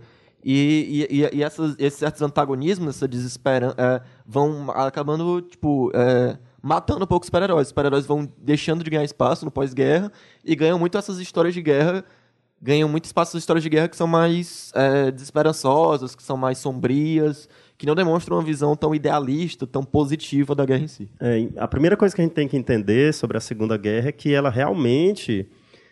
E, e, e essas, esses certos antagonismos, essa desesperança, é, vão acabando, tipo, é, matando um pouco os super-heróis. Os super-heróis vão deixando de ganhar espaço no pós-guerra e ganham muito essas histórias de guerra, ganham muito espaço essas histórias de guerra que são mais é, desesperançosas, que são mais sombrias, que não demonstram uma visão tão idealista, tão positiva da guerra em si. É, a primeira coisa que a gente tem que entender sobre a Segunda Guerra é que ela realmente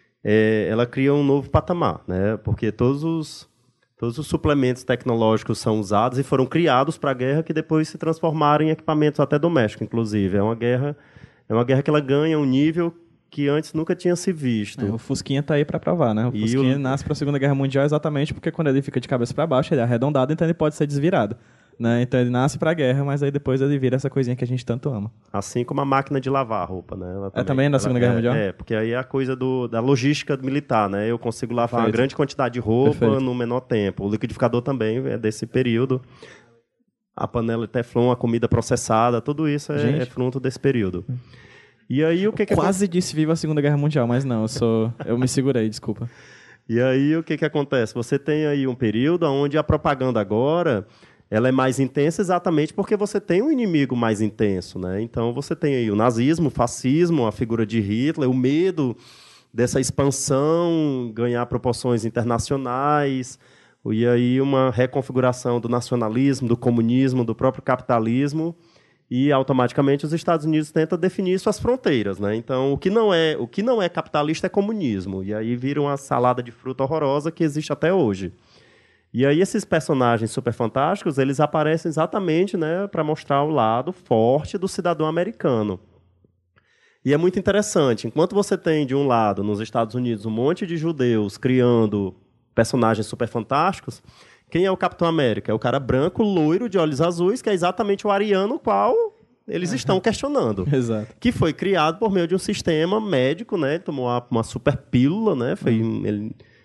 é, ela cria um novo patamar, né? Porque todos os Todos os suplementos tecnológicos são usados e foram criados para a guerra, que depois se transformaram em equipamentos até domésticos, inclusive. É uma guerra, é uma guerra que ela ganha um nível que antes nunca tinha se visto. É, o Fusquinha tá aí para provar, né? O E Fusquinha o... nasce para a Segunda Guerra Mundial exatamente porque quando ele fica de cabeça para baixo, ele é arredondado, então ele pode ser desvirado. Né? Então ele nasce para a guerra, mas aí depois ele vira essa coisinha que a gente tanto ama. Assim como a máquina de lavar a roupa, né? Ela também, é também da Segunda Guerra é, Mundial? É, porque aí é a coisa do, da logística militar, né? Eu consigo lavar Perfeito. uma grande quantidade de roupa Perfeito. no menor tempo. O liquidificador também é desse período. A panela de teflon, a comida processada, tudo isso é, é fruto desse período. E aí o que que Quase aconte... disse viva a Segunda Guerra Mundial, mas não, eu sou eu me segurei, desculpa. E aí o que que acontece? Você tem aí um período onde a propaganda agora ela é mais intensa exatamente porque você tem um inimigo mais intenso, né? Então você tem aí o nazismo, o fascismo, a figura de Hitler, o medo dessa expansão ganhar proporções internacionais, e aí uma reconfiguração do nacionalismo, do comunismo, do próprio capitalismo, e automaticamente os Estados Unidos tentam definir suas fronteiras, né? Então o que não é, o que não é capitalista é comunismo, e aí vira uma salada de fruta horrorosa que existe até hoje. E aí esses personagens super fantásticos, eles aparecem exatamente, né, para mostrar o lado forte do cidadão americano. E é muito interessante, enquanto você tem de um lado, nos Estados Unidos, um monte de judeus criando personagens super fantásticos, quem é o Capitão América? É o cara branco, loiro, de olhos azuis, que é exatamente o ariano qual eles estão questionando. Exato. Que foi criado por meio de um sistema médico, né, tomou uma, uma super pílula, né, foi... Uhum. Ele,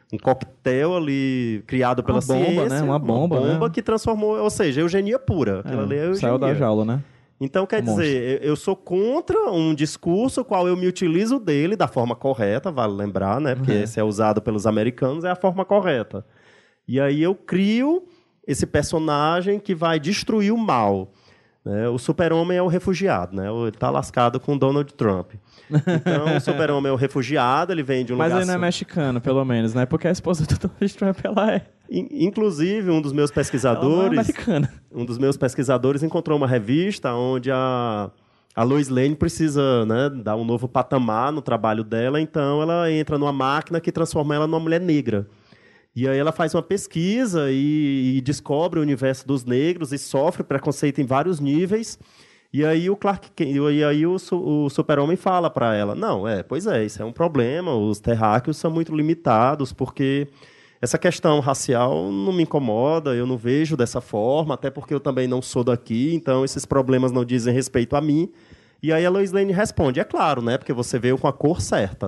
um coquetel ali criado pela Uma bomba, ciência. né? Uma bomba, Uma bomba né? que transformou, ou seja, eugenia pura. Aquilo ali é eugenia. Saiu da jaula, né? Então, quer Um monstro. dizer, eu eu sou contra um discurso qual eu me utilizo dele da forma correta, vale lembrar, né? Porque Uhum. esse é usado pelos americanos, é a forma correta. E aí eu crio esse personagem que vai destruir o mal. Né? O super-homem é o refugiado, né? Ele tá lascado com Donald Trump. Então, o super-homem é o refugiado, ele vem de um Mas lugar... ele não é so- mexicano, pelo menos, né? Porque a esposa do Donald Trump, ela é, In- Inclusive, um dos meus ela não é pesquisadores... americana. um dos meus pesquisadores encontrou uma revista onde a, a Lois Lane precisa, né, dar um novo patamar no trabalho dela, então ela entra numa máquina que transforma ela numa mulher negra. E aí ela faz uma pesquisa e, e descobre o universo dos negros e sofre preconceito em vários níveis. E aí o Clark Kent, e aí o, su- o super-homem fala para ela, não, é, pois é, isso é um problema, os terráqueos são muito limitados, porque essa questão racial não me incomoda, eu não vejo dessa forma, até porque eu também não sou daqui, então esses problemas não dizem respeito a mim. E aí a Lois Lane responde, é claro, né, porque você veio com a cor certa.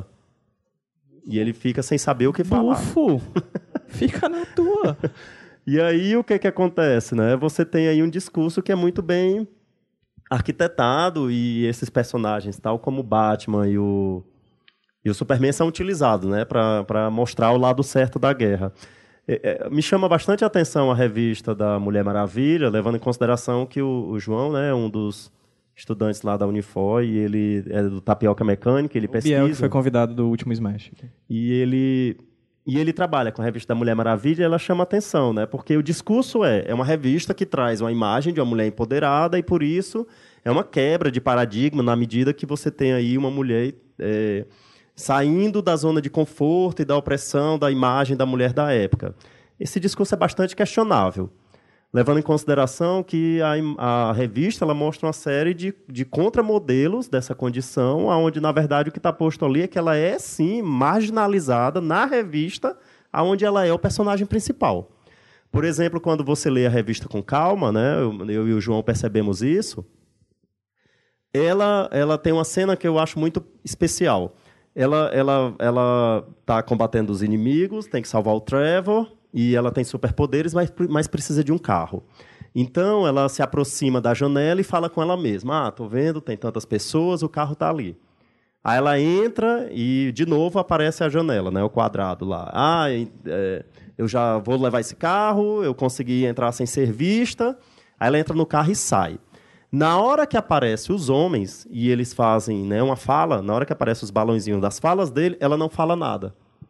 E ele fica sem saber o que falar. Bufo! Fica na tua. E aí o que que acontece, né? Você tem aí um discurso que é muito bem arquitetado e esses personagens, tal como o Batman e o, e o Superman, são utilizados, né? Para mostrar o lado certo da guerra. É, é, me chama bastante a atenção a revista da Mulher Maravilha, levando em consideração que o, o João, né, é um dos estudantes lá da Unifor, e ele é do Tapioca Mecânica, ele O pesquisa. Biel, que foi convidado do último Smash. E ele, e ele trabalha com a revista da Mulher Maravilha, e ela chama atenção, né? Porque o discurso é, é uma revista que traz uma imagem de uma mulher empoderada, e por isso é uma quebra de paradigma na medida que você tem aí uma mulher é, saindo da zona de conforto e da opressão da imagem da mulher da época. Esse discurso é bastante questionável, levando em consideração que a, im- a revista ela mostra uma série de, de contramodelos dessa condição, onde, na verdade, o que está posto ali é que ela é, sim, marginalizada na revista, onde ela é o personagem principal. Por exemplo, quando você lê a revista com calma, né, eu, eu e o João percebemos isso, ela, ela tem uma cena que eu acho muito especial. Ela ela ela está combatendo os inimigos, tem que salvar o Trevor, e ela tem superpoderes, mas, mas precisa de um carro. Então, ela se aproxima da janela e fala com ela mesma. Ah, tô vendo, tem tantas pessoas, o carro está ali. Aí ela entra e, de novo, aparece a janela, né, o quadrado lá. Ah, é, eu já vou levar esse carro, eu consegui entrar sem ser vista. Aí ela entra no carro e sai. Na hora que aparecem os homens, e eles fazem, né, uma fala, na hora que aparecem os balãozinhos das falas dele, ela não fala nada.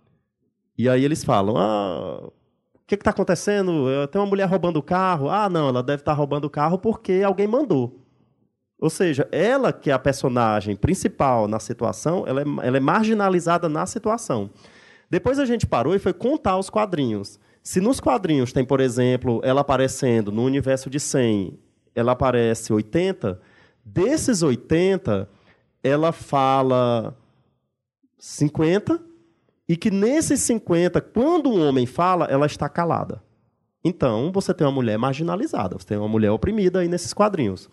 E aí eles falam, ah... O que está acontecendo? Tem uma mulher roubando o carro. Ah, não, ela deve estar roubando o carro porque alguém mandou. Ou seja, ela, que é a personagem principal na situação, ela é, ela é marginalizada na situação. Depois a gente parou e foi contar os quadrinhos. Se nos quadrinhos tem, por exemplo, ela aparecendo no universo de cem, ela aparece oitenta, desses oitenta, ela fala cinquenta, e que nesses cinquenta, quando um homem fala, ela está calada. Então, você tem uma mulher marginalizada, você tem uma mulher oprimida aí nesses quadrinhos.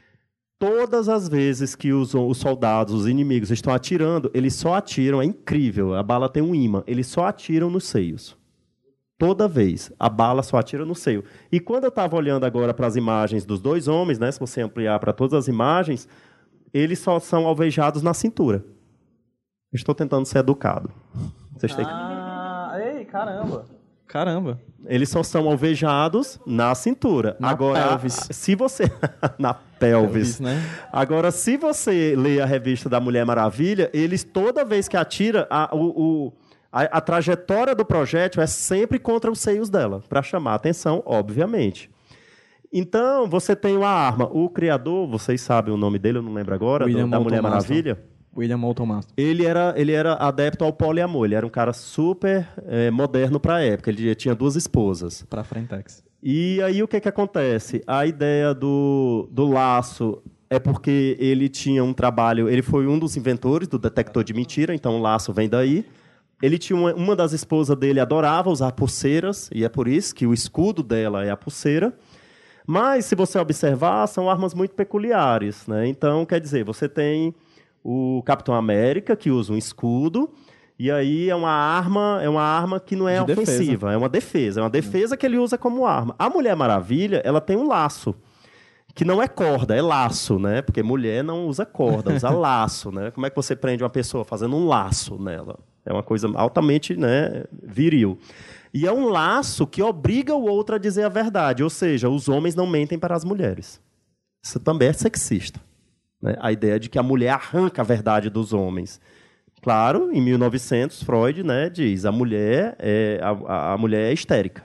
Todas as vezes que os, os soldados, os inimigos, estão atirando, eles só atiram, é incrível, a bala tem um imã, eles só atiram nos seios. Toda vez, a bala só atira no seio. E quando eu estava olhando agora para as imagens dos dois homens, né, se você ampliar para todas as imagens, eles só são alvejados na cintura. Estou tentando ser educado. Vocês têm que... Ah, ei, caramba. Caramba. Eles só são alvejados na cintura. Na Agora, pelvis. se você... na pelvis. Pelvis, né? Agora, se você lê a revista da Mulher Maravilha, eles, toda vez que atira, a, o, o, a, a trajetória do projétil é sempre contra os seios dela, para chamar a atenção, obviamente. Então, você tem uma arma. O criador, vocês sabem o nome dele, eu não lembro agora, do, William da Mulher Moulton Maravilha. William Moulton Master. Ele era, ele era adepto ao poliamor, ele era um cara super é, moderno para a época, ele tinha duas esposas. Pra Frentex. E aí o que, que acontece? A ideia do, do laço é porque ele tinha um trabalho, ele foi um dos inventores do detector de mentira, então o laço vem daí. Ele tinha uma, uma das esposas dele adorava usar pulseiras, e é por isso que o escudo dela é a pulseira. Mas, se você observar, são armas muito peculiares, né? Então, quer dizer, você tem o Capitão América, que usa um escudo, E aí é uma arma, é uma arma que não é De ofensiva, defesa. é uma defesa. É uma defesa que ele usa como arma. A Mulher Maravilha, ela tem um laço. Que não é corda, é laço, né? Porque mulher não usa corda, usa laço, né? Como é que você prende uma pessoa fazendo um laço nela? É uma coisa altamente, né, viril. E é um laço que obriga o outro a dizer a verdade. Ou seja, os homens não mentem para as mulheres. Isso também é sexista. Né? A ideia de que a mulher arranca a verdade dos homens. Claro, em mil e novecentos, Freud, né, diz a mulher é, a, a mulher é histérica.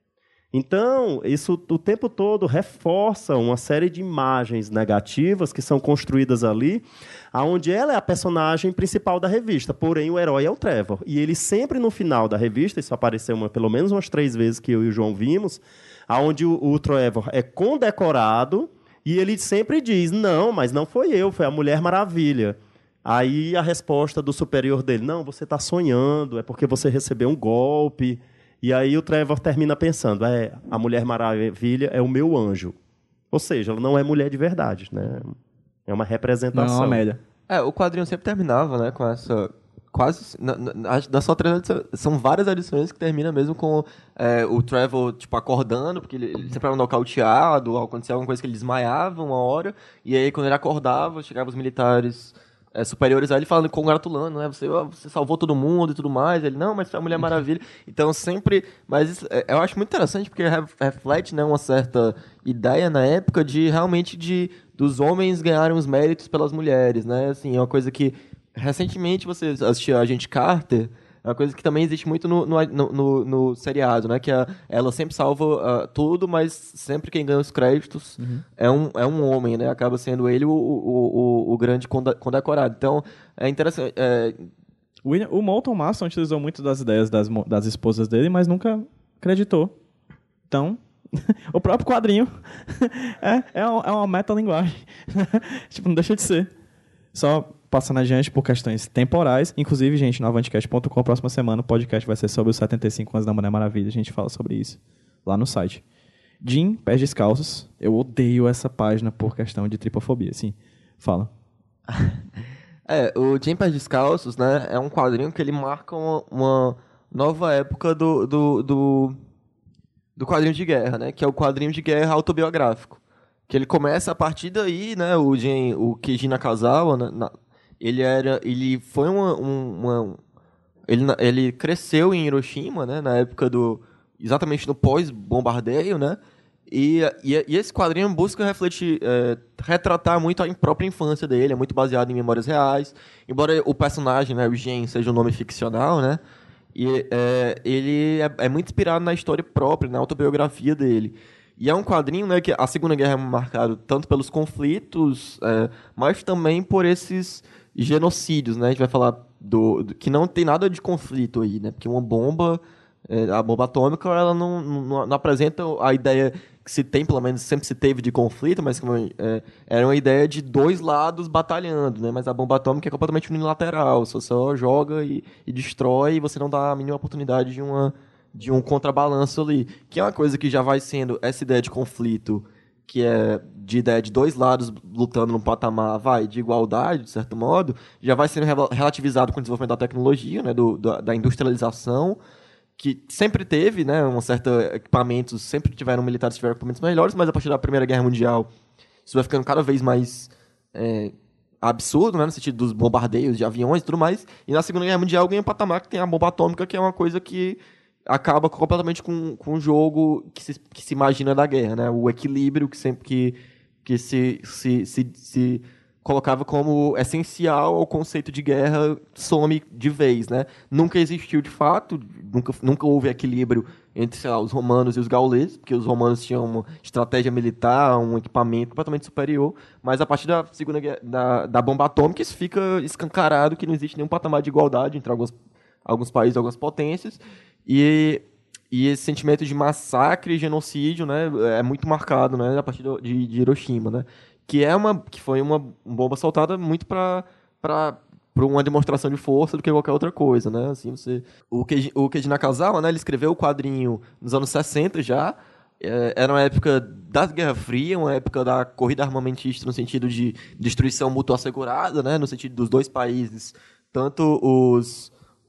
Então, isso o tempo todo reforça uma série de imagens negativas que são construídas ali, onde ela é a personagem principal da revista, porém o herói é o Trevor. E ele sempre no final da revista, isso apareceu uma, pelo menos umas três vezes que eu e o João vimos, onde o, o Trevor é condecorado e ele sempre diz, não, mas não foi eu, foi a Mulher Maravilha. Aí a resposta do superior dele, não, você está sonhando, é porque você recebeu um golpe. E aí o Trevor termina pensando, é, a Mulher Maravilha é o meu anjo. Ou seja, ela não é mulher de verdade, né? É uma representação. Não é uma Amélia. É, o quadrinho sempre terminava, né, com essa... Quase... Na, na, na só três edições, são várias edições que termina mesmo com é, o Trevor, tipo, acordando, porque ele, ele sempre era nocauteado, acontecia alguma coisa que ele desmaiava uma hora, e aí quando ele acordava, chegavam os militares... É, superiores a ele falando, congratulando, né? Você, ó, você salvou todo mundo e tudo mais. Ele, não, mas foi a Mulher Maravilha. Então, sempre... Mas isso, é, eu acho muito interessante, porque reflete, né, uma certa ideia na época de, realmente, de dos homens ganharem os méritos pelas mulheres, né? Assim, é uma coisa que... Recentemente, você assistiu a Agente Carter... É uma coisa que também existe muito no, no, no, no seriado, né? Que a, ela sempre salva uh, tudo, mas sempre quem ganha os créditos uhum. é, um, é um homem, né? Acaba sendo ele o, o, o, o grande condecorado. Então, é interessante... É... O, o Moulton Marston utilizou muito das ideias das, das esposas dele, mas nunca acreditou. Então, o próprio quadrinho é, é, uma, é uma metalinguagem. Tipo, não deixa de ser. Só... Passando adiante por questões temporais. Inclusive, gente, no avantcast ponto com, próxima semana o podcast vai ser sobre os setenta e cinco anos da Mulher Maravilha. A gente fala sobre isso lá no site. Jim, Pés Descalços. Eu odeio essa página por questão de tripofobia. Sim, fala. É, o Jim, Pés Descalços, né, é um quadrinho que ele marca uma, uma nova época do, do, do, do quadrinho de guerra, né, que é o quadrinho de guerra autobiográfico. Que ele começa a partir daí, né, o, Jim, o Keiji Nakazawa, né, na, Ele era, ele foi uma, uma ele, ele cresceu em Hiroshima, né, na época do, exatamente no pós-bombardeio, né, e, e, e esse quadrinho busca refletir, é, retratar muito a própria infância dele, é muito baseado em memórias reais, embora o personagem, né, o Jin, seja um nome ficcional, né, e é, ele é, é muito inspirado na história própria, na autobiografia dele. E é um quadrinho, né, que a Segunda Guerra é marcado tanto pelos conflitos, é, mas também por esses genocídios, né? A gente vai falar do, do que não tem nada de conflito aí, né? Porque uma bomba, é, a bomba atômica, ela não, não, não apresenta a ideia que se tem, pelo menos sempre se teve de conflito, mas como, é, era uma ideia de dois lados batalhando, né? Mas a bomba atômica é completamente unilateral, você só joga e, e destrói e você não dá a mínima oportunidade de uma de um contrabalanço ali, que é uma coisa que já vai sendo essa ideia de conflito, que é de ideia de dois lados lutando num patamar, vai, de igualdade, de certo modo, já vai sendo relativizado com o desenvolvimento da tecnologia, né, do, da, da industrialização, que sempre teve, né, um certo equipamentos, sempre tiveram militares que tiveram equipamentos melhores, mas a partir da Primeira Guerra Mundial isso vai ficando cada vez mais é, absurdo, né, no sentido dos bombardeios de aviões e tudo mais, e na Segunda Guerra Mundial ganha um patamar que tem a bomba atômica, que é uma coisa que acaba completamente com, com o jogo que se, que se imagina da guerra, né? O equilíbrio que sempre que, que se, se, se, se colocava como essencial ao conceito de guerra some de vez, né? Nunca existiu de fato, nunca, nunca houve equilíbrio entre, sei lá, os romanos e os gauleses, porque os romanos tinham uma estratégia militar, um equipamento completamente superior, mas a partir da segunda guerra, da, da bomba atômica isso fica escancarado que não existe nenhum patamar de igualdade entre alguns, alguns países e algumas potências. E, e esse sentimento de massacre e genocídio, né, é muito marcado, né, a partir de, de Hiroshima, né, que, é uma, que foi uma bomba soltada muito para uma demonstração de força do que qualquer outra coisa, né, assim, você... O Keiji, o Keiji Nakazawa, né, ele escreveu o quadrinho nos anos sessenta já, é, era uma época da Guerra Fria, uma época da corrida armamentista no sentido de destruição mútua assegurada, né, no sentido dos dois países, tanto os...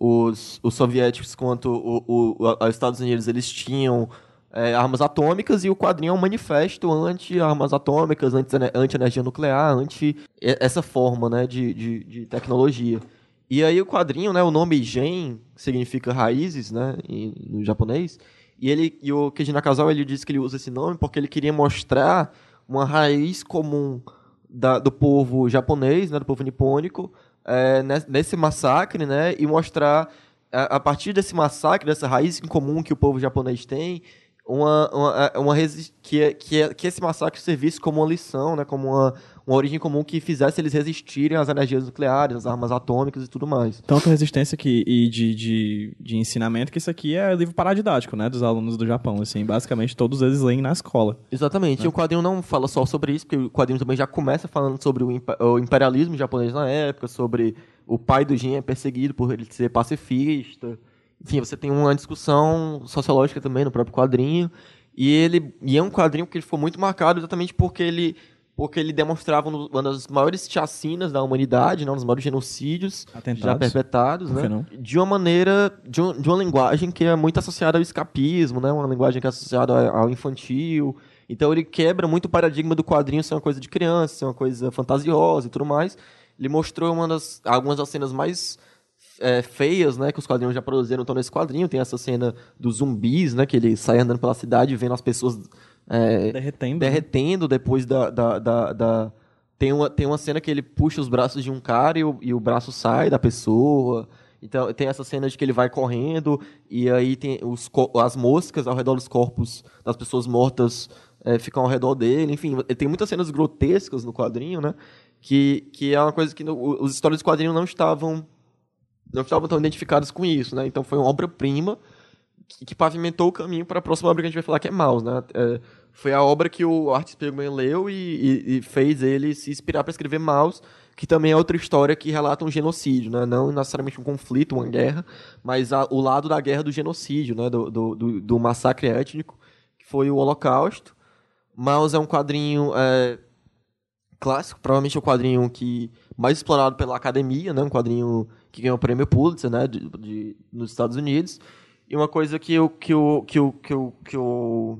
os, os soviéticos quanto o, o, os Estados Unidos, eles tinham é, armas atômicas, e o quadrinho é um manifesto anti-armas atômicas, anti-energia nuclear, anti essa forma, né, de, de, de tecnologia. E aí o quadrinho, né, o nome Gen significa raízes, né, em, no japonês, e, ele, e o Keiji Nakazawa, ele disse que ele usa esse nome porque ele queria mostrar uma raiz comum da, do povo japonês, né, do povo nipônico, é, nesse massacre, né, e mostrar, a, a partir desse massacre, dessa raiz em comum que o povo japonês tem, uma, uma, uma que, que, que esse massacre servisse como uma lição, né, como uma, uma origem comum que fizesse eles resistirem às energias nucleares, às armas atômicas e tudo mais. Tanto resistência que, e de, de, de ensinamento, que isso aqui é livro paradidático, né, dos alunos do Japão. Assim, basicamente, todos eles leem na escola. Exatamente. Né? E o quadrinho não fala só sobre isso, porque o quadrinho também já começa falando sobre o, imp- o imperialismo japonês na época, sobre o pai do Jin é perseguido por ele ser pacifista. Enfim, você tem uma discussão sociológica também no próprio quadrinho. E, ele, e é um quadrinho que ele ficou muito marcado exatamente porque ele, porque ele demonstrava uma das maiores chacinas da humanidade, né, um dos maiores genocídios Atentados. já perpetrados, Por que né, não? de uma maneira, de, um, de uma linguagem que é muito associada ao escapismo, né, uma linguagem que é associada ao infantil. Então ele quebra muito o paradigma do quadrinho ser uma coisa de criança, ser uma coisa fantasiosa e tudo mais. Ele mostrou uma das, algumas das cenas mais É, feias, né, que os quadrinhos já produziram, estão nesse quadrinho. Tem essa cena dos zumbis, né, que ele sai andando pela cidade vendo as pessoas é, Derretendo. derretendo depois da... da, da, da... Tem, uma, tem uma cena que ele puxa os braços de um cara e o, e o braço sai da pessoa. Então tem essa cena de que ele vai correndo e aí tem os, as moscas ao redor dos corpos das pessoas mortas é, ficam ao redor dele. Enfim, tem muitas cenas grotescas no quadrinho, né, que, que é uma coisa que no, os histórias do quadrinho não estavam não estavam tão identificados com isso, né? Então foi uma obra-prima que, que pavimentou o caminho para a próxima obra que a gente vai falar, que é Maus, né? É, foi a obra que o Art Spiegelman leu e, e, e fez ele se inspirar para escrever Maus, que também é outra história que relata um genocídio, né? Não necessariamente um conflito, uma guerra, mas a, o lado da guerra do genocídio, né? Do, do, do, do massacre étnico, que foi o Holocausto. Maus é um quadrinho é, clássico, provavelmente é o quadrinho que mais explorado pela academia, né? Um quadrinho que ganhou o prêmio Pulitzer, né? De, de, nos Estados Unidos. E uma coisa que o que o que o que o, que o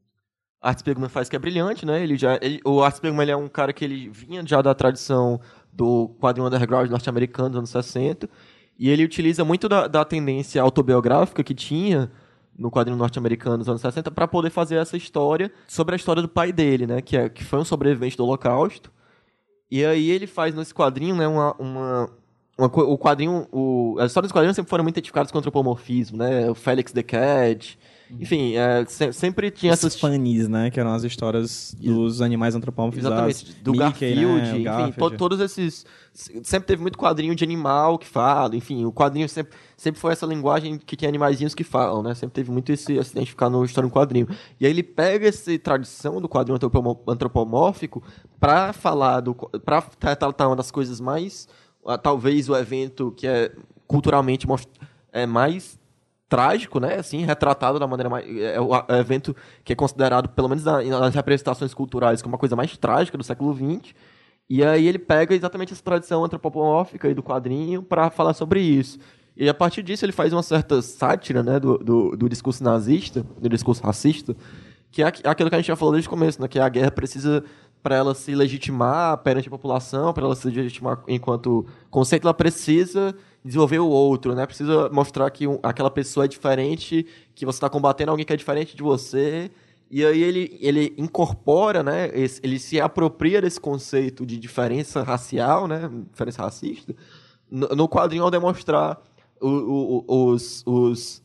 Art Spiegelman faz que é brilhante, né? Ele já ele, o Art Spiegelman ele é um cara que ele vinha já da tradição do quadrinho underground norte-americano dos anos sessenta, e ele utiliza muito da, da tendência autobiográfica que tinha no quadrinho norte-americano dos anos sessenta para poder fazer essa história sobre a história do pai dele, né? Que é que foi um sobrevivente do Holocausto. E aí ele faz nesse quadrinho, né, uma, uma, uma o quadrinho, o, as histórias dos quadrinhos sempre foram muito identificadas com o antropomorfismo, né, o Felix the Cat, enfim, é, se, sempre tinha Os essas... funnies, né, que eram as histórias dos animais antropomorfizados. Exatamente, do Mickey, Garfield, né, o enfim, Garfield. to, todos esses... Sempre teve muito quadrinho de animal que fala, enfim, o quadrinho sempre, sempre foi essa linguagem que tem animaizinhos que falam, né, sempre teve muito esse, esse identificar no história do quadrinho. E aí ele pega essa tradição do quadrinho antropomórfico para falar, do para tratar uma das coisas mais, talvez o evento que é culturalmente é mais trágico, né, assim, retratado da maneira mais... É o evento que é considerado, pelo menos nas representações culturais, como uma coisa mais trágica do século vinte. E aí ele pega exatamente essa tradição antropomórfica aí do quadrinho para falar sobre isso. E a partir disso ele faz uma certa sátira, né, do, do, do discurso nazista, do discurso racista, que é aquilo que a gente já falou desde o começo, né, que a guerra precisa, para ela se legitimar perante a população, para ela se legitimar enquanto conceito, ela precisa desenvolver o outro, né? Precisa mostrar que um, aquela pessoa é diferente, que você está combatendo alguém que é diferente de você. E aí ele, ele incorpora, né? Esse, ele se apropria desse conceito de diferença racial, né? Diferença racista, no, no quadrinho ao demonstrar o, o, os, os,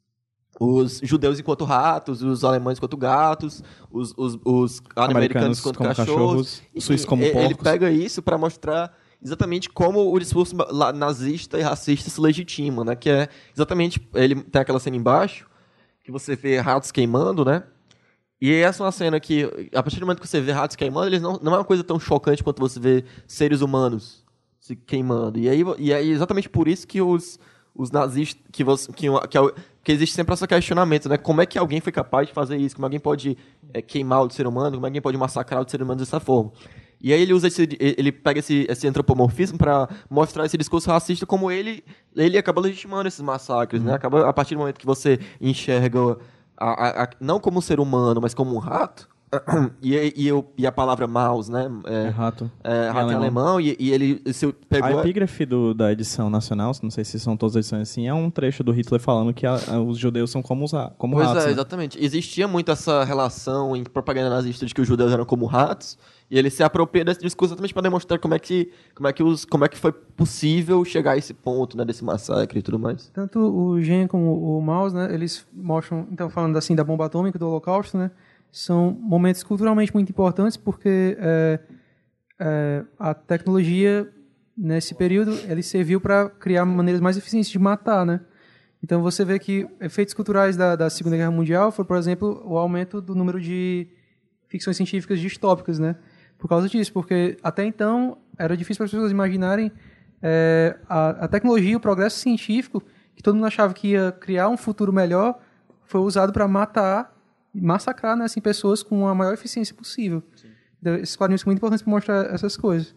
os judeus enquanto ratos, os alemães enquanto gatos, os, os, os americanos enquanto como cachorros. cachorros, os suíços como ele, porcos. ele pega isso para mostrar exatamente como o discurso nazista e racista se legitima, né? Que é exatamente... Ele tem aquela cena embaixo, que você vê ratos queimando, né? E essa é uma cena que, a partir do momento que você vê ratos queimando, eles não, não é uma coisa tão chocante quanto você vê seres humanos se queimando. E aí, e aí exatamente por isso que os, os nazistas... Que, você, que, que, que existe sempre esse questionamento, né? Como é que alguém foi capaz de fazer isso? Como alguém pode é, queimar o ser humano? Como alguém pode massacrar o ser humano dessa forma? E aí ele usa esse, ele pega esse, esse antropomorfismo para mostrar esse discurso racista como ele, ele acaba legitimando esses massacres, né? Acaba, a partir do momento que você enxerga a, a, a, não como um ser humano, mas como um rato, e, e, eu, e a palavra mouse, né? É, É rato. É, Em rato em alemão. alemão, e, e ele se pegou... A epígrafe do, da edição nacional, não sei se são todas as edições assim, é um trecho do Hitler falando que a, a, os judeus são como, os, ra- como Pois ratos. é, né? exatamente. Existia muito essa relação em propaganda nazista de que os judeus eram como ratos, e ele se apropria desse discurso exatamente para demonstrar como é que como é que os como é que foi possível chegar a esse ponto, né, desse massacre e tudo mais. Tanto o Gen como o Maus, né, eles mostram, então falando assim da bomba atômica, do Holocausto, né, são momentos culturalmente muito importantes porque é, é, a tecnologia nesse período ele serviu para criar maneiras mais eficientes de matar, né? Então você vê que efeitos culturais da, da Segunda Guerra Mundial foi, por exemplo, o aumento do número de ficções científicas distópicas, né? Por causa disso, porque até então era difícil para as pessoas imaginarem é, a, a tecnologia, o progresso científico, que todo mundo achava que ia criar um futuro melhor, foi usado para matar, massacrar, né, assim, pessoas com a maior eficiência possível. Então, esses quadrinhos são muito importantes para mostrar essas coisas.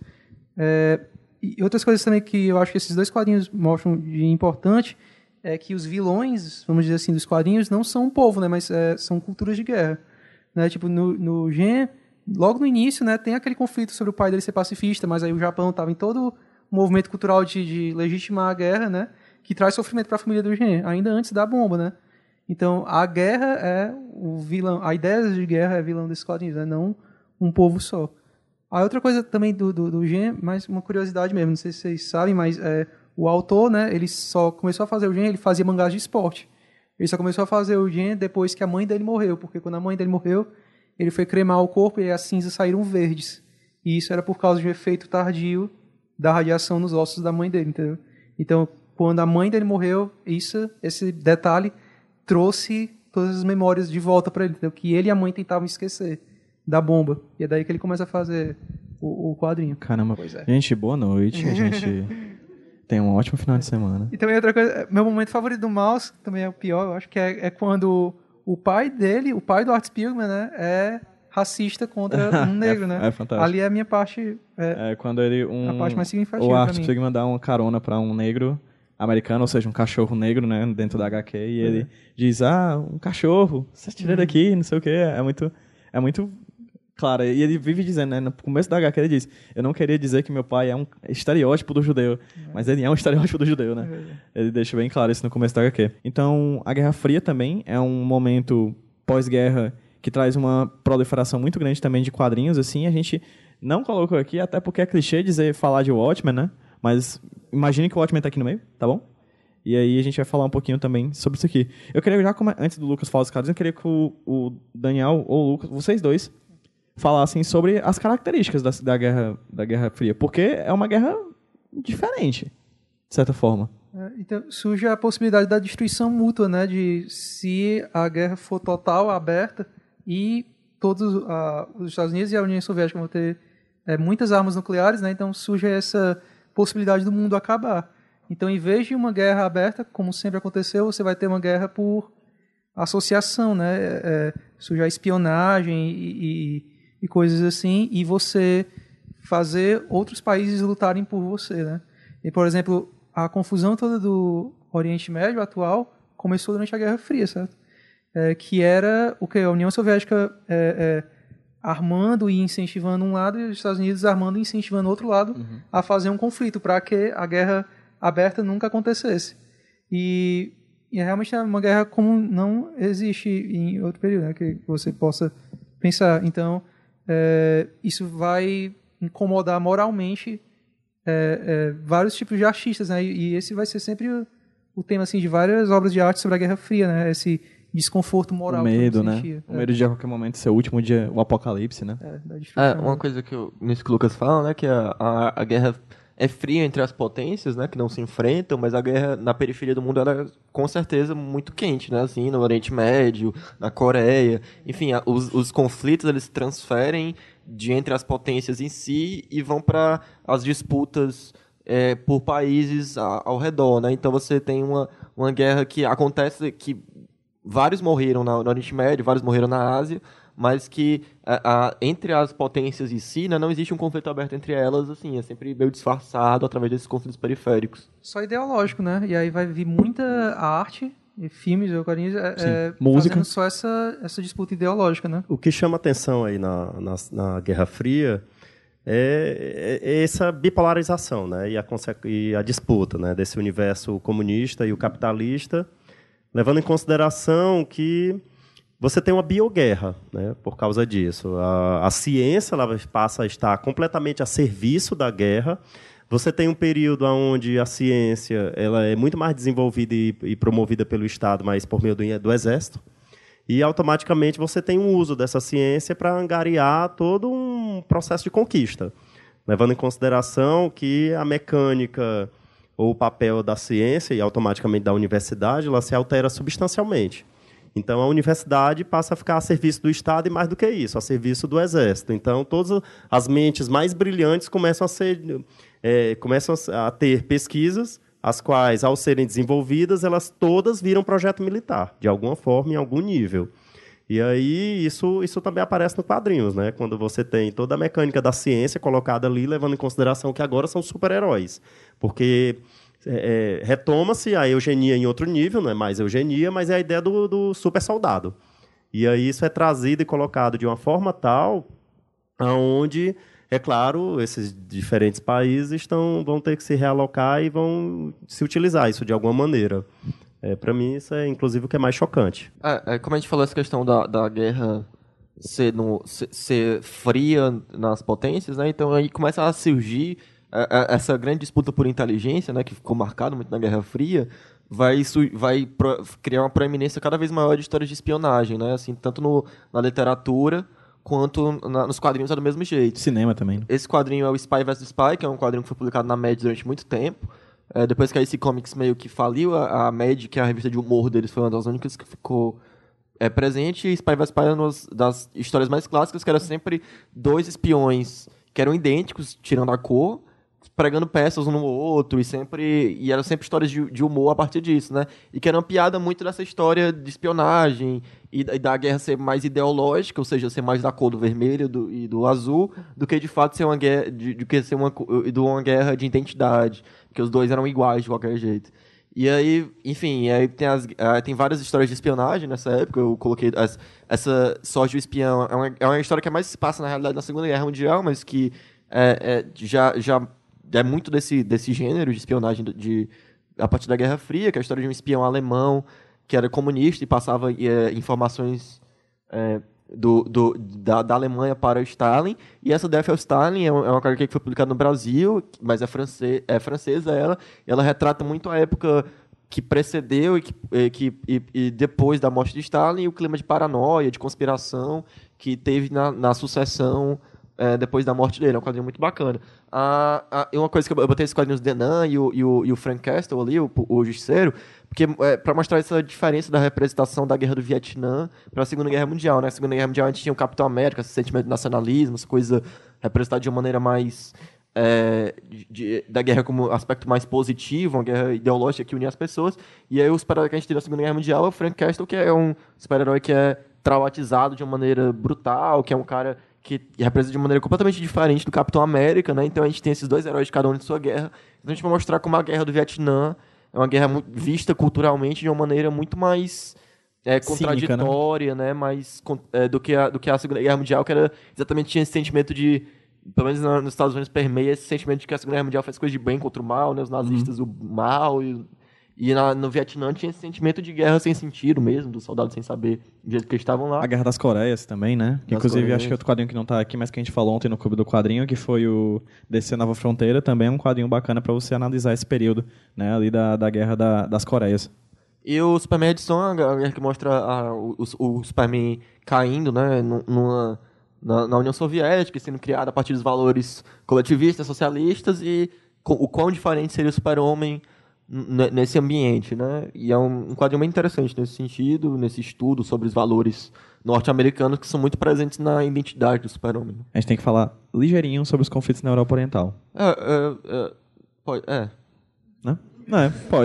É, e outras coisas também que eu acho que esses dois quadrinhos mostram de importante é que os vilões, vamos dizer assim, dos quadrinhos não são um povo, né, mas é, são culturas de guerra. Né? Tipo, no, no Gen, logo no início, né, tem aquele conflito sobre o pai dele ser pacifista, mas aí o Japão estava em todo o movimento cultural de, de legitimar a guerra, né, que traz sofrimento para a família do Gen, ainda antes da bomba, né? Então, a guerra é o vilão, a ideia de guerra é vilão desses quadrinhos, né, não um povo só. A outra coisa também do, do, do Gen, mais uma curiosidade mesmo, não sei se vocês sabem, mas é, o autor, né, ele só começou a fazer o Gen, ele fazia mangás de esporte. Ele só começou a fazer o Gen depois que a mãe dele morreu, porque quando a mãe dele morreu, ele foi cremar o corpo e as cinzas saíram verdes. E isso era por causa de um efeito tardio da radiação nos ossos da mãe dele, entendeu? Então, quando a mãe dele morreu, isso, esse detalhe trouxe todas as memórias de volta para ele, entendeu? Que ele e a mãe tentavam esquecer da bomba. E é daí que ele começa a fazer o, o quadrinho. Caramba. Pois é. Gente, boa noite. A gente tem um ótimo final de semana. E também outra coisa, meu momento favorito do Mouse, também é o pior, eu acho que é, é quando o pai dele, o pai do Art Spiegelman, né, é racista contra um negro, é, né? É fantástico. Ali é a minha parte... É, É quando ele... Um, a parte mais significativa o pra Art mim. Spiegelman dá uma carona pra um negro americano, ou seja, um cachorro negro, né, dentro da H Q, e ele É. diz, ah, um cachorro, você tira daqui, não sei o quê. É muito... É muito... Claro, e ele vive dizendo, né, no começo da H Q ele diz, eu não queria dizer que meu pai é um estereótipo do judeu, mas ele é um estereótipo do judeu, né? Ele deixa bem claro isso no começo da H Q. Então, a Guerra Fria também é um momento pós-guerra que traz uma proliferação muito grande também de quadrinhos, assim, a gente não colocou aqui, até porque é clichê dizer, falar de Watchmen, né? Mas imagine que o Watchmen tá aqui no meio, tá bom? E aí a gente vai falar um pouquinho também sobre isso aqui. Eu queria já, come- antes do Lucas falar dos quadrinhos, eu queria que o, o Daniel ou o Lucas, vocês dois, falassem sobre as características da, da, guerra, da Guerra Fria, porque é uma guerra diferente, de certa forma. É, então, surge a possibilidade da destruição mútua, né? De se a guerra for total, aberta, e todos ah, os Estados Unidos e a União Soviética vão ter é, muitas armas nucleares, né? Então surge essa possibilidade do mundo acabar. Então, em vez de uma guerra aberta, como sempre aconteceu, você vai ter uma guerra por associação, né? É, é, surge a espionagem e, e, e coisas assim, e você fazer outros países lutarem por você, né? E, por exemplo, a confusão toda do Oriente Médio atual começou durante a Guerra Fria, certo? É, que era o que a União Soviética é, é, armando e incentivando um lado e os Estados Unidos armando e incentivando o outro lado uhum. a fazer um conflito para que a guerra aberta nunca acontecesse. E, e é realmente uma guerra como não existe em outro período, né, que você possa pensar. Então, é, isso vai incomodar moralmente é, é, vários tipos de artistas, né? E, e esse vai ser sempre o, o tema assim, de várias obras de arte sobre a Guerra Fria, né? Esse desconforto moral. O medo, que né? sentia. O medo de a qualquer momento ser o último dia, o apocalipse, né? É, da É, destruição. uma coisa que eu, nisso que o Lucas fala, né, que a, a, a guerra é fria entre as potências, né, que não se enfrentam, mas a guerra na periferia do mundo ela é com certeza muito quente, né, assim, no Oriente Médio, na Coreia, enfim, a, os, os conflitos eles se transferem de entre as potências em si e vão para as disputas é, por países a, ao redor, né, então você tem uma, uma guerra que acontece que vários morreram na, no Oriente Médio, vários morreram na Ásia, mas que a, a, entre as potências em si, né, não existe um conflito aberto entre elas, assim, é sempre meio disfarçado através desses conflitos periféricos. Só ideológico, né? E aí vai vir muita arte, e filmes, e quadrinhos, é, é, música. fazendo só essa, essa disputa ideológica, né? O que chama atenção aí na, na, na Guerra Fria é, é essa bipolarização, né? E a, e a disputa, né? Desse universo comunista e o capitalista, levando em consideração que você tem uma bioguerra, né? Por causa disso. A, a ciência ela passa a estar completamente a serviço da guerra. Você tem um período onde a ciência ela é muito mais desenvolvida e, e promovida pelo Estado, mas por meio do, do Exército. E, automaticamente, você tem um uso dessa ciência para angariar todo um processo de conquista, levando em consideração que a mecânica ou o papel da ciência e, automaticamente, da universidade, ela se altera substancialmente. Então, a universidade passa a ficar a serviço do Estado e, mais do que isso, a serviço do Exército. Então, todas as mentes mais brilhantes começam a, ser, é, começam a ter pesquisas, as quais, ao serem desenvolvidas, elas todas viram projeto militar, de alguma forma, em algum nível. E aí, isso, isso também aparece nos quadrinhos, né? Quando você tem toda a mecânica da ciência colocada ali, levando em consideração que agora são super-heróis. Porque... É, é, retoma-se a eugenia em outro nível, não é mais eugenia, mas é a ideia do, do super soldado. E aí isso é trazido e colocado de uma forma tal, onde, é claro, esses diferentes países estão, vão ter que se realocar e vão se utilizar isso de alguma maneira. É, para mim, isso é inclusive o que é mais chocante. É, é, como a gente falou, essa questão da, da guerra ser, no, ser, ser fria nas potências, né? Então aí começa a surgir essa grande disputa por inteligência, né, que ficou marcado muito na Guerra Fria, vai, vai pro, criar uma proeminência cada vez maior de histórias de espionagem, né, assim, tanto no, na literatura quanto na, nos quadrinhos é do mesmo jeito. Cinema também. Esse quadrinho é o Spy versus Spy, que é um quadrinho que foi publicado na Mad durante muito tempo. É, depois que a D C Comics meio que faliu, a, a Mad, que é a revista de humor deles, foi uma das únicas que ficou é, presente. E Spy versus Spy é uma das histórias mais clássicas, que era sempre dois espiões que eram idênticos, tirando a cor, pregando peças um no outro, e sempre e eram sempre histórias de, de humor a partir disso, né? E que era uma piada muito dessa história de espionagem e, e da guerra ser mais ideológica, ou seja, ser mais da cor do vermelho do, e do azul, do que de fato ser uma guerra de, de que ser uma, de uma guerra de identidade, porque os dois eram iguais de qualquer jeito. E aí, enfim, aí tem, as, uh, tem várias histórias de espionagem nessa época. Eu coloquei as, essa Sorte do Espião, é uma, é uma história que mais se passa na realidade na Segunda Guerra Mundial, mas que é, é, já, já é muito desse, desse gênero de espionagem de, de, a partir da Guerra Fria, que é a história de um espião alemão que era comunista e passava é, informações é, do, do, da, da Alemanha para o Stalin. E essa Death of Stalin é uma, é uma carta que foi publicada no Brasil, mas é, france, é francesa ela. E ela retrata muito a época que precedeu e, que, e, que, e, e depois da morte de Stalin, e o clima de paranoia, de conspiração que teve na, na sucessão É, depois da morte dele. É um quadrinho muito bacana. Ah, ah, e uma coisa que eu, eu botei esses quadrinhos do Denan e o, e o, e o Frank Castle ali, o, o Justiceiro, porque é, para mostrar essa diferença da representação da Guerra do Vietnã para a Segunda Guerra Mundial, né? Na Segunda Guerra Mundial a gente tinha o Capitão América, esse sentimento de nacionalismo, essa coisa representada de uma maneira mais é, de, de, da guerra como aspecto mais positivo, uma guerra ideológica que unia as pessoas. E aí o super-herói que a gente tem na Segunda Guerra Mundial é o Frank Castle, que é um super-herói que é traumatizado de uma maneira brutal, que é um cara que representa de uma maneira completamente diferente do Capitão América, né? Então a gente tem esses dois heróis de cada um de sua guerra. Então a gente vai mostrar como a Guerra do Vietnã é uma guerra muito, vista culturalmente de uma maneira muito mais é, contraditória, Cínica, né? Mais, é, do, que a, do que a Segunda Guerra Mundial, que era exatamente tinha esse sentimento de, pelo menos nos Estados Unidos permeia esse sentimento de que a Segunda Guerra Mundial faz coisas de bem contra o mal, né? Os nazistas uhum. o mal e... E na, no Vietnã tinha esse sentimento de guerra sem sentido mesmo, dos soldados sem saber do jeito que eles estavam lá. A Guerra das Coreias também, né? Que, inclusive, Coreias. Acho que outro quadrinho que não tá aqui, mas que a gente falou ontem no Clube do Quadrinho, que foi o Descer Nova Fronteira, também é um quadrinho bacana para você analisar esse período, né? Ali da, da Guerra da, das Coreias. E o Superman Edição é a guerra que mostra a, o, o Superman caindo, né? Numa, na, na União Soviética, sendo criado a partir dos valores coletivistas, socialistas, e com, o quão diferente seria o Super-Homem nesse ambiente, né? E é um, um quadrinho bem interessante nesse sentido, nesse estudo sobre os valores norte-americanos que são muito presentes na identidade do super-homem. A gente tem que falar ligeirinho sobre os conflitos na Europa Oriental. É, é, é pode, é. Né? É, pode.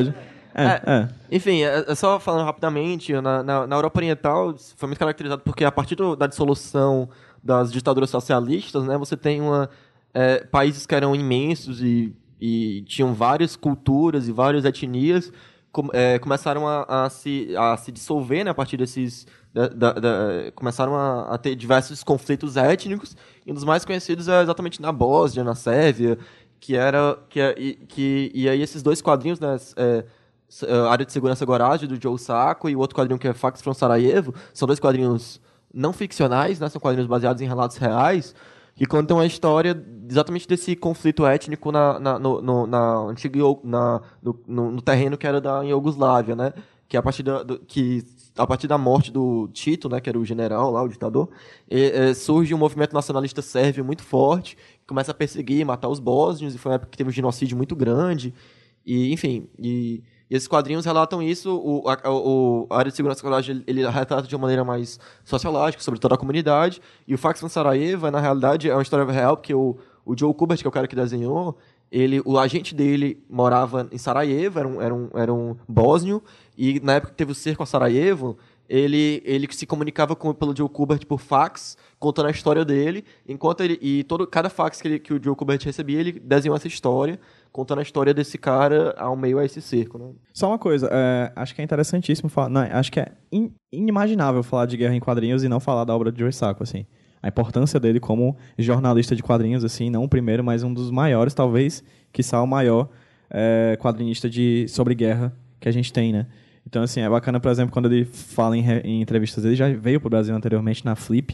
É, é. é. Enfim, é, é só falando rapidamente, na, na, na Europa Oriental foi muito caracterizado porque a partir do, da dissolução das ditaduras socialistas, né, você tem uma, é, países que eram imensos e, e tinham várias culturas e várias etnias, com, é, começaram a, a, se, a se dissolver, né, a partir desses... Da, da, da, começaram a, a ter diversos conflitos étnicos, e um dos mais conhecidos é exatamente na Bósnia, na Sérvia, que era... Que, e, que, e aí esses dois quadrinhos, né, é, Área de Segurança Gorazde, do Joe Sacco, e o outro quadrinho que é Facts from Sarajevo, são dois quadrinhos não ficcionais, né, são quadrinhos baseados em relatos reais, que contam a história exatamente desse conflito étnico na, na, no, no, na antiga, na, no, no terreno que era da Iugoslávia, né, que a partir da, do, que, a partir da morte do Tito, né, que era o general lá, o ditador, e, e, surge um movimento nacionalista sérvio muito forte, que começa a perseguir e matar os bósnios, e foi uma época que teve um genocídio muito grande, e, enfim, e... E esses quadrinhos relatam isso, o, a, o, a Área de Segurança Gorazde, ele retrata de uma maneira mais sociológica, sobre toda a comunidade, e o Facts from Sarajevo, na realidade, é uma história real, porque o, o Joe Kubert, que é o cara que desenhou, ele, o agente dele morava em Sarajevo, era um, era um, era um bósnio, e na época que teve o cerco a Sarajevo, ele, ele se comunicava com, pelo Joe Kubert por fax, contando a história dele, enquanto ele, e todo, cada fax que, ele, que o Joe Kubert recebia, ele desenhou essa história, contando a história desse cara ao meio a esse cerco, né? Só uma coisa, é, acho que é interessantíssimo falar... Não, acho que é in, inimaginável falar de guerra em quadrinhos e não falar da obra de Joe Sacco, assim. A importância dele como jornalista de quadrinhos, assim, não o primeiro, mas um dos maiores, talvez, quiçá o maior é, quadrinista de, sobre guerra que a gente tem, né? Então, assim, é bacana, por exemplo, quando ele fala em, em entrevistas, ele já veio para o Brasil anteriormente na Flip,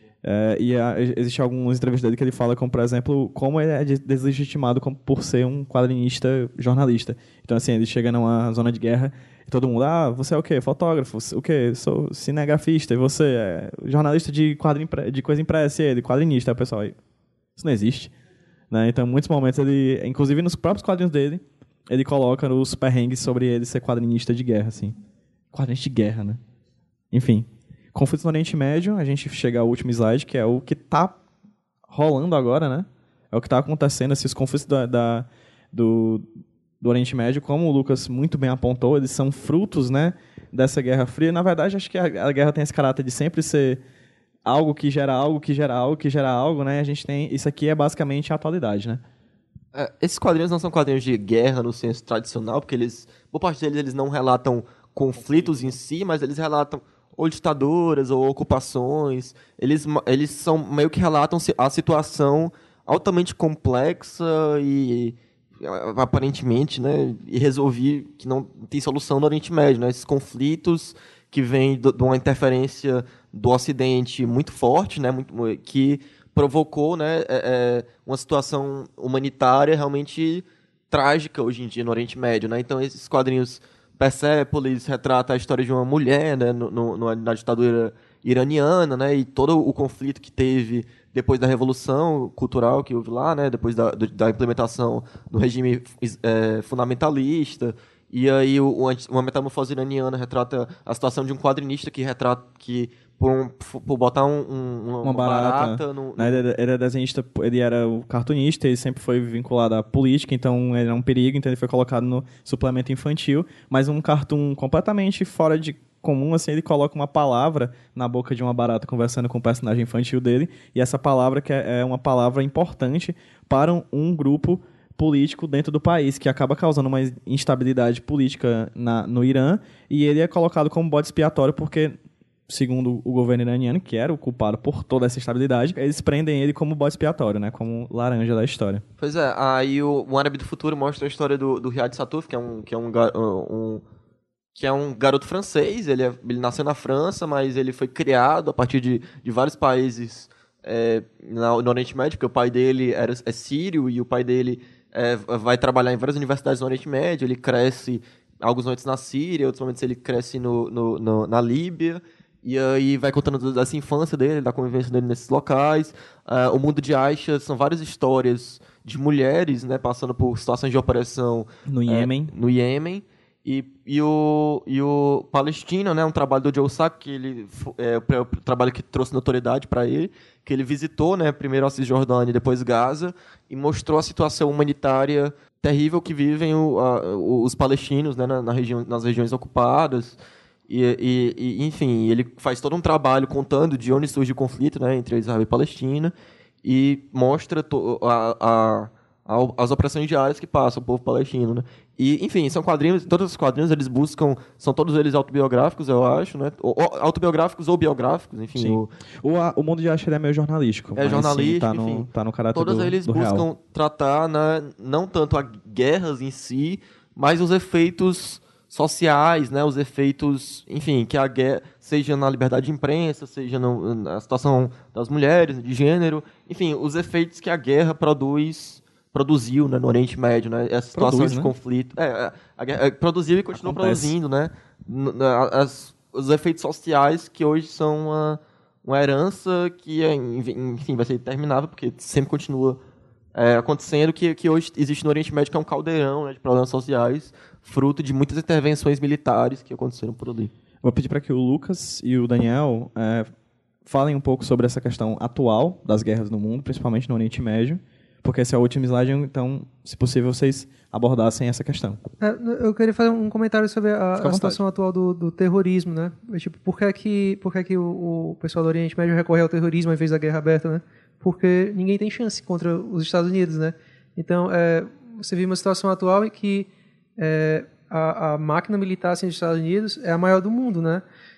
é, e a, existe algumas entrevistas dele que ele fala, como, por exemplo, como ele é deslegitimado como, por ser um quadrinista jornalista. Então, assim, ele chega numa zona de guerra e todo mundo, ah, você é o quê? Fotógrafo? O quê? Sou cinegrafista. E você é jornalista de, quadrinho, de coisa impressa. E ele, quadrinista. Aí o pessoal, isso não existe. Né? Então, em muitos momentos, ele, inclusive nos próprios quadrinhos dele, ele coloca os perrengues sobre ele ser quadrinista de guerra, assim. Quadrinista de guerra, né? Enfim. Conflitos no Oriente Médio, a gente chega ao último slide, que é o que está rolando agora, né? É o que está acontecendo, esses conflitos da, da, do, do Oriente Médio, como o Lucas muito bem apontou, eles são frutos, né, dessa Guerra Fria. Na verdade, acho que a, a guerra tem esse caráter de sempre ser algo que gera algo, que gera algo, que gera algo, né? A gente tem... Isso aqui é basicamente a atualidade, né? É, esses quadrinhos não são quadrinhos de guerra no senso tradicional, porque eles... Boa parte deles, eles não relatam conflitos em si, mas eles relatam ou ditaduras, ou ocupações. Eles, eles são meio que relatam a situação altamente complexa e aparentemente, né, irresolvível, que não tem solução no Oriente Médio, né? Esses conflitos que vêm de uma interferência do Ocidente muito forte, né, muito, que provocou, né, é, é, uma situação humanitária realmente trágica hoje em dia no Oriente Médio, né? Então esses quadrinhos Persépolis retrata a história de uma mulher, né, no, no, na ditadura iraniana, né, e todo o conflito que teve depois da revolução cultural que houve lá, né, depois da, da implementação do regime é, fundamentalista. E aí o, uma metamorfose iraniana retrata a situação de um quadrinista que retrata que por, um, por botar um, um, uma, uma barata, barata no, no... Ele era desenhista, ele era o cartunista, ele sempre foi vinculado à política, então era um perigo, então ele foi colocado no suplemento infantil, mas um cartoon completamente fora de comum, assim, ele coloca uma palavra na boca de uma barata conversando com o personagem infantil dele, e essa palavra que é, é uma palavra importante para um, um grupo político dentro do país, que acaba causando uma instabilidade política na, no Irã, e ele é colocado como bode expiatório porque, segundo o governo iraniano, que era o culpado por toda essa instabilidade, eles prendem ele como bode expiatório, né, como laranja da história. Pois é, aí o, o Árabe do Futuro mostra a história do, do Riyad Sattouf, que é um, que é um, um, que é um garoto francês, ele, é, ele nasceu na França, mas ele foi criado a partir de, de vários países é, na, no Oriente Médio, porque o pai dele era, é sírio e o pai dele É, vai trabalhar em várias universidades no Oriente Médio, ele cresce alguns momentos na Síria, outros momentos ele cresce no, no, no, na Líbia, e aí vai contando dessa infância dele, da convivência dele nesses locais. Uh, o Mundo de Aisha são várias histórias de mulheres, né, passando por situações de opressão no Iêmen. É, no Iêmen. E, e, o, e o Palestino, né, um trabalho do Joe Sacco, que ele, é, o trabalho que trouxe notoriedade para ele, que ele visitou, né, primeiro a Cisjordânia e depois Gaza, e mostrou a situação humanitária terrível que vivem o, a, os palestinos, né, na, na região, nas regiões ocupadas. E, e, e, enfim, ele faz todo um trabalho contando de onde surge o conflito, né, entre Israel e Palestina, e mostra to, a, a, a, as opressões diárias que passa o povo palestino, né? E, enfim, são quadrinhos, todos os quadrinhos eles buscam, são todos eles autobiográficos, eu acho, né? Ou, ou, autobiográficos ou biográficos, enfim. Sim. O, o, a, o Mundo de Arte ele é meio jornalístico. É mas, jornalístico, sim, tá enfim. no, tá no caráter Todos do, eles do buscam real. tratar, né, não tanto as guerras em si, mas os efeitos sociais, né, os efeitos, enfim, que a guerra, seja na liberdade de imprensa, seja no, na situação das mulheres, de gênero, enfim, os efeitos que a guerra produz, produziu, né, no Oriente Médio, né, essa situação Produz, de né? conflito. É, a guerra, é, produziu e continua Acontece. produzindo, né, as, os efeitos sociais que hoje são uma, uma herança que, é, enfim, vai ser interminável, porque sempre continua É, acontecendo, que, que hoje existe no Oriente Médio, que é um caldeirão, né, de problemas sociais, fruto de muitas intervenções militares que aconteceram por ali. Vou pedir para que o Lucas e o Daniel é, falem um pouco sobre essa questão atual das guerras no mundo, principalmente no Oriente Médio, porque esse é o último slide, então, se possível, vocês abordassem essa questão. É, eu queria fazer um comentário sobre a, Fica à a situação atual do, do terrorismo, né? É, tipo, por que, que, por que, que o, o pessoal do Oriente Médio recorre ao terrorismo ao invés da guerra aberta, né? Porque ninguém tem chance contra os Estados Unidos, né? Então, é, você vive uma situação atual em que é, a, a máquina militar assim, dos Estados Unidos é a maior do mundo, né?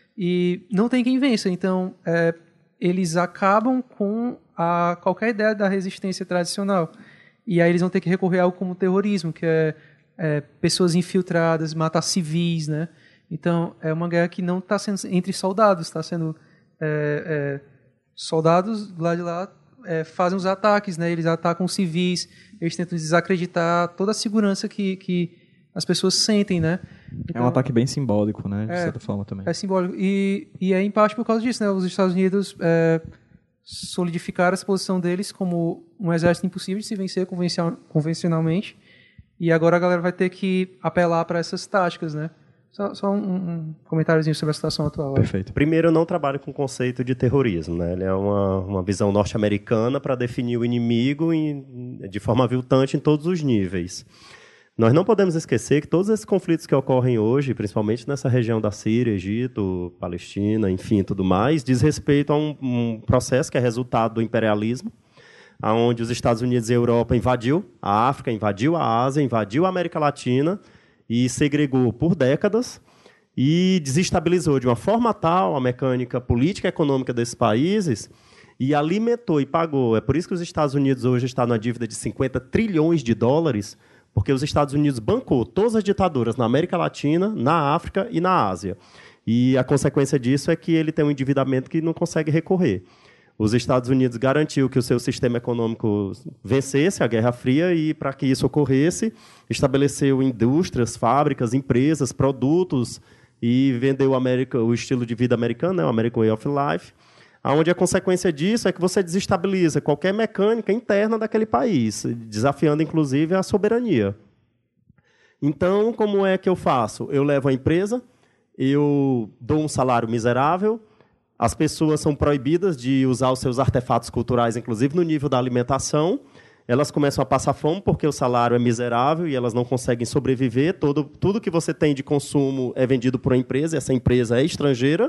E não tem quem vença. Então, é, eles acabam com a, qualquer ideia da resistência tradicional. E aí eles vão ter que recorrer a algo como o terrorismo, que é, é pessoas infiltradas, matar civis, né? Então, é uma guerra que não está sendo entre soldados, está sendo é, é, soldados do lado de lá é, fazem os ataques, né? Eles atacam civis, eles tentam desacreditar toda a segurança que, que as pessoas sentem, né? Então, é um ataque bem simbólico, né? De é, certa forma também. É simbólico. E, e é em parte por causa disso, né? Os Estados Unidos é, solidificaram essa posição deles como um exército impossível de se vencer convencionalmente. E agora a galera vai ter que apelar para essas táticas, né? Só, só um, um comentáriozinho sobre a situação atual. Perfeito. Primeiro, eu não trabalho com o conceito de terrorismo, né? Ele é uma, uma visão norte-americana para definir o inimigo em, de forma aviltante em todos os níveis. Nós não podemos esquecer que todos esses conflitos que ocorrem hoje, principalmente nessa região da Síria, Egito, Palestina, enfim, tudo mais, diz respeito a um, um processo que é resultado do imperialismo, onde os Estados Unidos e a Europa invadiu a África, invadiu a Ásia, invadiu a América Latina e segregou por décadas e desestabilizou de uma forma tal a mecânica política e econômica desses países e alimentou e pagou. É por isso que os Estados Unidos hoje estão numa dívida de cinquenta trilhões de dólares, porque os Estados Unidos bancou todas as ditaduras na América Latina, na África e na Ásia. E a consequência disso é que ele tem um endividamento que não consegue recorrer. Os Estados Unidos garantiu que o seu sistema econômico vencesse a Guerra Fria e, para que isso ocorresse, estabeleceu indústrias, fábricas, empresas, produtos e vendeu o, América, o estilo de vida americano, né, o American Way of Life, onde a consequência disso é que você desestabiliza qualquer mecânica interna daquele país, desafiando, inclusive, a soberania. Então, como é que eu faço? Eu levo a empresa, eu dou um salário miserável, as pessoas são proibidas de usar os seus artefatos culturais, inclusive no nível da alimentação. Elas começam a passar fome porque o salário é miserável e elas não conseguem sobreviver. Todo, tudo que você tem de consumo é vendido por uma empresa, e essa empresa é estrangeira.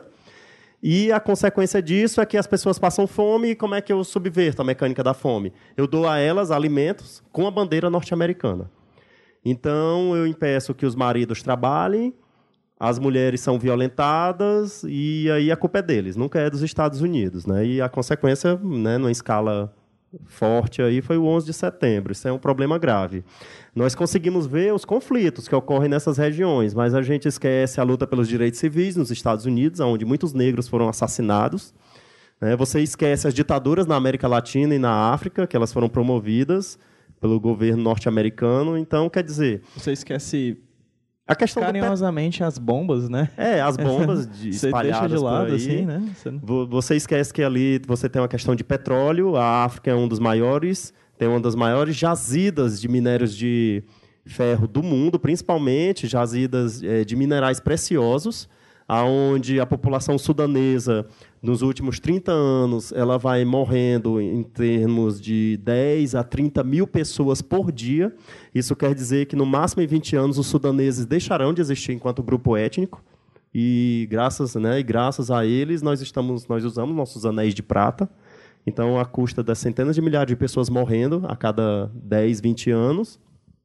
E a consequência disso é que as pessoas passam fome. E como é que eu subverto a mecânica da fome? Eu dou a elas alimentos com a bandeira norte-americana. Então, eu impeço que os maridos trabalhem, as mulheres são violentadas e aí a culpa é deles, nunca é dos Estados Unidos, né? E a consequência, né, numa escala forte aí, foi o onze de setembro. Isso é um problema grave. Nós conseguimos ver os conflitos que ocorrem nessas regiões, mas a gente esquece a luta pelos direitos civis nos Estados Unidos, onde muitos negros foram assassinados. Né? Você esquece as ditaduras na América Latina e na África, que elas foram promovidas pelo governo norte-americano. Então, quer dizer... Você esquece... A questão carinhosamente do... as bombas, né? É, as bombas de você espalhadas deixa de lado, por aí. Assim, né? Você... você esquece que ali você tem uma questão de petróleo. A África é um dos maiores, tem uma das maiores jazidas de minérios de ferro do mundo, principalmente jazidas é, de minerais preciosos, onde a população sudanesa, nos últimos trinta anos, ela vai morrendo em termos de dez a trinta mil pessoas por dia. Isso quer dizer que, no máximo em vinte anos, os sudaneses deixarão de existir enquanto grupo étnico. E graças, né, e graças a eles, nós, estamos, nós usamos nossos anéis de prata. Então, à custa das centenas de milhares de pessoas morrendo a cada dez, vinte anos.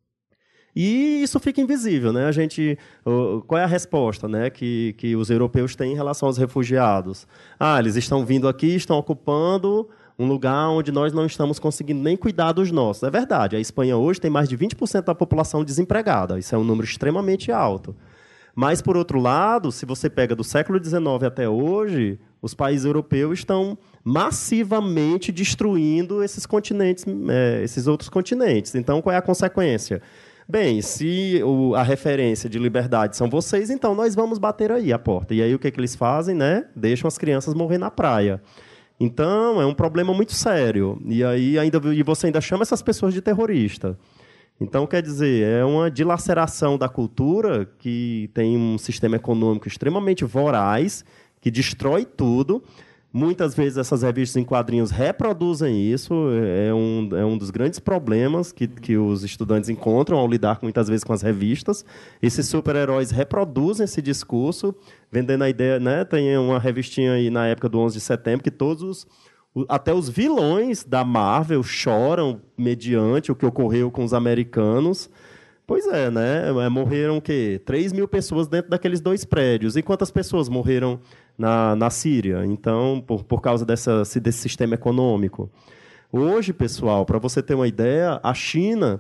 E isso fica invisível, né? A gente, qual é a resposta, né, que, que os europeus têm em relação aos refugiados? Ah, eles estão vindo aqui, estão ocupando um lugar onde nós não estamos conseguindo nem cuidar dos nossos. É verdade, a Espanha hoje tem mais de vinte por cento da população desempregada. Isso é um número extremamente alto. Mas, por outro lado, se você pega do século dezenove até hoje, os países europeus estão massivamente destruindo esses continentes, é, esses outros continentes. Então, qual é a consequência? Bem, se o, a referência de liberdade são vocês, então nós vamos bater aí a porta. E aí o que, é que eles fazem? Né? Deixam as crianças morrer na praia. Então, é um problema muito sério. E aí ainda, e você ainda chama essas pessoas de terrorista. Então, quer dizer, é uma dilaceração da cultura que tem um sistema econômico extremamente voraz, que destrói tudo. Muitas vezes essas revistas em quadrinhos reproduzem isso, é um, é um dos grandes problemas que, que os estudantes encontram ao lidar muitas vezes com as revistas. Esses super-heróis reproduzem esse discurso, vendendo a ideia, né? Tem uma revistinha aí na época do onze de setembro que todos os, até os vilões da Marvel choram mediante o que ocorreu com os americanos. Pois é, né? Morreram o quê? três mil pessoas dentro daqueles dois prédios. E quantas pessoas morreram na, na Síria? Então, por, por causa dessa, desse sistema econômico. Hoje, pessoal, para você ter uma ideia, a China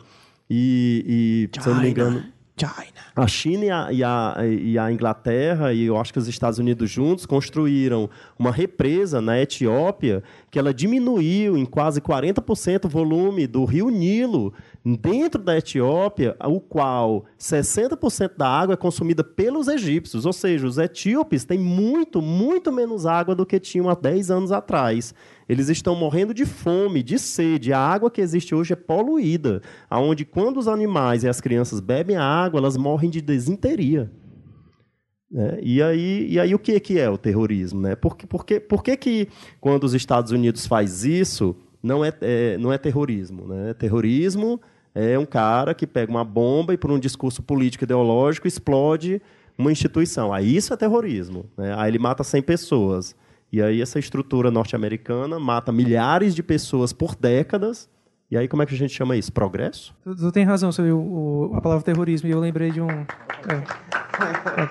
e, e se eu não me engano, China. A China e a, e, a, e a Inglaterra, e eu acho que os Estados Unidos juntos, construíram uma represa na Etiópia que ela diminuiu em quase quarenta por cento o volume do rio Nilo dentro da Etiópia, o qual sessenta por cento da água é consumida pelos egípcios. Ou seja, os etíopes têm muito, muito menos água do que tinham há dez anos atrás. Eles estão morrendo de fome, de sede. A água que existe hoje é poluída, onde quando os animais e as crianças bebem a água, elas morrem de desinteria. É, e, aí, e aí o que, que é o terrorismo? Né? Por, que, por, que, por que, que quando os Estados Unidos faz isso, não é, é, não é terrorismo? Né? Terrorismo é um cara que pega uma bomba e, por um discurso político ideológico, explode uma instituição. Aí isso é terrorismo. Né? Aí ele mata cem pessoas. E aí essa estrutura norte-americana mata milhares de pessoas por décadas. E aí como é que a gente chama isso? Progresso? Tu, tu tem razão sobre o, o, a palavra terrorismo. E eu lembrei de um... É, é,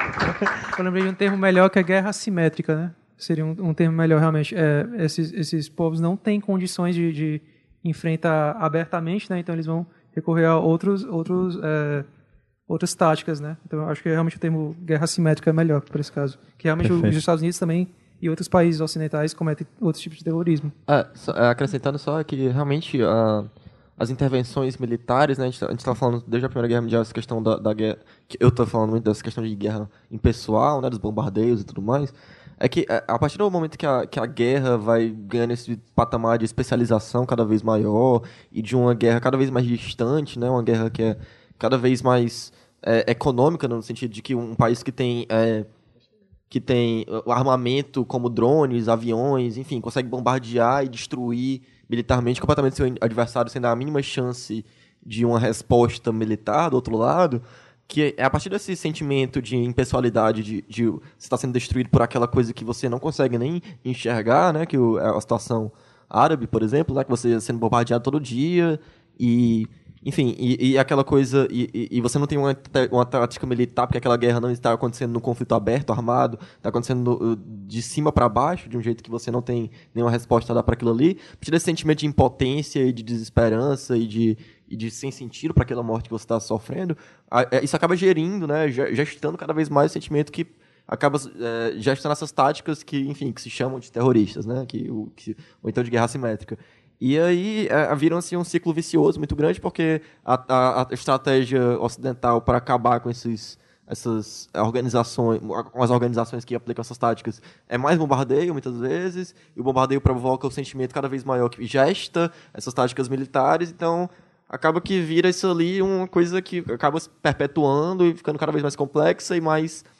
eu lembrei de um termo melhor que é guerra assimétrica, né? Seria um, um termo melhor realmente. É, esses, esses povos não têm condições de, de enfrentar abertamente, né? Então eles vão recorrer a outros, outros, é, outras táticas, né? Então eu acho que realmente o termo guerra assimétrica é melhor para esse caso. Que realmente o, os Estados Unidos também... E outros países ocidentais cometem outros tipos de terrorismo. É, só, é, acrescentando só que realmente uh, as intervenções militares, né, a gente está falando desde a Primeira Guerra Mundial essa questão da, da guerra, que eu estou falando muito dessa questão de guerra impessoal, né, dos bombardeios e tudo mais, é que a partir do momento que a, que a guerra vai ganhando esse patamar de especialização cada vez maior e de uma guerra cada vez mais distante, né, uma guerra que é cada vez mais é, econômica, no sentido de que um país que tem... É, que tem o armamento como drones, aviões, enfim, consegue bombardear e destruir militarmente completamente seu adversário sem dar a mínima chance de uma resposta militar do outro lado, que é a partir desse sentimento de impessoalidade, de, de você estar sendo destruído por aquela coisa que você não consegue nem enxergar, né, que o, a situação árabe, por exemplo, né, que você sendo bombardeado todo dia e... Enfim, e, e aquela coisa, e, e você não tem uma, uma tática militar, porque aquela guerra não está acontecendo num conflito aberto, armado, está acontecendo de cima para baixo, de um jeito que você não tem nenhuma resposta a dar para aquilo ali. A partir desse sentimento de impotência e de desesperança e de, e de sem sentido para aquela morte que você está sofrendo, isso acaba gerindo, né, gestando cada vez mais o sentimento que acaba é, gestando essas táticas que, enfim, que se chamam de terroristas, né, que, o, que, ou então de guerra assimétrica. E aí é, viram-se um ciclo vicioso muito grande, porque a, a, a estratégia ocidental para acabar com esses, essas organizações, com as organizações que aplicam essas táticas, é mais bombardeio, muitas vezes, e o bombardeio provoca o sentimento cada vez maior que gesta essas táticas militares, então acaba que vira isso ali uma coisa que acaba se perpetuando e ficando cada vez mais complexa e mais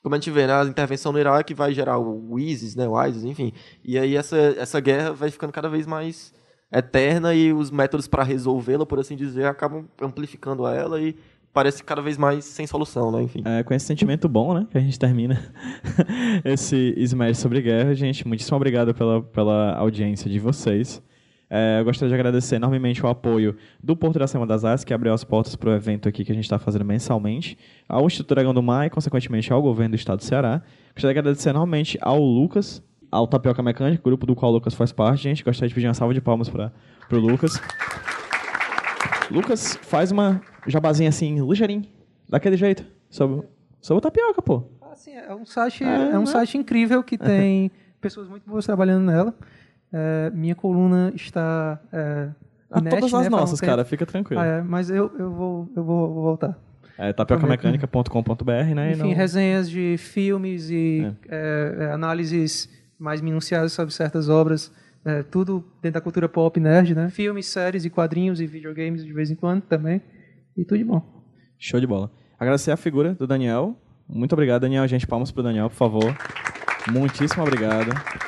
como a gente vê, né, a intervenção no Iraque vai gerar o ISIS, né, o ISIS, enfim. E aí essa, essa guerra vai ficando cada vez mais eterna e os métodos para resolvê-la, por assim dizer, acabam amplificando ela e parece cada vez mais sem solução, né, enfim. É com esse sentimento bom, né, que a gente termina esse Smash sobre guerra. Gente, muitíssimo obrigado pela, pela audiência de vocês. É, eu gostaria de agradecer enormemente o apoio do Porto Iracema das Artes, que abriu as portas para o evento aqui que a gente está fazendo mensalmente, ao Instituto Dragão do Mar e, consequentemente, ao governo do estado do Ceará. Gostaria de agradecer enormemente ao Lucas, ao Tapioca Mecânica, grupo do qual o Lucas faz parte. Gente, gostaria de pedir uma salva de palmas para o Lucas. Lucas, faz uma jabazinha assim, ligeirinho, daquele jeito, sobre, sobre o Tapioca, pô. Ah, sim, é um site, É, é um né? site incrível que tem pessoas muito boas trabalhando nela. É, minha coluna está é, Ah, inerte, todas as né, faz um nossas, tempo. cara, fica tranquilo. Ah, é, mas eu, eu, vou, eu vou, vou voltar. É tapioca mecânica ponto com ponto b r, né? e Enfim, não- resenhas de filmes e é, é, análises mais minuciadas sobre certas obras. É, tudo dentro da cultura pop nerd, né? Filmes, séries e quadrinhos e videogames de vez em quando também. E tudo de bom. Show de bola. Agradecer a figura do Daniel. Muito obrigado, Daniel. Gente, palmas pro Daniel, por favor. Muitíssimo obrigado.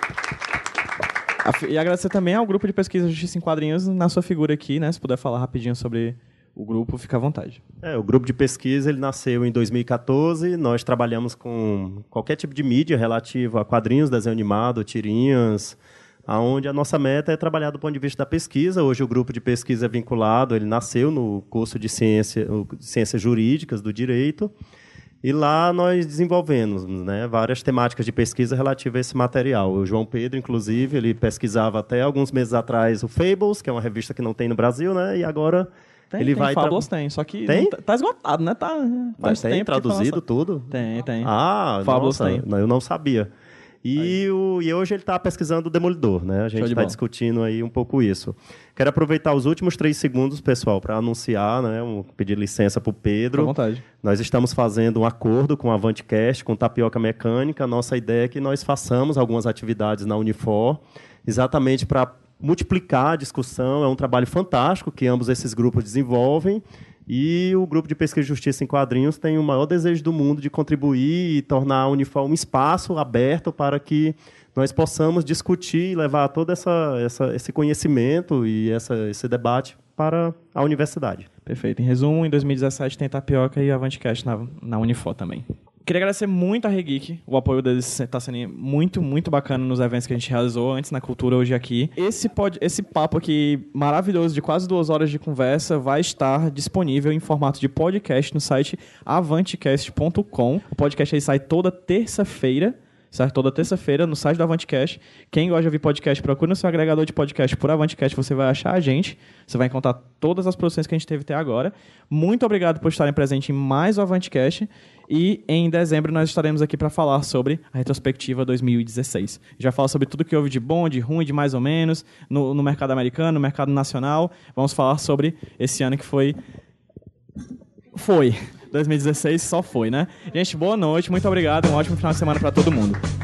A fi- E agradecer também ao grupo de pesquisa Justiça em Quadrinhos na sua figura aqui, né? Se puder falar rapidinho sobre o grupo, fica à vontade. É, o grupo de pesquisa ele nasceu em dois mil e quatorze. Nós trabalhamos com qualquer tipo de mídia relativo a quadrinhos, desenho animado, tirinhas, aonde a nossa meta é trabalhar do ponto de vista da pesquisa. Hoje o grupo de pesquisa é vinculado, ele nasceu no curso de ciência, o- de ciências jurídicas do direito. E lá nós desenvolvemos, né, várias temáticas de pesquisa relativas a esse material. O João Pedro, inclusive, ele pesquisava até alguns meses atrás o Fables, que é uma revista que não tem no Brasil, né? E agora Tem, ele tem vai... tra- Fábulas tem, só que Tem? não tá, tá esgotado, né? Tá, Mas faz tem tempo que traduzido foi tudo? lançado. Tem, tem. Ah, Fábulas nossa, tem. não, eu não sabia. E, o, e hoje ele está pesquisando o Demolidor, né? A gente Show de está bola. discutindo aí um pouco isso. Quero aproveitar os últimos três segundos, pessoal, para anunciar, né? Um, pedir licença para o Fica à Pedro. vontade. Nós estamos fazendo um acordo com a Avantcast, com Tapioca Mecânica. Nossa ideia é que nós façamos algumas atividades na Unifor, exatamente para multiplicar a discussão. É um trabalho fantástico que ambos esses grupos desenvolvem. E o Grupo de Pesquisa e Justiça em Quadrinhos tem o maior desejo do mundo de contribuir e tornar a Unifor um espaço aberto para que nós possamos discutir e levar todo essa, essa, esse conhecimento e essa, esse debate para a universidade. Perfeito. Em resumo, em dois mil e dezessete tem Tapioca e Avantcast na, na Unifor também. Queria agradecer muito a Regeek. O apoio deles está sendo muito, muito bacana nos eventos que a gente realizou antes na Cultura, hoje aqui. Esse, pod, esse papo aqui maravilhoso de quase duas horas de conversa vai estar disponível em formato de podcast no site avantcast ponto com. O podcast aí sai toda terça-feira. Sai toda terça-feira no site do Avantcast. Quem gosta de ouvir podcast, procura no seu agregador de podcast por Avantcast, você vai achar a gente. Você vai encontrar todas as produções que a gente teve até agora. Muito obrigado por estarem presentes em mais o Avantcast. E em dezembro nós estaremos aqui para falar sobre a retrospectiva dois mil e dezesseis. Já fala sobre tudo que houve de bom, de ruim, de mais ou menos, no, no mercado americano, no mercado nacional. Vamos falar sobre esse ano que foi... Foi. dois mil e dezesseis só foi, né? Gente, boa noite, muito obrigado. Um ótimo final de semana para todo mundo.